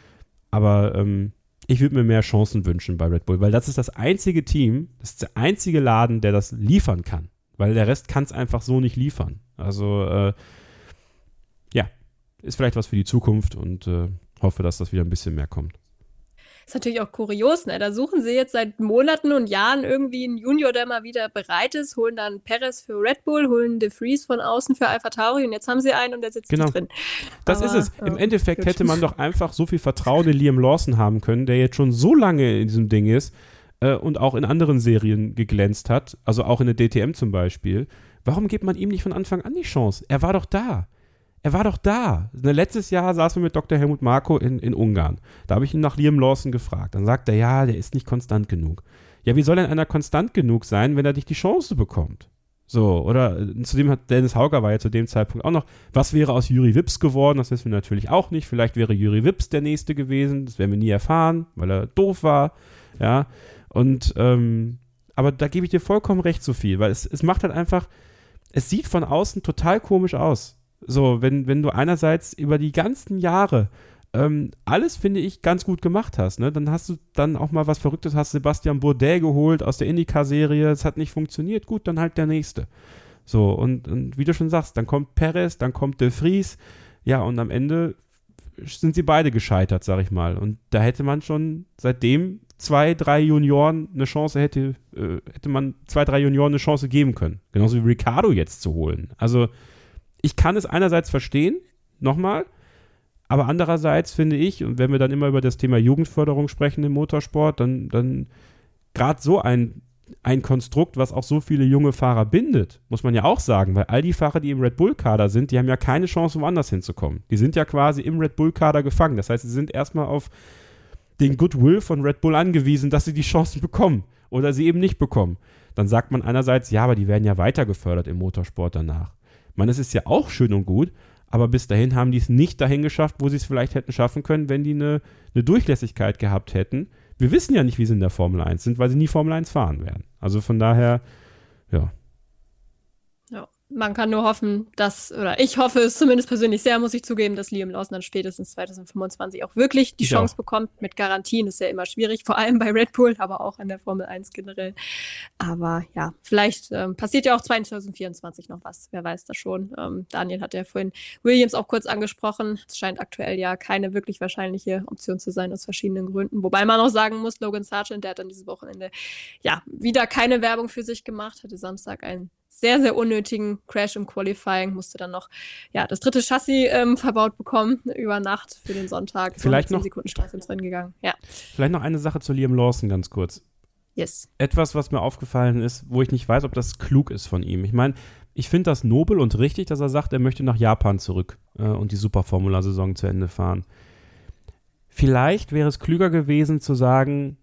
Aber ähm, ich würde mir mehr Chancen wünschen bei Red Bull, weil das ist das einzige Team, das ist der einzige Laden, der das liefern kann, weil der Rest kann es einfach so nicht liefern. Also äh, ja, ist vielleicht was für die Zukunft und äh, hoffe, dass das wieder ein bisschen mehr kommt. Ist natürlich auch kurios, ne? Da suchen sie jetzt seit Monaten und Jahren irgendwie einen Junior, der mal wieder bereit ist, holen dann Perez für Red Bull, holen De Vries von außen für Alpha Tauri und jetzt haben sie einen und der sitzt genau. nicht drin. Das Aber, ist es. Im ja, Endeffekt gut. hätte man doch einfach so viel Vertrauen in Liam Lawson haben können, der jetzt schon so lange in diesem Ding ist äh, und auch in anderen Serien geglänzt hat, also auch in der D T M zum Beispiel. Warum gibt man ihm nicht von Anfang an die Chance? Er war doch da. Er war doch da. Letztes Jahr saßen wir mit Doktor Helmut Marko in, in Ungarn. Da habe ich ihn nach Liam Lawson gefragt. Dann sagt er, ja, der ist nicht konstant genug. Ja, wie soll denn einer konstant genug sein, wenn er nicht die Chance bekommt? So, oder äh, zudem hat Dennis Hauger war ja zu dem Zeitpunkt auch noch, was wäre aus Juri Wips geworden? Das wissen wir natürlich auch nicht. Vielleicht wäre Juri Wips der Nächste gewesen, das werden wir nie erfahren, weil er doof war, ja, und, ähm, aber da gebe ich dir vollkommen recht, Sophie, weil es, es macht halt einfach, es sieht von außen total komisch aus. So, wenn, wenn du einerseits über die ganzen Jahre ähm, alles, finde ich, ganz gut gemacht hast, ne? Dann hast du dann auch mal was Verrücktes, hast Sebastian Bourdais geholt aus der IndyCar-Serie, es hat nicht funktioniert, gut, dann halt der Nächste. So, und, und wie du schon sagst, dann kommt Perez, dann kommt De Vries, ja, und am Ende sind sie beide gescheitert, sag ich mal. Und da hätte man schon seitdem zwei, drei Junioren eine Chance hätte, äh, hätte man zwei, drei Junioren eine Chance geben können. Genauso wie Ricciardo jetzt zu holen. Also ich kann es einerseits verstehen, nochmal, aber andererseits finde ich, und wenn wir dann immer über das Thema Jugendförderung sprechen im Motorsport, dann, dann gerade so ein, ein Konstrukt, was auch so viele junge Fahrer bindet, muss man ja auch sagen, weil all die Fahrer, die im Red Bull-Kader sind, die haben ja keine Chance, woanders hinzukommen. Die sind ja quasi im Red Bull-Kader gefangen. Das heißt, sie sind erstmal auf den Goodwill von Red Bull angewiesen, dass sie die Chancen bekommen oder sie eben nicht bekommen. Dann sagt man einerseits, ja, aber die werden ja weiter gefördert im Motorsport danach. Ich meine, es ist ja auch schön und gut, aber bis dahin haben die es nicht dahin geschafft, wo sie es vielleicht hätten schaffen können, wenn die eine, eine Durchlässigkeit gehabt hätten. Wir wissen ja nicht, wie sie in der Formel eins sind, weil sie nie Formel eins fahren werden. Also von daher, ja. Ja, man kann nur hoffen, dass, oder ich hoffe es zumindest persönlich sehr, muss ich zugeben, dass Liam Lawson dann spätestens zwanzig fünfundzwanzig auch wirklich die Ich Chance auch. bekommt. Mit Garantien ist ja immer schwierig, vor allem bei Red Bull, aber auch in der Formel eins generell. Aber ja, vielleicht ähm, passiert ja auch zwanzig vierundzwanzig noch was, wer weiß das schon. Ähm, Daniel hat ja vorhin Williams auch kurz angesprochen. Es scheint aktuell ja keine wirklich wahrscheinliche Option zu sein, aus verschiedenen Gründen. Wobei man auch sagen muss, Logan Sargent, der hat dann dieses Wochenende ja wieder keine Werbung für sich gemacht, hatte Samstag einen sehr, sehr unnötigen Crash im Qualifying, musste dann noch ja, das dritte Chassis ähm, verbaut bekommen über Nacht für den Sonntag. Vielleicht zehn noch- Sekunden Strafe ins Rennen gegangen. Ja, Vielleicht noch eine Sache zu Liam Lawson ganz kurz. yes. Etwas, was mir aufgefallen ist, wo ich nicht weiß, ob das klug ist von ihm. Ich meine, ich finde das nobel und richtig, dass er sagt, er möchte nach Japan zurück äh, und die Superformula-Saison zu Ende fahren. Vielleicht wäre es klüger gewesen zu sagen,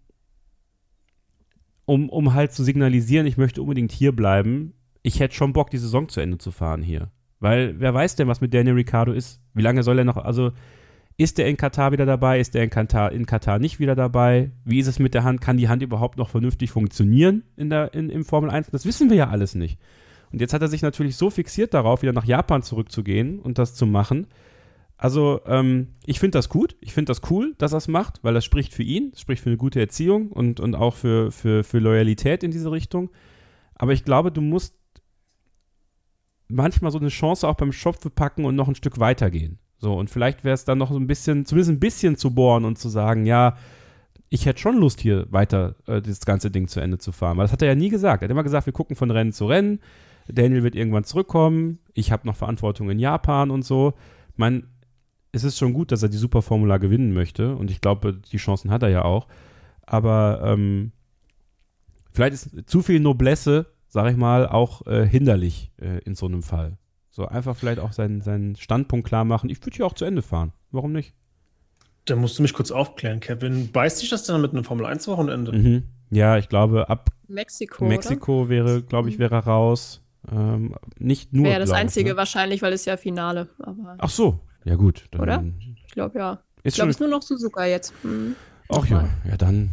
um, um halt zu signalisieren, ich möchte unbedingt hier bleiben, ich hätte schon Bock, die Saison zu Ende zu fahren hier. Weil wer weiß denn, was mit Daniel Ricciardo ist? Wie lange soll er noch, also ist der in Katar wieder dabei? Ist der in Katar, in Katar nicht wieder dabei? Wie ist es mit der Hand? Kann die Hand überhaupt noch vernünftig funktionieren in der, in, im Formel eins? Das wissen wir ja alles nicht. Und jetzt hat er sich natürlich so fixiert darauf, wieder nach Japan zurückzugehen und das zu machen. Also, ähm, ich finde das gut. Ich finde das cool, dass er es macht, weil das spricht für ihn, das spricht für eine gute Erziehung und, und auch für, für, für Loyalität in diese Richtung. Aber ich glaube, du musst manchmal so eine Chance auch beim Schopfe packen und noch ein Stück weitergehen. So, und vielleicht wäre es dann noch so ein bisschen, zumindest ein bisschen zu bohren und zu sagen, ja, ich hätte schon Lust, hier weiter äh, das ganze Ding zu Ende zu fahren. Weil das hat er ja nie gesagt. Er hat immer gesagt, wir gucken von Rennen zu Rennen. Daniel wird irgendwann zurückkommen. Ich habe noch Verantwortung in Japan und so. Ich meine, es ist schon gut, dass er die Superformula gewinnen möchte. Und ich glaube, die Chancen hat er ja auch. Aber ähm, vielleicht ist zu viel Noblesse, sag ich mal, auch äh, hinderlich äh, in so einem Fall. So einfach vielleicht auch seinen, seinen Standpunkt klar machen. Ich würde hier auch zu Ende fahren. Warum nicht? Da musst du mich kurz aufklären, Kevin. Beißt sich das denn mit einem Formel eins Wochenende? Mhm. Ja, ich glaube, ab Mexiko, Mexiko oder? wäre, glaube ich, wäre er raus. Ähm, nicht nur, Wäre das glaub ich, Einzige ne? wahrscheinlich, weil es ja Finale. Aber Ach so, ja gut. Dann Oder? ich glaube ja. Ich Ist glaube, schon, es ist nur noch Suzuka jetzt. Hm. ach ja, ja dann.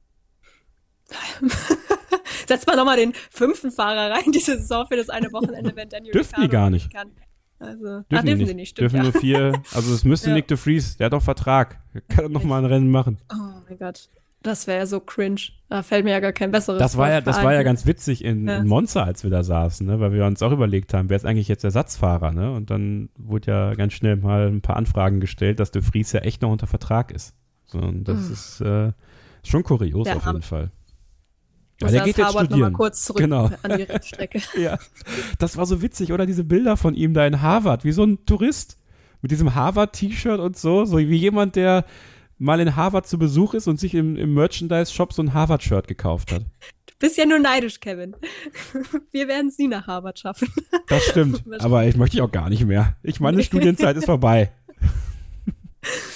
Setzt mal nochmal den fünften Fahrer rein, diese Saison für das eine Wochenende, wenn Daniel Dürfen die Ricciardo gar nicht. Kann. Also, Dürfen, ach, die dürfen nicht. sie nicht, stimmt, Dürfen ja. nur vier, also es müsste Ja. Nick de Vries, der hat doch Vertrag. Der kann doch noch mal ein Rennen machen. Oh mein Gott, das wäre ja so cringe. Da fällt mir ja gar kein besseres Das war ja, Wort das ein. war ja ganz witzig in, Ja. in Monza, als wir da saßen, ne? Weil wir uns auch überlegt haben, wer ist eigentlich jetzt Ersatzfahrer, ne? Und dann wurde ja ganz schnell mal ein paar Anfragen gestellt, dass de Vries ja echt noch unter Vertrag ist. So, und das Mhm. ist äh, schon kurios Der auf jeden Arme. Fall. Muss der erst geht jetzt Harvard noch studieren. mal kurz zurück Genau. an die Rennstrecke. Ja, das war so witzig, oder? Diese Bilder von ihm da in Harvard, wie so ein Tourist mit diesem Harvard-T-Shirt und so, so wie jemand, der mal in Harvard zu Besuch ist und sich im, im Merchandise-Shop so ein Harvard-Shirt gekauft hat. Du bist ja nur neidisch, Kevin. Wir werden es nie nach Harvard schaffen. Das stimmt, aber ich möchte auch gar nicht mehr. Ich meine, Studienzeit ist vorbei. So,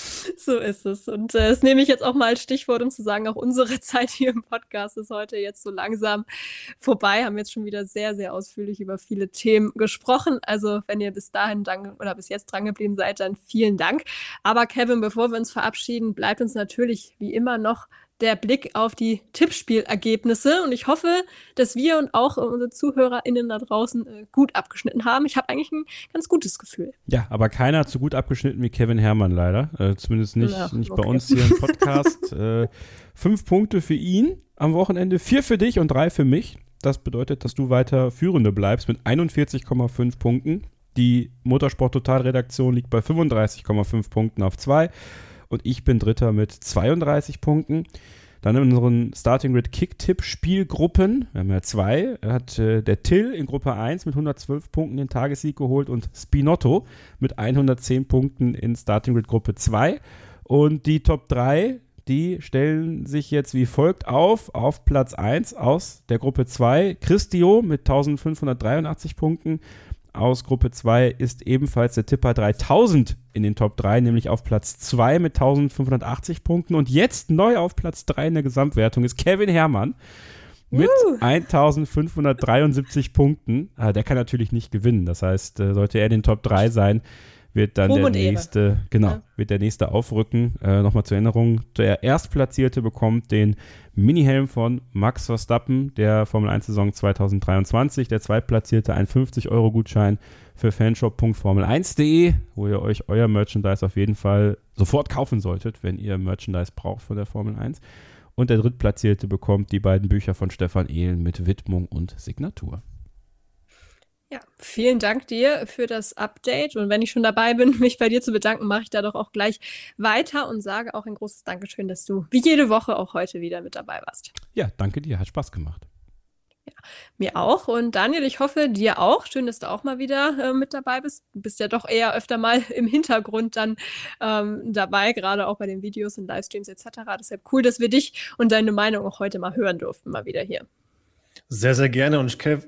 So ist es. Und äh, das nehme ich jetzt auch mal als Stichwort, um zu sagen, auch unsere Zeit hier im Podcast ist heute jetzt so langsam vorbei. Haben jetzt schon wieder sehr, sehr ausführlich über viele Themen gesprochen. Also wenn ihr bis dahin dann, oder bis jetzt dran geblieben seid, dann vielen Dank. Aber Kevin, bevor wir uns verabschieden, bleibt uns natürlich wie immer noch der Blick auf die Tippspielergebnisse. Und ich hoffe, dass wir und auch unsere ZuhörerInnen da draußen äh, gut abgeschnitten haben. Ich habe eigentlich ein ganz gutes Gefühl. Ja, aber keiner hat so gut abgeschnitten wie Kevin Herrmann leider. Äh, zumindest nicht, ja, nicht okay. bei uns hier im Podcast. äh, fünf Punkte für ihn am Wochenende, vier für dich und drei für mich. Das bedeutet, dass du weiter Führende bleibst mit einundvierzig Komma fünf Punkten. Die Motorsport-Total-Redaktion liegt bei fünfunddreißig Komma fünf Punkten auf zwei. Und ich bin Dritter mit zweiunddreißig Punkten. Dann in unseren Starting Grid Kick-Tipp-Spielgruppen, wir haben ja zwei, hat äh, der Till in Gruppe eins mit hundertzwölf Punkten den Tagessieg geholt und Spinotto mit hundertzehn Punkten in Starting Grid Gruppe zwei. Und die Top drei, die stellen sich jetzt wie folgt auf. Auf Platz eins aus der Gruppe zwei Christio mit eintausendfünfhundertdreiundachtzig Punkten. Aus Gruppe zwei ist ebenfalls der Tipper dreitausend in den Top drei, nämlich auf Platz zwei mit eintausendfünfhundertachtzig Punkten. Und jetzt neu auf Platz drei in der Gesamtwertung ist Kevin Herrmann mit uh. eintausendfünfhundertdreiundsiebzig Punkten. Ah, der kann natürlich nicht gewinnen. Das heißt, sollte er in den Top drei sein, wird dann Ruhm der und Ehre. nächste, genau, Ja. wird der nächste aufrücken. Äh, Nochmal zur Erinnerung, der Erstplatzierte bekommt den Minihelm von Max Verstappen, der Formel eins Saison zweitausenddreiundzwanzig. Der Zweitplatzierte ein fünfzig Euro Gutschein für fanshop punkt formel eins punkt de, wo ihr euch euer Merchandise auf jeden Fall sofort kaufen solltet, wenn ihr Merchandise braucht von der Formel eins. Und der Drittplatzierte bekommt die beiden Bücher von Stefan Ehlen mit Widmung und Signatur. Ja, vielen Dank dir für das Update. Und wenn ich schon dabei bin, mich bei dir zu bedanken, mache ich da doch auch gleich weiter und sage auch ein großes Dankeschön, dass du wie jede Woche auch heute wieder mit dabei warst. Ja, danke dir, hat Spaß gemacht. Ja, mir auch. Und Daniel, ich hoffe, dir auch. Schön, dass du auch mal wieder äh, mit dabei bist. Du bist ja doch eher öfter mal im Hintergrund dann ähm, dabei, gerade auch bei den Videos und Livestreams et cetera. Deshalb cool, dass wir dich und deine Meinung auch heute mal hören durften, mal wieder hier. Sehr, sehr gerne und ich Kev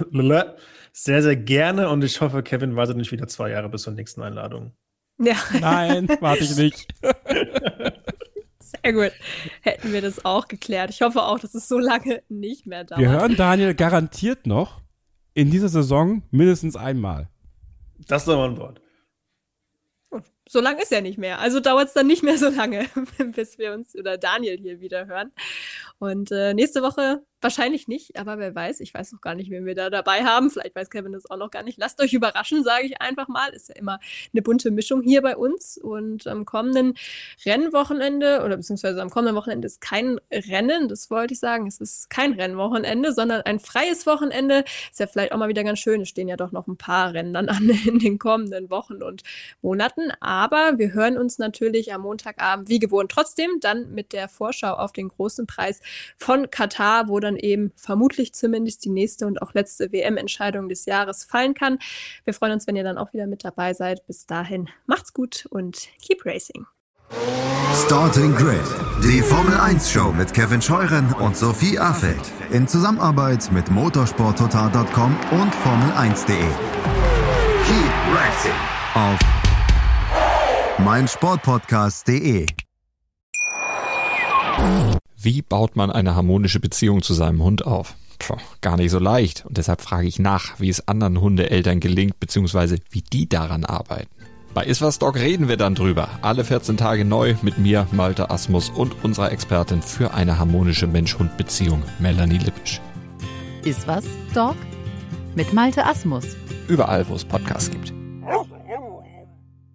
sehr, sehr gerne und ich hoffe, Kevin wartet nicht wieder zwei Jahre bis zur nächsten Einladung. Ja. Nein, warte ich nicht. Sehr gut. Hätten wir das auch geklärt. Ich hoffe auch, dass es so lange nicht mehr dauert. Wir hören Daniel garantiert noch in dieser Saison mindestens einmal. Das ist aber ein Wort. So lang ist ja nicht mehr. Also dauert es dann nicht mehr so lange, bis wir uns oder Daniel hier wieder hören. Und äh, nächste Woche wahrscheinlich nicht, aber wer weiß, ich weiß noch gar nicht, wen wir da dabei haben. Vielleicht weiß Kevin das auch noch gar nicht. Lasst euch überraschen, sage ich einfach mal. Ist ja immer eine bunte Mischung hier bei uns. Und am kommenden Rennwochenende oder beziehungsweise am kommenden Wochenende ist kein Rennen, das wollte ich sagen. Es ist kein Rennwochenende, sondern ein freies Wochenende. Ist ja vielleicht auch mal wieder ganz schön. Es stehen ja doch noch ein paar Rennen dann an in den kommenden Wochen und Monaten. Aber wir hören uns natürlich am Montagabend wie gewohnt trotzdem dann mit der Vorschau auf den großen Preis von Katar, wo dann eben vermutlich zumindest die nächste und auch letzte W M-Entscheidung des Jahres fallen kann. Wir freuen uns, wenn ihr dann auch wieder mit dabei seid. Bis dahin, macht's gut und keep racing. Starting Grid, die Formel eins Show mit Kevin Scheuren und Sophie Affeld in Zusammenarbeit mit motorsport total punkt com und formel eins punkt de. Keep racing auf meinsportpodcast punkt de. Wie baut man eine harmonische Beziehung zu seinem Hund auf? Puh, gar nicht so leicht. Und deshalb frage ich nach, wie es anderen Hundeeltern gelingt, beziehungsweise wie die daran arbeiten. Bei Iswas Dog reden wir dann drüber. Alle vierzehn Tage neu mit mir, Malte Asmus und unserer Expertin für eine harmonische Mensch-Hund-Beziehung, Melanie Lippisch. Iswas Dog mit Malte Asmus. Überall, wo es Podcasts gibt.